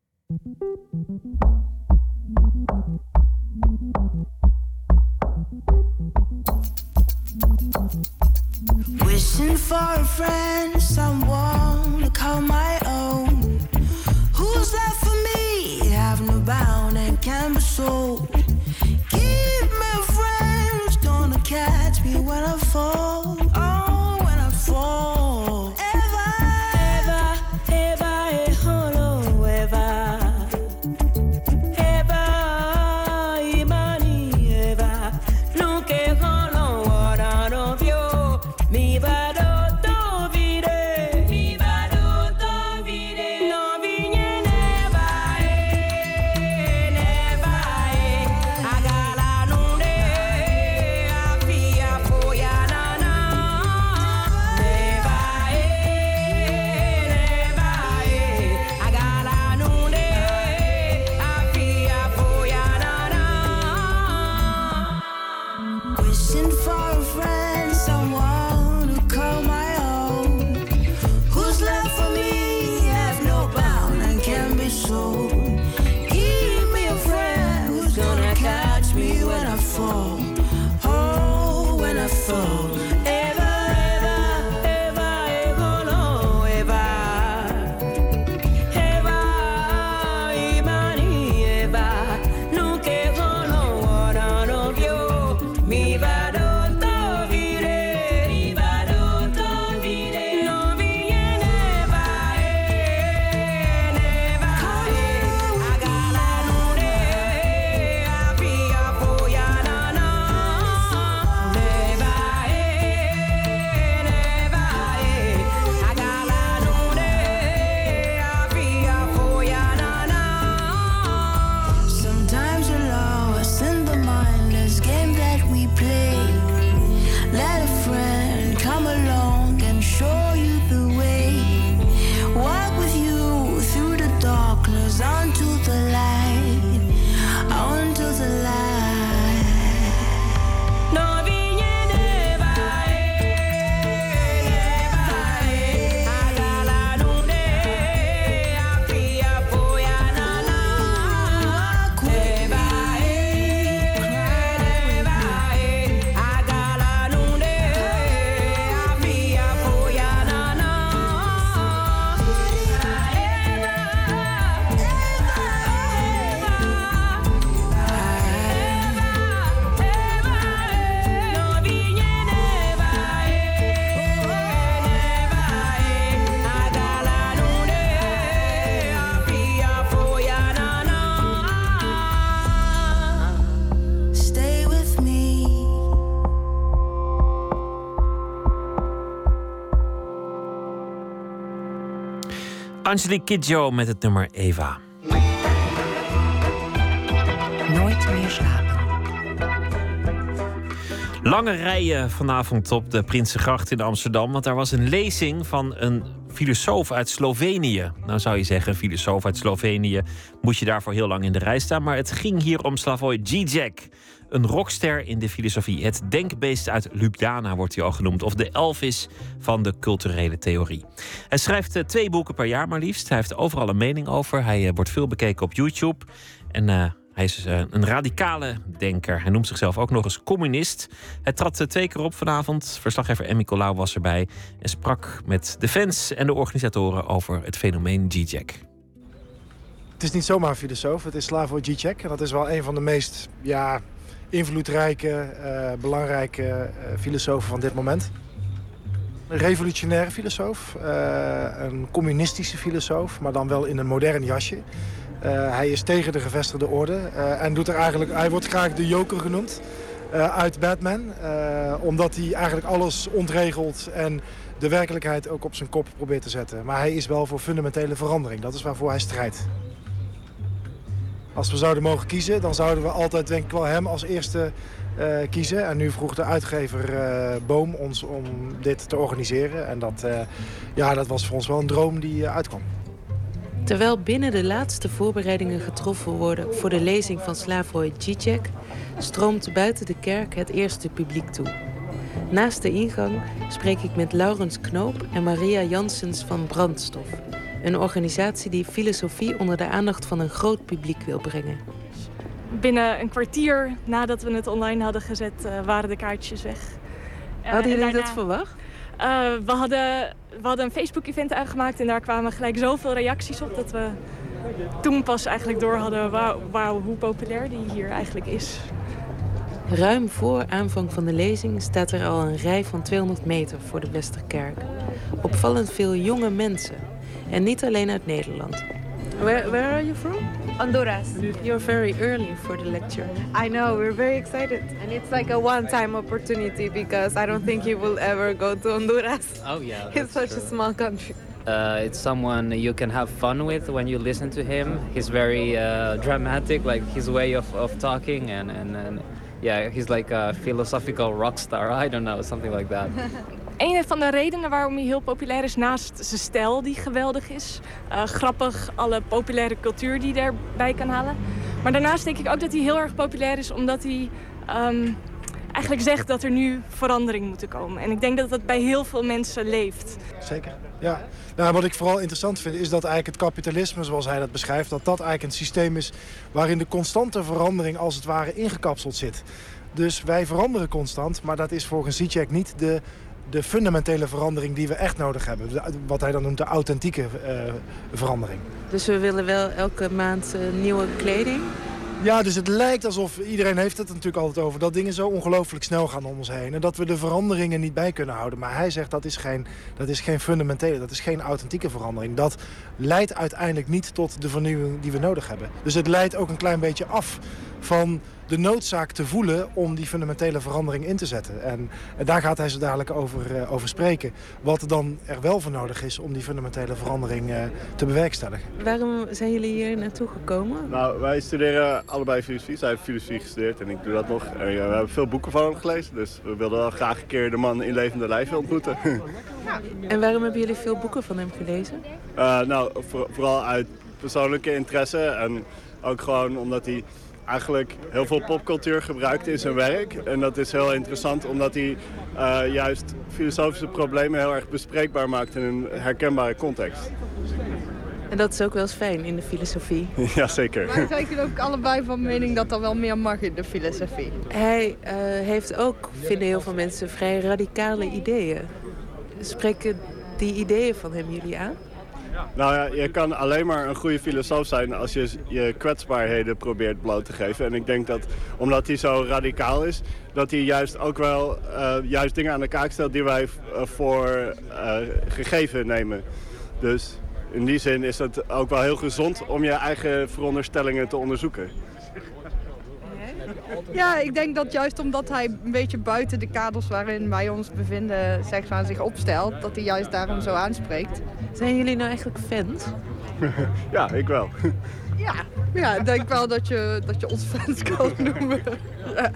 Wishing for a friend, someone to call my own. Who's there for me? Have no bound and can be sold. Give me a friend who's gonna catch me when I fall. Oh, when I fall. Eva, Eva, Eva, eh, hello, Eva. Eva, Imani, Eva. No que no ora no vio. Mi vado to vire. Mi vado to vire. No vigne neva, eh, neva, Angelique Kidjo met het nummer Eva. Nooit meer slapen. Lange rijen vanavond op de Prinsengracht in Amsterdam. Want daar was een lezing van een filosoof uit Slovenië. Nou zou je zeggen, een filosoof uit Slovenië, moet je daarvoor heel lang in de rij staan. Maar het ging hier om Slavoj Žižek. Een rockster in de filosofie. Het denkbeest uit Ljubljana wordt hij al genoemd. Of de Elvis van de culturele theorie. Hij schrijft uh, twee boeken per jaar maar liefst. Hij heeft overal een mening over. Hij uh, wordt veel bekeken op YouTube. En uh, hij is uh, een radicale denker. Hij noemt zichzelf ook nog eens communist. Hij trad uh, twee keer op vanavond. Verslaggever Emmy Colau was erbij. En sprak met de fans en de organisatoren over het fenomeen Žižek. Het is niet zomaar een filosoof. Het is Slavoj Žižek. En dat is wel een van de meest... ja, invloedrijke, uh, belangrijke uh, filosofen van dit moment. Een revolutionaire filosoof, uh, een communistische filosoof, maar dan wel in een modern jasje. Uh, hij is tegen de gevestigde orde uh, en doet er eigenlijk, hij wordt graag de Joker genoemd uh, uit Batman. Uh, omdat hij eigenlijk alles ontregelt en de werkelijkheid ook op zijn kop probeert te zetten. Maar hij is wel voor fundamentele verandering, dat is waarvoor hij strijdt. Als we zouden mogen kiezen, dan zouden we altijd denk ik wel hem als eerste uh, kiezen. En nu vroeg de uitgever uh, Boom ons om dit te organiseren. En dat, uh, ja, dat was voor ons wel een droom die uh, uitkwam. Terwijl binnen de laatste voorbereidingen getroffen worden voor de lezing van Slavoj Žižek, stroomt buiten de kerk het eerste publiek toe. Naast de ingang spreek ik met Laurens Knoop en Maria Janssens van Brandstof. Een organisatie die filosofie onder de aandacht van een groot publiek wil brengen. Binnen een kwartier nadat we het online hadden gezet, uh, waren de kaartjes weg. Uh, hadden jullie daarna, dat verwacht? Uh, we, hadden, we hadden een Facebook-event aangemaakt en daar kwamen gelijk zoveel reacties op dat we toen pas eigenlijk door hadden wauw, wauw, hoe populair die hier eigenlijk is. Ruim voor aanvang van de lezing staat er al een rij van tweehonderd meter voor de Westerkerk. Opvallend veel jonge mensen. En niet alleen uit Nederland. Where, where are you from? Honduras. You're very early for the lecture. I know, we're very excited. And it's like a one-time opportunity because I don't think you will ever go to Honduras. Oh yeah. It's such true. a small country. Uh, it's someone you can have fun with when you listen to him. He's very uh, dramatic, like his way of, of talking and, and, and yeah, he's like a philosophical rock star. I don't know, something like that. Een van de redenen waarom hij heel populair is, naast zijn stijl die geweldig is. Uh, grappig, alle populaire cultuur die hij erbij kan halen. Maar daarnaast denk ik ook dat hij heel erg populair is omdat hij um, eigenlijk zegt dat er nu verandering moet komen. En ik denk dat dat bij heel veel mensen leeft. Zeker, ja. Nou, wat ik vooral interessant vind is dat eigenlijk het kapitalisme, zoals hij dat beschrijft, dat dat eigenlijk een systeem is waarin de constante verandering als het ware ingekapseld zit. Dus wij veranderen constant, maar dat is volgens Žižek niet de... de fundamentele verandering die we echt nodig hebben. Wat hij dan noemt de authentieke uh, verandering. Dus we willen wel elke maand uh, nieuwe kleding? Ja, dus het lijkt alsof, iedereen heeft het er natuurlijk altijd over, dat dingen zo ongelooflijk snel gaan om ons heen. En dat we de veranderingen niet bij kunnen houden. Maar hij zegt dat is geen, dat is geen fundamentele, dat is geen authentieke verandering. Dat leidt uiteindelijk niet tot de vernieuwing die we nodig hebben. Dus het leidt ook een klein beetje af van de noodzaak te voelen om die fundamentele verandering in te zetten. En, en daar gaat hij zo dadelijk over, uh, over spreken. Wat dan er wel voor nodig is om die fundamentele verandering uh, te bewerkstelligen. Waarom zijn jullie hier naartoe gekomen? Nou, wij studeren allebei filosofie. Zij heeft filosofie gestudeerd en ik doe dat nog. En, uh, we hebben veel boeken van hem gelezen. Dus we wilden wel graag een keer de man in levende lijven ontmoeten. En waarom hebben jullie veel boeken van hem gelezen? Uh, nou, voor, vooral uit persoonlijke interesse. En ook gewoon omdat hij eigenlijk heel veel popcultuur gebruikt in zijn werk. En dat is heel interessant omdat hij uh, juist filosofische problemen heel erg bespreekbaar maakt in een herkenbare context. En dat is ook wel eens fijn in de filosofie. Ja, zeker. Wij zijn ook allebei van mening dat er wel meer mag in de filosofie. Hij uh, heeft ook, vinden heel veel mensen, vrij radicale ideeën. Spreken die ideeën van hem jullie aan? Nou ja, je kan alleen maar een goede filosoof zijn als je je kwetsbaarheden probeert bloot te geven. En ik denk dat, omdat hij zo radicaal is, dat hij juist ook wel uh, juist dingen aan de kaak stelt die wij uh, voor uh, gegeven nemen. Dus in die zin is het ook wel heel gezond om je eigen veronderstellingen te onderzoeken. Ja, ik denk dat juist omdat hij een beetje buiten de kaders waarin wij ons bevinden, zeg maar, zich opstelt, dat hij juist daarom zo aanspreekt. Zijn jullie nou eigenlijk fans? Ja, ik wel. Ja, ja, ik denk wel dat je, dat je ons fans kan noemen. Ja.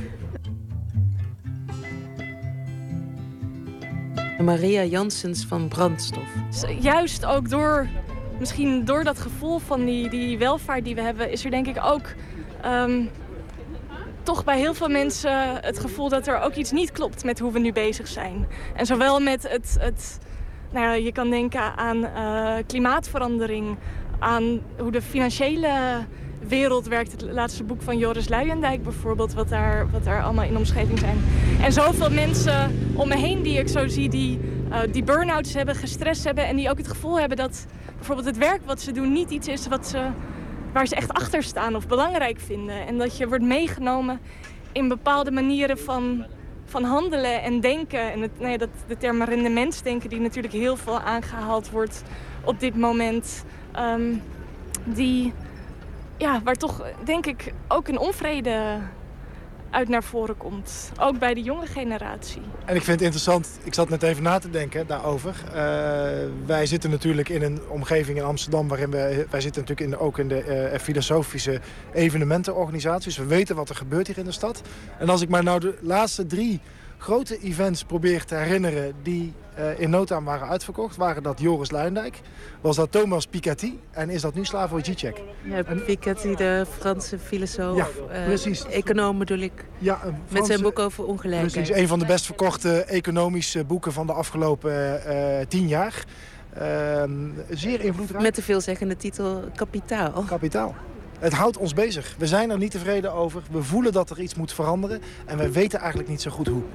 Maria Janssens van Brandstof. Juist ook door, misschien door dat gevoel van die, die welvaart die we hebben, is er denk ik ook um, toch bij heel veel mensen het gevoel dat er ook iets niet klopt met hoe we nu bezig zijn. En zowel met het, het nou ja, je kan denken aan uh, klimaatverandering, aan hoe de financiële wereld werkt. Het laatste boek van Joris Luijendijk bijvoorbeeld, wat daar, wat daar allemaal in omschrijving zijn. En zoveel mensen om me heen die ik zo zie, die, uh, die burn-outs hebben, gestrest hebben en die ook het gevoel hebben dat bijvoorbeeld het werk wat ze doen niet iets is wat ze, waar ze echt achter staan of belangrijk vinden. En dat je wordt meegenomen in bepaalde manieren van, van handelen en denken. En het, nee, dat, de term rendementsdenken die natuurlijk heel veel aangehaald wordt op dit moment. Um, die... Ja, waar toch, denk ik, ook een onvrede uit naar voren komt. Ook bij de jonge generatie. En ik vind het interessant, ik zat net even na te denken daarover. Uh, wij zitten natuurlijk in een omgeving in Amsterdam waarin we, wij zitten natuurlijk in, ook in de uh, filosofische evenementenorganisaties. We weten wat er gebeurt hier in de stad. En als ik maar nou de laatste drie grote events probeer te herinneren die uh, in no time waren uitverkocht, waren dat Joris Luijendijk, was dat Thomas Piketty en is dat nu Slavoj Žižek. Ja, Piketty, de Franse filosoof, ja, uh, precies. econoom bedoel ik, ja, Franse, met zijn boek over ongelijkheid. Precies, een van de best verkochte economische boeken van de afgelopen uh, tien jaar. Uh, zeer invloedrijk. Met de veelzeggende titel Kapitaal. Kapitaal. Het houdt ons bezig. We zijn er niet tevreden over. We voelen dat er iets moet veranderen. En we weten eigenlijk niet zo goed hoe.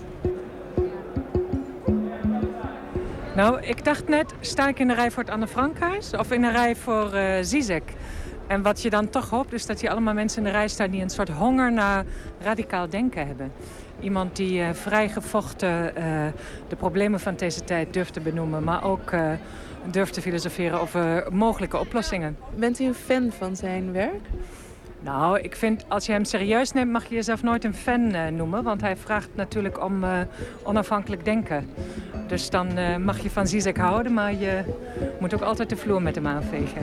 Nou, ik dacht net, sta ik in de rij voor het Anne Frankhuis of in de rij voor uh, Žižek? En wat je dan toch hoopt is dat hier allemaal mensen in de rij staan die een soort honger naar radicaal denken hebben. Iemand die uh, vrijgevochten uh, de problemen van deze tijd durft te benoemen, maar ook uh, durft te filosoferen over mogelijke oplossingen. Bent u een fan van zijn werk? Nou, ik vind, als je hem serieus neemt, mag je jezelf nooit een fan uh, noemen. Want hij vraagt natuurlijk om uh, onafhankelijk denken. Dus dan uh, mag je van Žižek houden, maar je moet ook altijd de vloer met hem aanvegen.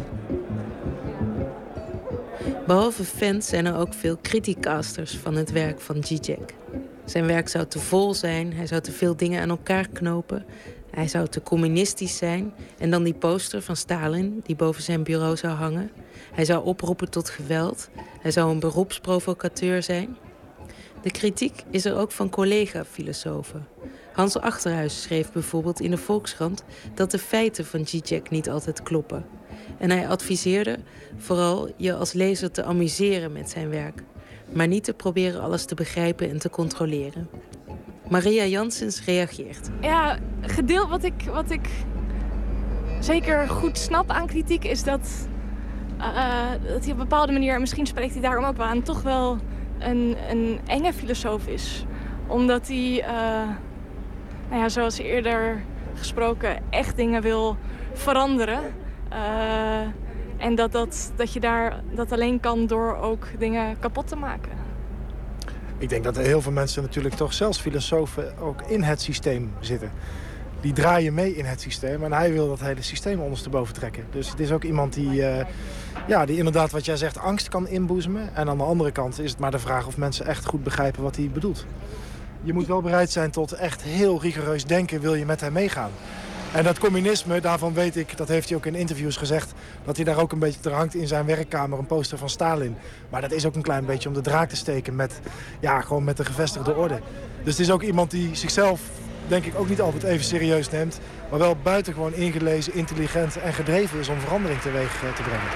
Behalve fans zijn er ook veel criticasters van het werk van Žižek. Zijn werk zou te vol zijn, hij zou te veel dingen aan elkaar knopen. Hij zou te communistisch zijn. En dan die poster van Stalin die boven zijn bureau zou hangen. Hij zou oproepen tot geweld. Hij zou een beroepsprovocateur zijn. De kritiek is er ook van collega-filosofen. Hans Achterhuis schreef bijvoorbeeld in de Volkskrant dat de feiten van Žižek niet altijd kloppen. En hij adviseerde vooral je als lezer te amuseren met zijn werk, maar niet te proberen alles te begrijpen en te controleren. Maria Janssens reageert. Ja, gedeeld wat ik, wat ik zeker goed snap aan kritiek is dat, uh, dat hij op een bepaalde manier, en misschien spreekt hij daarom ook wel aan, toch wel een, een enge filosoof is. Omdat hij, uh, nou ja, zoals eerder gesproken, echt dingen wil veranderen. Uh, en dat, dat, dat je daar dat alleen kan door ook dingen kapot te maken. Ik denk dat er heel veel mensen natuurlijk toch, zelfs filosofen, ook in het systeem zitten. Die draaien mee in het systeem en hij wil dat hele systeem ondersteboven trekken. Dus het is ook iemand die, uh, ja, die inderdaad, wat jij zegt, angst kan inboezemen. En aan de andere kant is het maar de vraag of mensen echt goed begrijpen wat hij bedoelt. Je moet wel bereid zijn tot echt heel rigoureus denken, wil je met hem meegaan. En dat communisme, daarvan weet ik, dat heeft hij ook in interviews gezegd, dat hij daar ook een beetje, er hangt in zijn werkkamer een poster van Stalin. Maar dat is ook een klein beetje om de draak te steken met, ja, gewoon met de gevestigde orde. Dus het is ook iemand die zichzelf, denk ik, ook niet altijd even serieus neemt, maar wel buitengewoon ingelezen, intelligent en gedreven is om verandering teweeg te brengen.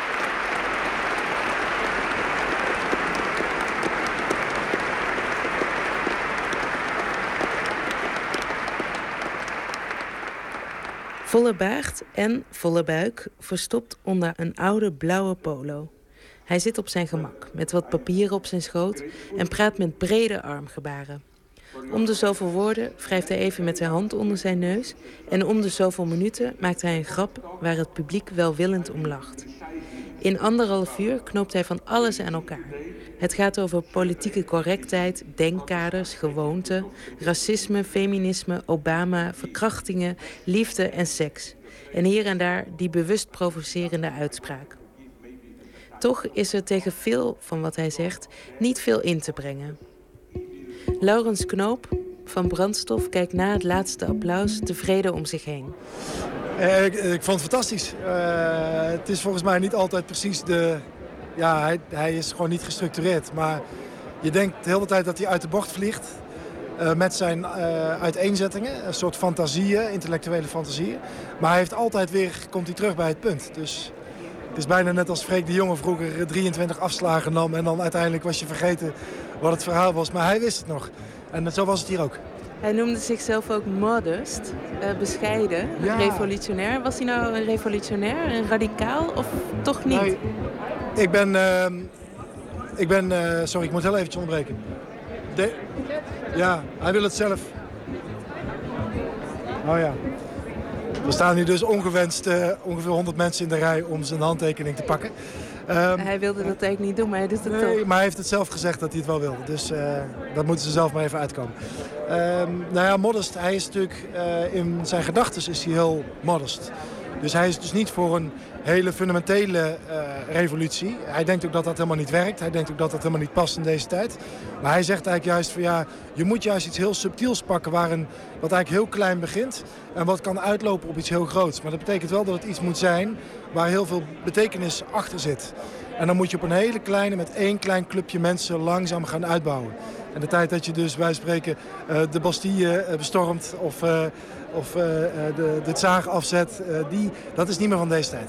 Volle baard en volle buik, verstopt onder een oude blauwe polo. Hij zit op zijn gemak, met wat papieren op zijn schoot en praat met brede armgebaren. Om de zoveel woorden wrijft hij even met zijn hand onder zijn neus en om de zoveel minuten maakt hij een grap waar het publiek welwillend om lacht. In anderhalf uur knoopt hij van alles aan elkaar. Het gaat over politieke correctheid, denkkaders, gewoonten, racisme, feminisme, Obama, verkrachtingen, liefde en seks. En hier en daar die bewust provocerende uitspraak. Toch is er tegen veel van wat hij zegt niet veel in te brengen. Laurens Knoop van Brandstof kijkt na het laatste applaus tevreden om zich heen. Uh, ik, ik vond het fantastisch. Uh, het is volgens mij niet altijd precies de... Ja, hij, hij is gewoon niet gestructureerd. Maar je denkt de hele tijd dat hij uit de bocht vliegt. Uh, met zijn uh, uiteenzettingen. Een soort fantasieën, intellectuele fantasieën. Maar hij heeft altijd weer, komt hij terug bij het punt. Dus het is bijna net als Freek de Jonge vroeger drieëntwintig afslagen nam. En dan uiteindelijk was je vergeten wat het verhaal was. Maar hij wist het nog. En zo was het hier ook. Hij noemde zichzelf ook modest, uh, bescheiden, ja. Revolutionair. Was hij nou een revolutionair, een radicaal of toch niet? Nee, ik ben... Uh, ik ben uh, sorry, ik moet heel eventjes onderbreken. De, ja, hij wil het zelf. Oh ja. Er staan hier dus ongewenst uh, ongeveer honderd mensen in de rij om zijn handtekening te pakken. Um, hij wilde dat eigenlijk niet doen, maar hij doet het nee, toch. Maar hij heeft het zelf gezegd dat hij het wel wilde. Dus uh, dat moeten ze zelf maar even uitkomen. Um, nou ja, modest. Hij is natuurlijk uh, in zijn gedachten is hij heel modest. Dus hij is dus niet voor een hele fundamentele uh, revolutie. Hij denkt ook dat dat helemaal niet werkt. Hij denkt ook dat dat helemaal niet past in deze tijd. Maar hij zegt eigenlijk juist van ja, je moet juist iets heel subtiels pakken waar een, wat eigenlijk heel klein begint en wat kan uitlopen op iets heel groots. Maar dat betekent wel dat het iets moet zijn waar heel veel betekenis achter zit. En dan moet je op een hele kleine, met één klein clubje mensen langzaam gaan uitbouwen. En de tijd dat je dus bij spreken uh, de Bastille uh, bestormt of, uh, of uh, de, de Tsaar afzet, uh, die, dat is niet meer van deze tijd.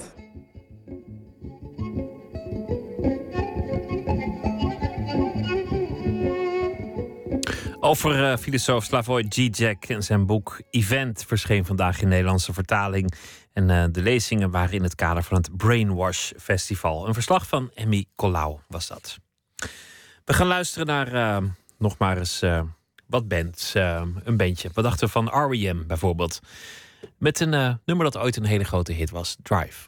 Over uh, filosoof Slavoj Žižek en zijn boek Event verscheen vandaag in Nederlandse vertaling. En uh, de lezingen waren in het kader van het Brainwash Festival. Een verslag van Emmy Colau was dat. We gaan luisteren naar uh, nog maar eens uh, wat bands. Uh, een bandje. Wat dachten we van R E M bijvoorbeeld? Met een uh, nummer dat ooit een hele grote hit was, Drive.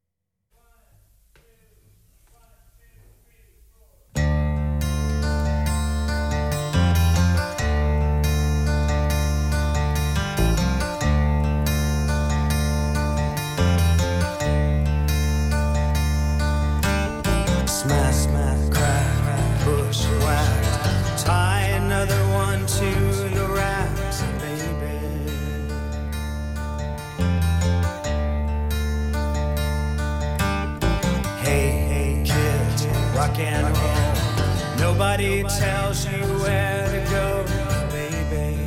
Smash, smash, crack, push, whack. Tie another one to the racks, baby. Hey, hey, kid, rock and roll. Nobody tells you where to go, baby.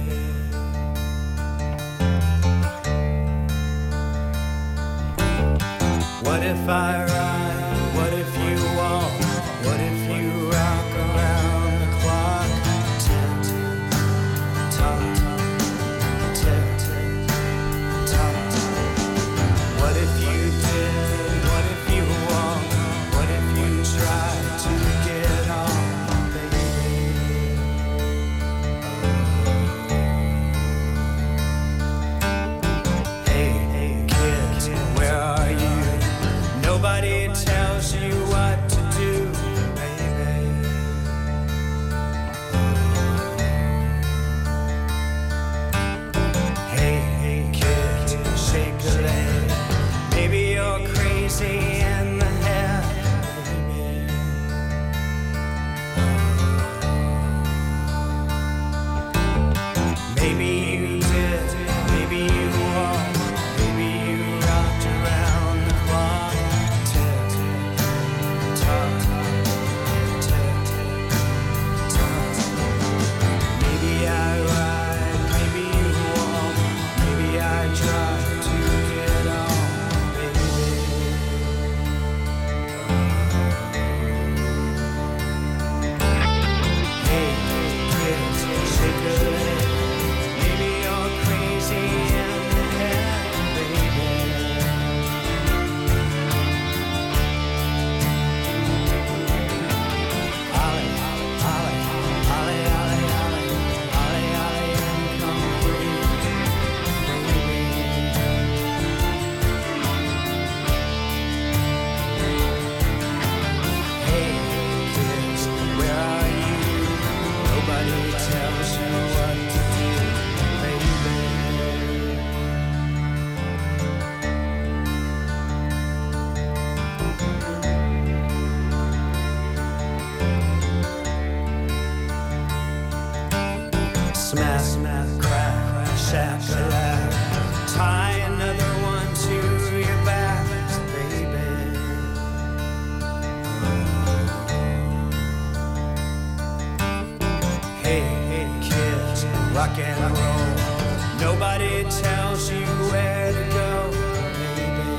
What if I ride? What if you walk? What if you rock around the clock? Tick, tock, tick, tock. What if you did? What if you walk? What if you tried to get on, baby? Hey, hey, kids, where are you? Nobody tells you where to go, baby.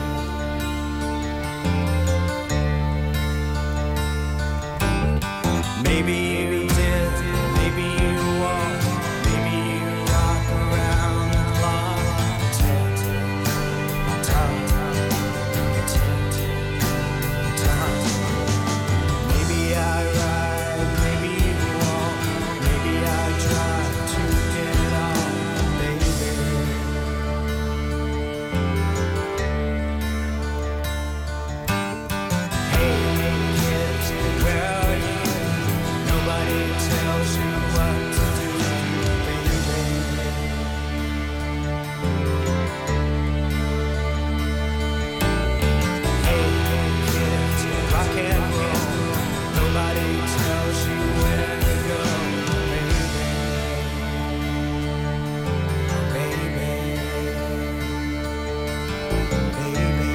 Maybe you did, maybe you won't, maybe you rock around the clock. Tick, tock, tick, tock. Maybe I ride, maybe you won't, maybe I try to get on, baby. Hey kids, where are you? Nobody tells you what to do, baby. Hey kids, rock and roll. Nobody tells you where to go, baby. Baby. Baby.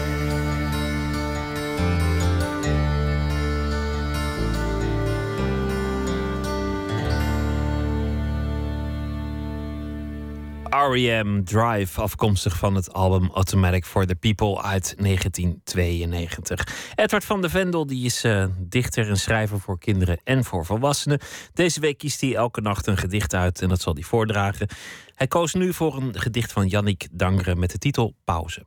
R E M Drive, afkomstig van het album Automatic for the People uit negentien tweeënnegentig. Edward van de Vendel die is uh, dichter en schrijver voor kinderen en voor volwassenen. Deze week kiest hij elke nacht een gedicht uit en dat zal hij voordragen. Hij koos nu voor een gedicht van Yannick Dangre met de titel Pauze.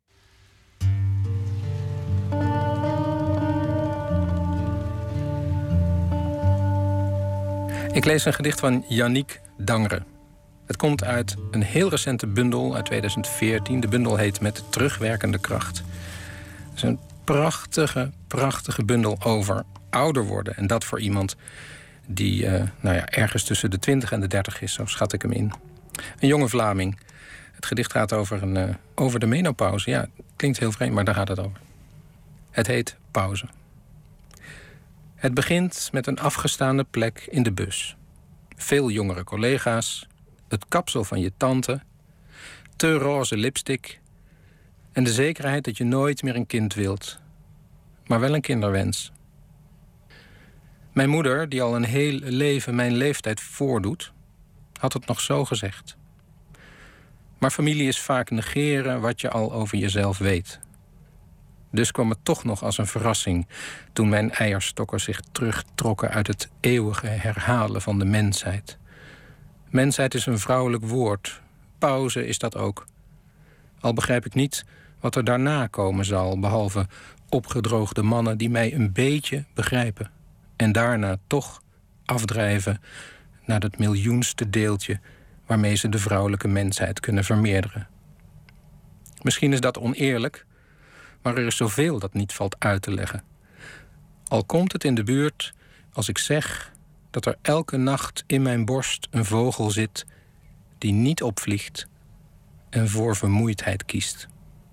Ik lees een gedicht van Yannick Dangre. Het komt uit een heel recente bundel uit tweeduizend veertien. De bundel heet Met terugwerkende kracht. Het is een prachtige, prachtige bundel over ouder worden. En dat voor iemand die uh, nou ja, ergens tussen de twintig en de dertig is. Zo schat ik hem in. Een jonge Vlaming. Het gedicht gaat over, een, uh, over de menopauze. Ja, klinkt heel vreemd, maar daar gaat het over. Het heet Pauze. Het begint met een afgestaande plek in de bus. Veel jongere collega's. Het kapsel van je tante, te roze lipstick en de zekerheid dat je nooit meer een kind wilt, maar wel een kinderwens. Mijn moeder, die al een heel leven mijn leeftijd voordoet, had het nog zo gezegd. Maar familie is vaak negeren wat je al over jezelf weet. Dus kwam het toch nog als een verrassing toen mijn eierstokken zich terugtrokken uit het eeuwige herhalen van de mensheid. Mensheid is een vrouwelijk woord. Pauze is dat ook. Al begrijp ik niet wat er daarna komen zal, behalve opgedroogde mannen die mij een beetje begrijpen. En daarna toch afdrijven naar dat miljoenste deeltje waarmee ze de vrouwelijke mensheid kunnen vermeerderen. Misschien is dat oneerlijk, maar er is zoveel dat niet valt uit te leggen. Al komt het in de buurt als ik zeg dat er elke nacht in mijn borst een vogel zit die niet opvliegt en voor vermoeidheid kiest.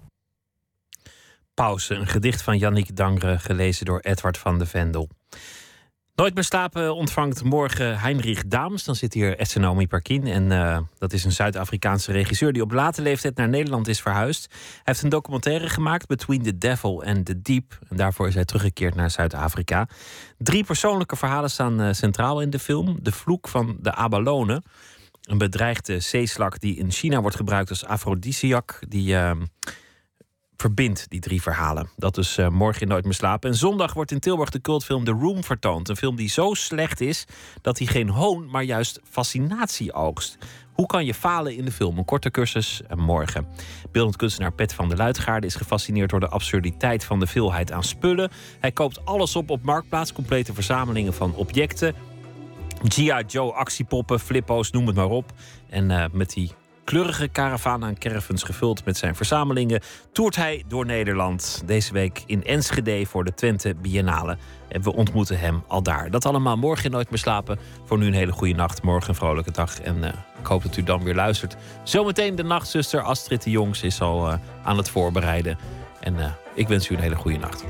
Pauze, een gedicht van Yannick Dangre, gelezen door Edward van de Vendel. Nooit meer slapen ontvangt morgen Heinrich Daams. Dan zit hier Essenaomi Parkin. En uh, dat is een Zuid-Afrikaanse regisseur die op late leeftijd naar Nederland is verhuisd. Hij heeft een documentaire gemaakt, Between the Devil and the Deep. En daarvoor is hij teruggekeerd naar Zuid-Afrika. Drie persoonlijke verhalen staan uh, centraal in de film. De vloek van de abalonen. Een bedreigde zeeslak die in China wordt gebruikt als afrodisiac. Die uh, verbindt die drie verhalen. Dat is uh, morgen in Nooit meer slapen. En zondag wordt in Tilburg de cultfilm The Room vertoond. Een film die zo slecht is dat hij geen hoon, maar juist fascinatie oogst. Hoe kan je falen in de film? Een korte cursus uh, morgen. Beeldend kunstenaar Pet van der Luitgaarde is gefascineerd door de absurditeit van de veelheid aan spullen. Hij koopt alles op op Marktplaats, complete verzamelingen van objecten. G I. Joe actiepoppen, flippo's, noem het maar op. En uh, met die kleurige karavaan aan caravans gevuld met zijn verzamelingen toert hij door Nederland. Deze week in Enschede voor de Twente Biennale. En we ontmoeten hem al daar. Dat allemaal morgen in Nooit meer slapen. Voor nu een hele goede nacht, morgen een vrolijke dag. En uh, ik hoop dat u dan weer luistert. Zometeen de nachtzuster Astrid de Jongs is al uh, aan het voorbereiden. En uh, ik wens u een hele goede nacht.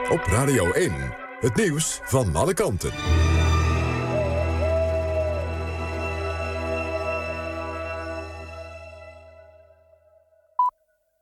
Op Radio één, het nieuws van alle kanten.